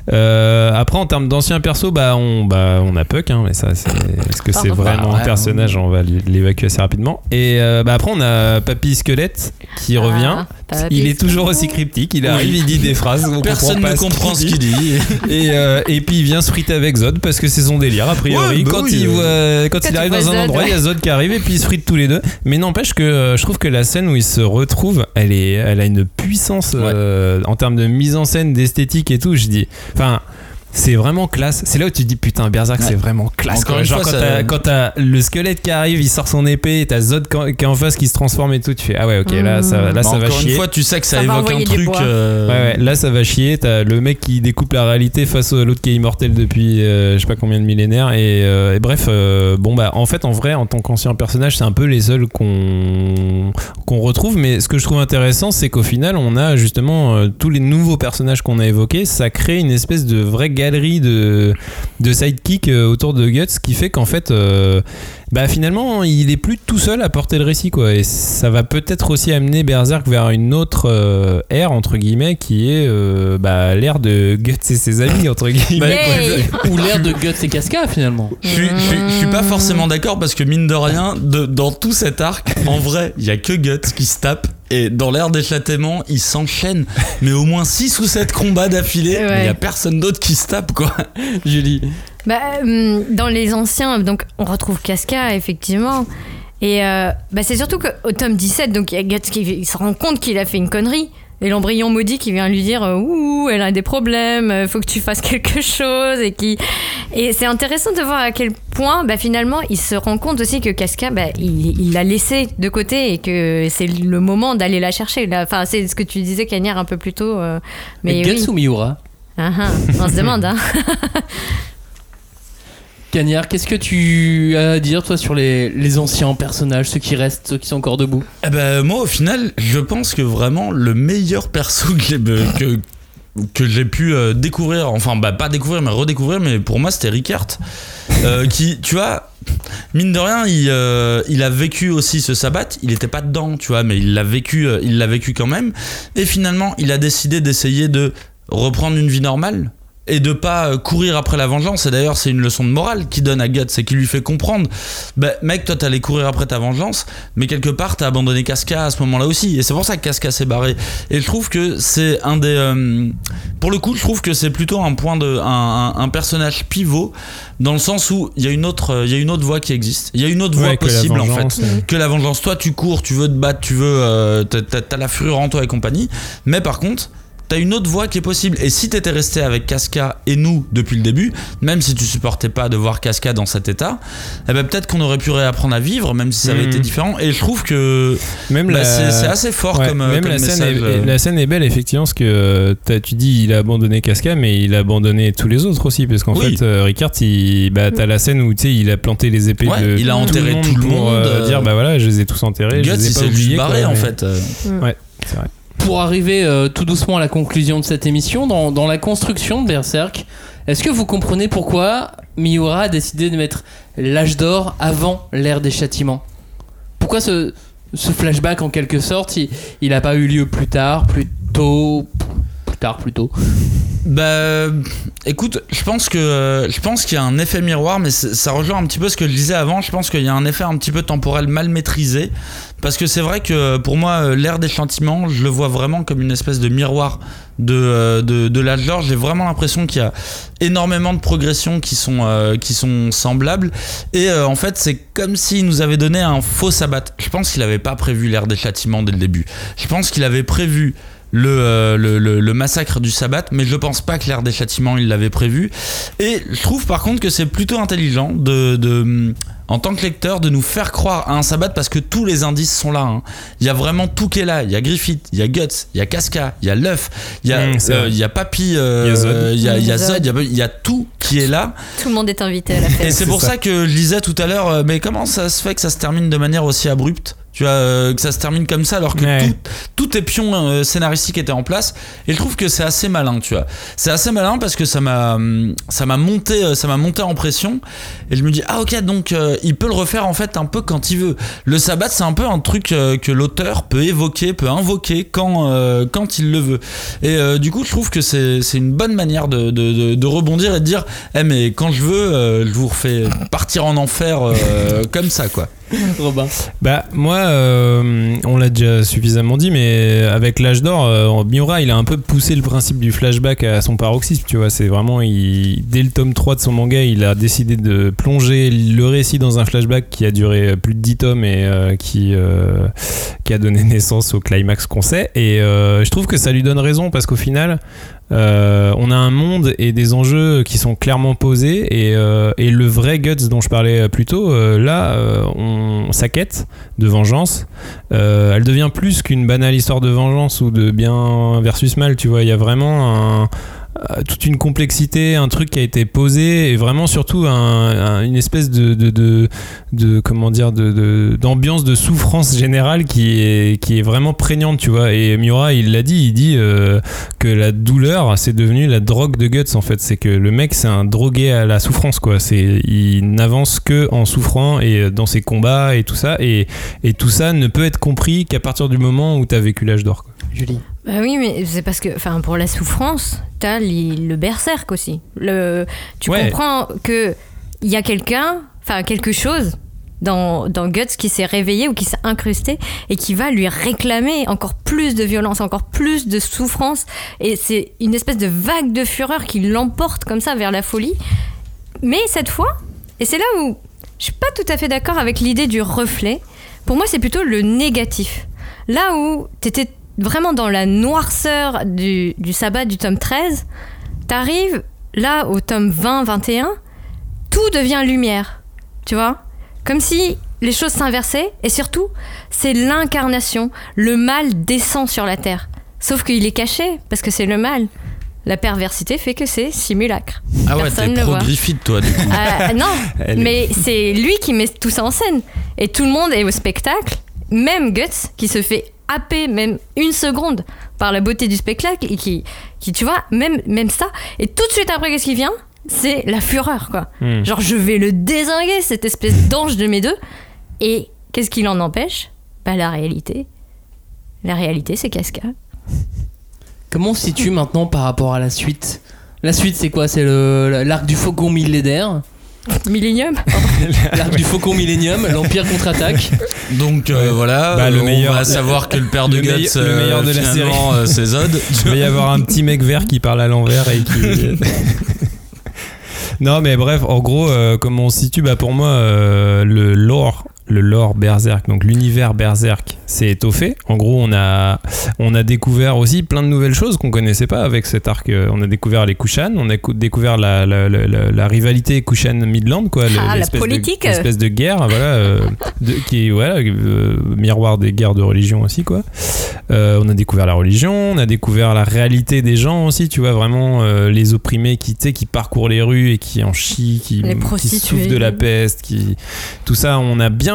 Euh, après, en termes d'anciens persos, bah on, bah on a Puck, hein, mais ça, c'est, est-ce que c'est Pardon. vraiment Bah, ouais, un personnage? On va l'évacuer assez rapidement. Et euh, bah après, on a Papy Squelette qui Ah, revient. Papy Il est toujours Squelette. aussi cryptique. Il Oui. arrive, il dit des phrases. On Personne comprend ne pas comprend ce qu'il dit. dit. Et, euh, et puis il vient se friter avec Zod parce que c'est son délire a priori. Ouais, bah quand oui, il, euh. voit, quand Quand il tu arrive vois dans un Zod, endroit, il y a ouais. Zod qui arrive et puis ils se fritent tous les deux. Mais n'empêche que euh, je trouve que la scène où ils se retrouvent, elle, est, elle a une puissance euh, en termes de mise en scène, d'esthétique et tout. Je dis, enfin. C'est vraiment classe. C'est là où tu te dis putain, Berserk, Ouais. c'est vraiment classe. Encore quoi. une Genre fois, quand, ça- t'as, quand t'as le squelette qui arrive, il sort son épée, et t'as Zod qui qui est en face qui se transforme et tout. Tu fais ah ouais, ok, là ça, là, Bah, ça va encore chier. une fois, tu sais que ça, Ça va évoque un envoyer du truc. bois. euh, Ouais, ouais, là ça va chier. T'as le mec qui découpe la réalité face à l'autre qui est immortel depuis euh, je sais pas combien de millénaires. Et, euh, et bref, euh, bon bah en fait, en vrai, en tant qu'ancien personnage, c'est un peu les seuls qu'on, qu'on retrouve. Mais ce que je trouve intéressant, c'est qu'au final, on a justement euh, tous les nouveaux personnages qu'on a évoqués. Ça crée une espèce de vraie galerie de, de sidekick euh, autour de Guts, ce qui fait qu'en fait. Euh, Bah finalement il est plus tout seul à porter le récit quoi, et ça va peut-être aussi amener Berserk vers une autre euh, ère entre guillemets qui est euh, bah, l'ère de Guts et ses amis entre guillemets. Yay. Ou l'air de Guts et Casca finalement. Je suis, je, suis, je suis pas forcément d'accord parce que mine de rien, de, dans tout cet arc, en vrai, il y a que Guts qui se tape. Et dans l'ère des châtiments, il s'enchaîne, mais au moins six ou sept combats d'affilée. Ouais. mais Il y a personne d'autre qui se tape quoi. Julie. Bah, hum, dans les anciens, donc on retrouve Casca effectivement. Et euh, bah, c'est surtout qu'au tome dix-sept, donc il y a Guts qui il se rend compte qu'il a fait une connerie. Et l'embryon maudit qui vient lui dire euh, ouh, elle a des problèmes, euh, faut que tu fasses quelque chose. Et, qui... et c'est intéressant de voir à quel point bah, finalement il se rend compte aussi que Casca, bah, il il l'a laissé de côté et que c'est le moment d'aller la chercher. Là. Enfin, c'est ce que tu disais, Cagnard, un peu plus tôt. euh, mais Et Guts oui. ou Miura? Ah, ah, on se demande, hein. Cagnard, qu'est-ce que tu as à dire toi sur les, les anciens personnages, ceux qui restent, ceux qui sont encore debout? Eh ben, moi, au final, je pense que vraiment le meilleur perso que j'ai, que, que j'ai pu euh, découvrir, enfin, bah, pas découvrir, mais redécouvrir, mais pour moi, c'était Rickert. Euh, qui, tu vois, mine de rien, il, euh, il a vécu aussi ce sabbat. Il était pas dedans, tu vois, mais il l'a vécu, euh, il l'a vécu quand même. Et finalement, il a décidé d'essayer de reprendre une vie normale. Et de pas courir après la vengeance. Et d'ailleurs, c'est une leçon de morale qu'il donne à Guts, c'est qu'il lui fait comprendre, bah, mec, toi t'allais courir après ta vengeance, mais quelque part t'as abandonné Casca à ce moment-là aussi. Et c'est pour ça que Casca s'est barré. Et je trouve que c'est un des, euh, pour le coup, je trouve que c'est plutôt un point de, un, un, un personnage pivot dans le sens où il y a une autre, il y a une autre voie qui existe. Il y a une autre voie Ouais, que la possible en vengeance, fait, ouais. que la vengeance. Toi, tu cours, tu veux te battre, tu veux, euh, t'as, t'as, t'as la fureur en toi et compagnie. Mais par contre, t'as une autre voie qui est possible. Et si t'étais resté avec Casca et nous depuis le début, même si tu supportais pas de voir Casca dans cet état, eh ben peut-être qu'on aurait pu réapprendre à vivre, même si ça avait mmh. été différent. Et je trouve que Même bah, la... c'est, c'est assez fort Ouais, comme, même comme la message. scène, est, la scène est belle effectivement parce que euh, t'as- tu dis il a abandonné Casca mais il a abandonné tous les autres aussi parce qu'en Oui. fait euh, Rickert il, bah, t'as la scène où tu sais il a planté les épées Ouais, de il a tout enterré le monde tout le pour monde, euh, euh, dire bah voilà je les ai tous enterrés, Guts, je les ai il pas s'est oubliés juste barré quoi, en mais- fait. euh. Ouais, c'est vrai. Pour arriver euh, tout doucement à la conclusion de cette émission, dans, dans la construction de Berserk, est-ce que vous comprenez pourquoi Miura a décidé de mettre l'âge d'or avant l'ère des châtiments? Pourquoi ce, ce flashback en quelque sorte, il n'a pas eu lieu plus tard, plus tôt, plus tard, plus tôt? Bah, écoute, je pense que je pense qu'il y a un effet miroir, mais ça rejoint un petit peu ce que je disais avant. Je pense qu'il y a un effet un petit peu temporel mal maîtrisé, parce que c'est vrai que pour moi, l'ère des châtiments, je le vois vraiment comme une espèce de miroir de de, de l'âge d'or. J'ai vraiment l'impression qu'il y a énormément de progressions qui sont euh, qui sont semblables, et euh, en fait, c'est comme s'il nous avait donné un faux sabbat. Je pense qu'il n'avait pas prévu l'ère des châtiments dès le début. Je pense qu'il avait prévu Le, euh, le, le, le massacre du sabbat, mais je pense pas que l'ère des châtiments il l'avait prévu. Et je trouve par contre que c'est plutôt intelligent de, de en tant que lecteur de nous faire croire à un sabbat, parce que tous les indices sont là, hein. Il y a vraiment tout qui est là. Il y a Griffith, il y a Guts, il y a Casca, il y a l'œuf, il y a, mmh, euh, il y a Papy, euh, il y a Zod, il y a, il y a, Zod, il y a, il y a tout qui est là. Tout le monde est invité à la fête. Et c'est, c'est pour ça. ça que je disais tout à l'heure, mais comment ça se fait que ça se termine de manière aussi abrupte? Tu vois, euh, que ça se termine comme ça alors que ouais. tout, tous tes pions euh, scénaristiques étaient en place. Et je trouve que c'est assez malin, tu vois. C'est assez malin parce que ça m'a, ça m'a monté, ça m'a monté en pression. Et je me dis, ah ok, donc euh, il peut le refaire en fait un peu quand il veut. Le sabbat, c'est un peu un truc euh, que l'auteur peut évoquer, peut invoquer quand, euh, quand il le veut. Et euh, du coup, je trouve que c'est, c'est une bonne manière de, de, de, de rebondir et de dire, eh mais quand je veux, euh, je vous refais partir en enfer euh, comme ça, quoi. Robin. Bah moi euh, on l'a déjà suffisamment dit, mais avec l'âge d'or, euh, Miura il a un peu poussé le principe du flashback à son paroxysme, tu vois. C'est vraiment, il, dès le tome trois de son manga, il a décidé de plonger le récit dans un flashback qui a duré plus de dix tomes et euh, qui, euh, qui a donné naissance au climax qu'on sait. Et euh, je trouve que ça lui donne raison, parce qu'au final Euh, on a un monde et des enjeux qui sont clairement posés, et, euh, et le vrai Guts dont je parlais plus tôt, euh, là euh, on, sa quête de vengeance, euh, elle devient plus qu'une banale histoire de vengeance ou de bien versus mal, tu vois. Il y a vraiment un, toute une complexité, un truc qui a été posé, et vraiment surtout un, un, une espèce de, de, de, de comment dire de, de, d'ambiance de souffrance générale qui est, qui est vraiment prégnante, tu vois. Et Miura il l'a dit, il dit euh, que la douleur c'est devenu la drogue de Guts, en fait. C'est que le mec c'est un drogué à la souffrance, quoi. C'est, il n'avance que en souffrant et dans ses combats et tout ça, et, et tout ça ne peut être compris qu'à partir du moment où t'as vécu l'âge d'or, quoi. Julie. Bah oui, mais c'est parce que, enfin, pour la souffrance, t'as le berserk aussi. Le, tu ouais. comprends que il y a quelqu'un, enfin quelque chose dans dans Guts qui s'est réveillé ou qui s'est incrusté et qui va lui réclamer encore plus de violence, encore plus de souffrance. Et c'est une espèce de vague de fureur qui l'emporte comme ça vers la folie. Mais cette fois, et c'est là où je suis pas tout à fait d'accord avec l'idée du reflet. Pour moi, c'est plutôt le négatif. Là où t'étais vraiment dans la noirceur du, du sabbat du tome treize, t'arrives là au tome vingt vingt et un, tout devient lumière, tu vois, comme si les choses s'inversaient, et surtout c'est l'incarnation, le mal descend sur la terre, sauf qu'il est caché parce que c'est le mal. La perversité fait que c'est simulacre. Ah ouais, personne t'es pro-Griffith, toi, du coup. Euh, non, Elle mais est... c'est lui qui met tout ça en scène, et tout le monde est au spectacle, même Guts qui se fait happer même une seconde par la beauté du spectacle, et qui, qui tu vois, même, même ça, et tout de suite après, qu'est-ce qui vient ? C'est la fureur, quoi. Mm. Genre, je vais le dézinguer, cette espèce d'ange de mes deux. Et qu'est-ce qui l'en empêche ? Bah, la réalité. La réalité, c'est Casca. Comment on se situe maintenant par rapport à la suite ? La suite, c'est quoi ? C'est le, l'arc du faucon millénaire. Millennium. L'arc du faucon Millennium, l'Empire contre-attaque. Donc euh, voilà, bah, le on meilleur, va savoir que le père de le Guts, meilleur, euh, le meilleur de la série, euh, c'est Zod. Il va y avoir un petit mec vert qui parle à l'envers et qui... Non mais bref, en gros, euh, comment on se situe, bah, pour moi, euh, le lore, le lore Berserk, donc l'univers Berserk, s'est étoffé. En gros, on a, on a découvert aussi plein de nouvelles choses qu'on connaissait pas avec cet arc. On a découvert les Kushan, on a découvert la, la, la, la, la rivalité Kushan-Midland, quoi, ah, l'espèce, la politique. De, l'espèce de guerre, voilà, euh, de, qui est voilà, euh, miroir des guerres de religion aussi, quoi. Euh, on a découvert la religion, on a découvert la réalité des gens aussi, tu vois, vraiment euh, les opprimés qui, tu sais, qui parcourent les rues et qui en chient, qui, qui souffrent de la peste, qui, tout ça, on a bien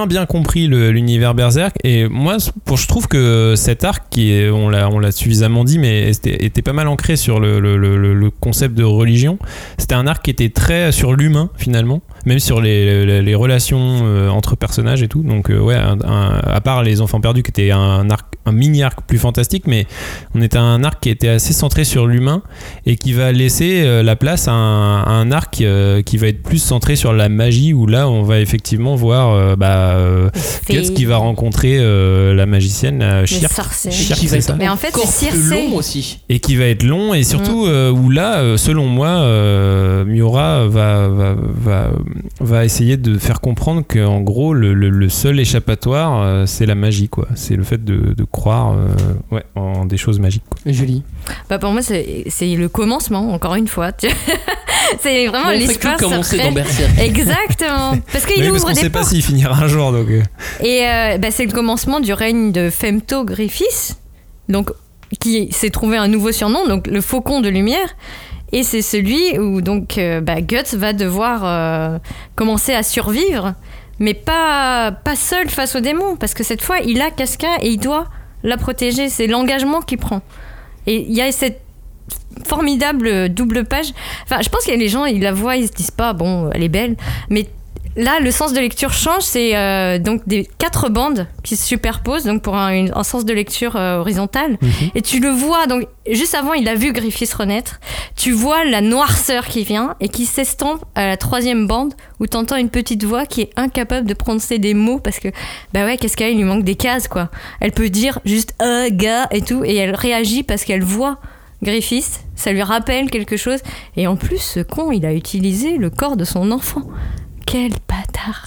bien bien compris le, l'univers Berserk, et moi pour, je trouve que cet arc qui est, on l'a on l'a suffisamment dit, mais était, était pas mal ancré sur le, le, le, le concept de religion. C'était un arc qui était très sur l'humain finalement, même sur les, les, les relations euh, entre personnages et tout. Donc euh, ouais, un, un, à part les Enfants Perdus qui était un arc, un mini arc plus fantastique, mais on était un arc qui était assez centré sur l'humain et qui va laisser euh, la place à un, à un arc euh, qui va être plus centré sur la magie, où là on va effectivement voir euh, bah, euh, Guts qui va rencontrer euh, la magicienne, la Shirk, Shirk, qui va être mais en fait c'est Circé aussi, et qui va être long, et surtout mmh. euh, où là euh, selon moi euh, Miura va, va, va, va essayer de faire comprendre qu'en gros le, le, le seul échappatoire euh, c'est la magie, quoi. C'est le fait de, de croire euh, ouais, en des choses magiques, quoi. Julie? Bah pour moi c'est, c'est le commencement, encore une fois. C'est vraiment bon, l'histoire. On commencer dans Berserk. Exactement. Parce qu'il oui, ouvre parce qu'on des sait portes. Pas s'il finira un jour, donc. Et euh, bah, c'est le commencement du règne de Femto Griffiths, donc qui s'est trouvé un nouveau surnom, donc le Faucon de Lumière. Et c'est celui où donc euh, bah, Guts va devoir euh, commencer à survivre, mais pas pas seul face aux démons, parce que cette fois il a Casca et il doit la protéger. C'est l'engagement qu'il prend. Et il y a cette formidable double page. Enfin, je pense que les gens, ils la voient, ils se disent pas, bon, elle est belle. Mais là, le sens de lecture change. C'est euh, donc des quatre bandes qui se superposent, donc pour un, un sens de lecture euh, horizontal. Mm-hmm. Et tu le vois, donc juste avant, il a vu Griffiths renaître. Tu vois la noirceur qui vient et qui s'estompe à la troisième bande, où t'entends une petite voix qui est incapable de prononcer des mots parce que, bah ouais, qu'est-ce qu'elle, il lui manque des cases, quoi. Elle peut dire juste euh, gars et tout, et elle réagit parce qu'elle voit Griffiths, ça lui rappelle quelque chose. Et en plus, ce con, il a utilisé le corps de son enfant. Quel bâtard.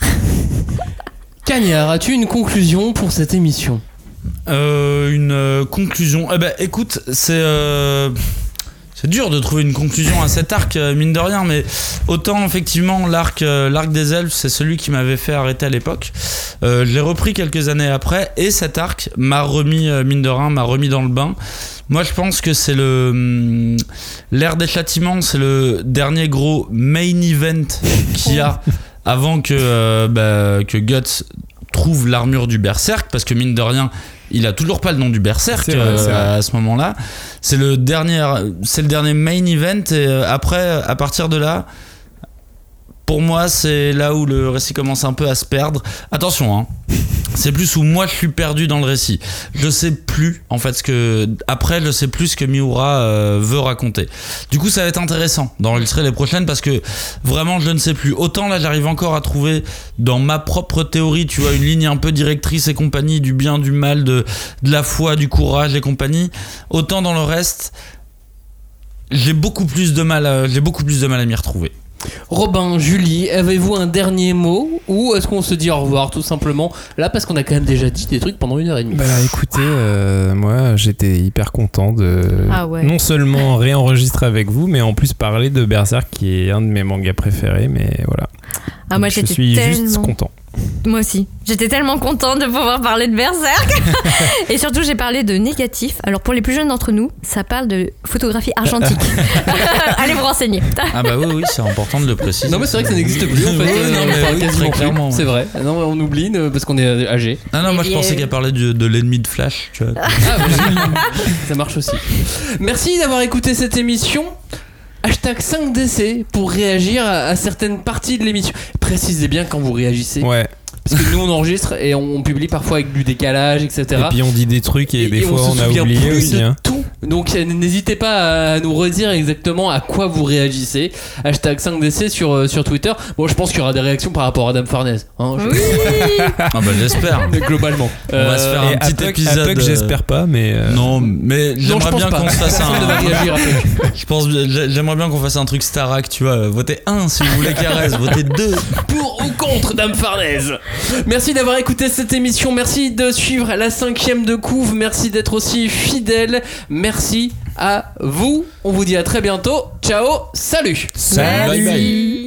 Cagnard, as-tu une conclusion pour cette émission? euh, Une euh, conclusion Eh ben, écoute, c'est... Euh... C'est dur de trouver une conclusion à cet arc, mine de rien, mais autant effectivement l'arc, euh, l'arc des elfes, c'est celui qui m'avait fait arrêter à l'époque. Euh, je l'ai repris quelques années après, et cet arc m'a remis, euh, mine de rien, m'a remis dans le bain. Moi je pense que c'est le hum, l'ère des châtiments, c'est le dernier gros main event qu'il y a avant que, euh, bah, que Guts trouve l'armure du berserk, parce que mine de rien il a toujours pas le nom du berserk c'est vrai, c'est euh, à ce moment-là. C'est le dernier, c'est le dernier main event, et euh, après, à partir de là, pour moi, c'est là où le récit commence un peu à se perdre. Attention, hein, c'est plus où moi je suis perdu dans le récit. Je sais plus, en fait, ce que après, je sais plus ce que Miura euh, veut raconter. Du coup, ça va être intéressant d'enregistrer les prochaines, parce que vraiment, je ne sais plus. Autant là, j'arrive encore à trouver dans ma propre théorie, tu vois, une ligne un peu directrice et compagnie, du bien, du mal, de de la foi, du courage et compagnie. Autant dans le reste, j'ai beaucoup plus de mal, à, j'ai beaucoup plus de mal à m'y retrouver. Robin, Julie, avez-vous un dernier mot, ou est-ce qu'on se dit au revoir tout simplement là, parce qu'on a quand même déjà dit des trucs pendant une heure et demie? Bah écoutez, euh, moi j'étais hyper content de ah ouais. non seulement réenregistrer avec vous, mais en plus parler de Berserk, qui est un de mes mangas préférés, mais voilà. Ah, donc moi je j'étais suis tellement... juste content. Moi aussi. J'étais tellement contente de pouvoir parler de Berserk. Et surtout, j'ai parlé de négatif. Alors, pour les plus jeunes d'entre nous, ça parle de photographie argentique. Allez vous renseigner. Ah bah oui, oui, c'est important de le préciser. Non mais c'est vrai que ça n'existe plus en fait. Oui, non, mais enfin, oui, quasiment très clairement. plus. C'est vrai. Non, on oublie parce qu'on est âgé. Ah non, moi je pensais qu'elle parlait de, de l'ennemi de Flash. Tu vois. Ah, bah, ça marche aussi. Merci d'avoir écouté cette émission. Hashtag cinq D C pour réagir à, à certaines parties de l'émission. Précisez bien quand vous réagissez. Ouais. Parce que nous on enregistre et on publie parfois avec du décalage, et cetera. Et puis on dit des trucs et, et des et fois on, on a oublié aussi. Hein. Tout. Donc n'hésitez pas à nous redire exactement à quoi vous réagissez. Hashtag cinq D C sur, sur Twitter. Bon, je pense qu'il y aura des réactions par rapport à Dame Farnèse. Hein, oui. Ah bah j'espère. Globalement. On va se faire un petit Puck, épisode. Puck, j'espère pas, mais. Euh... Non, mais j'aimerais non, bien pas. qu'on se fasse un. réagir à je pense, j'aimerais bien qu'on fasse un truc Starac, tu vois. Votez un si vous voulez Caresse, votez deux. Pour ou contre Dame Farnèse. Merci d'avoir écouté cette émission. Merci de suivre la cinquième de couve. Merci d'être aussi fidèle. Merci à vous. On vous dit à très bientôt. Ciao. Salut. Salut. Bye bye.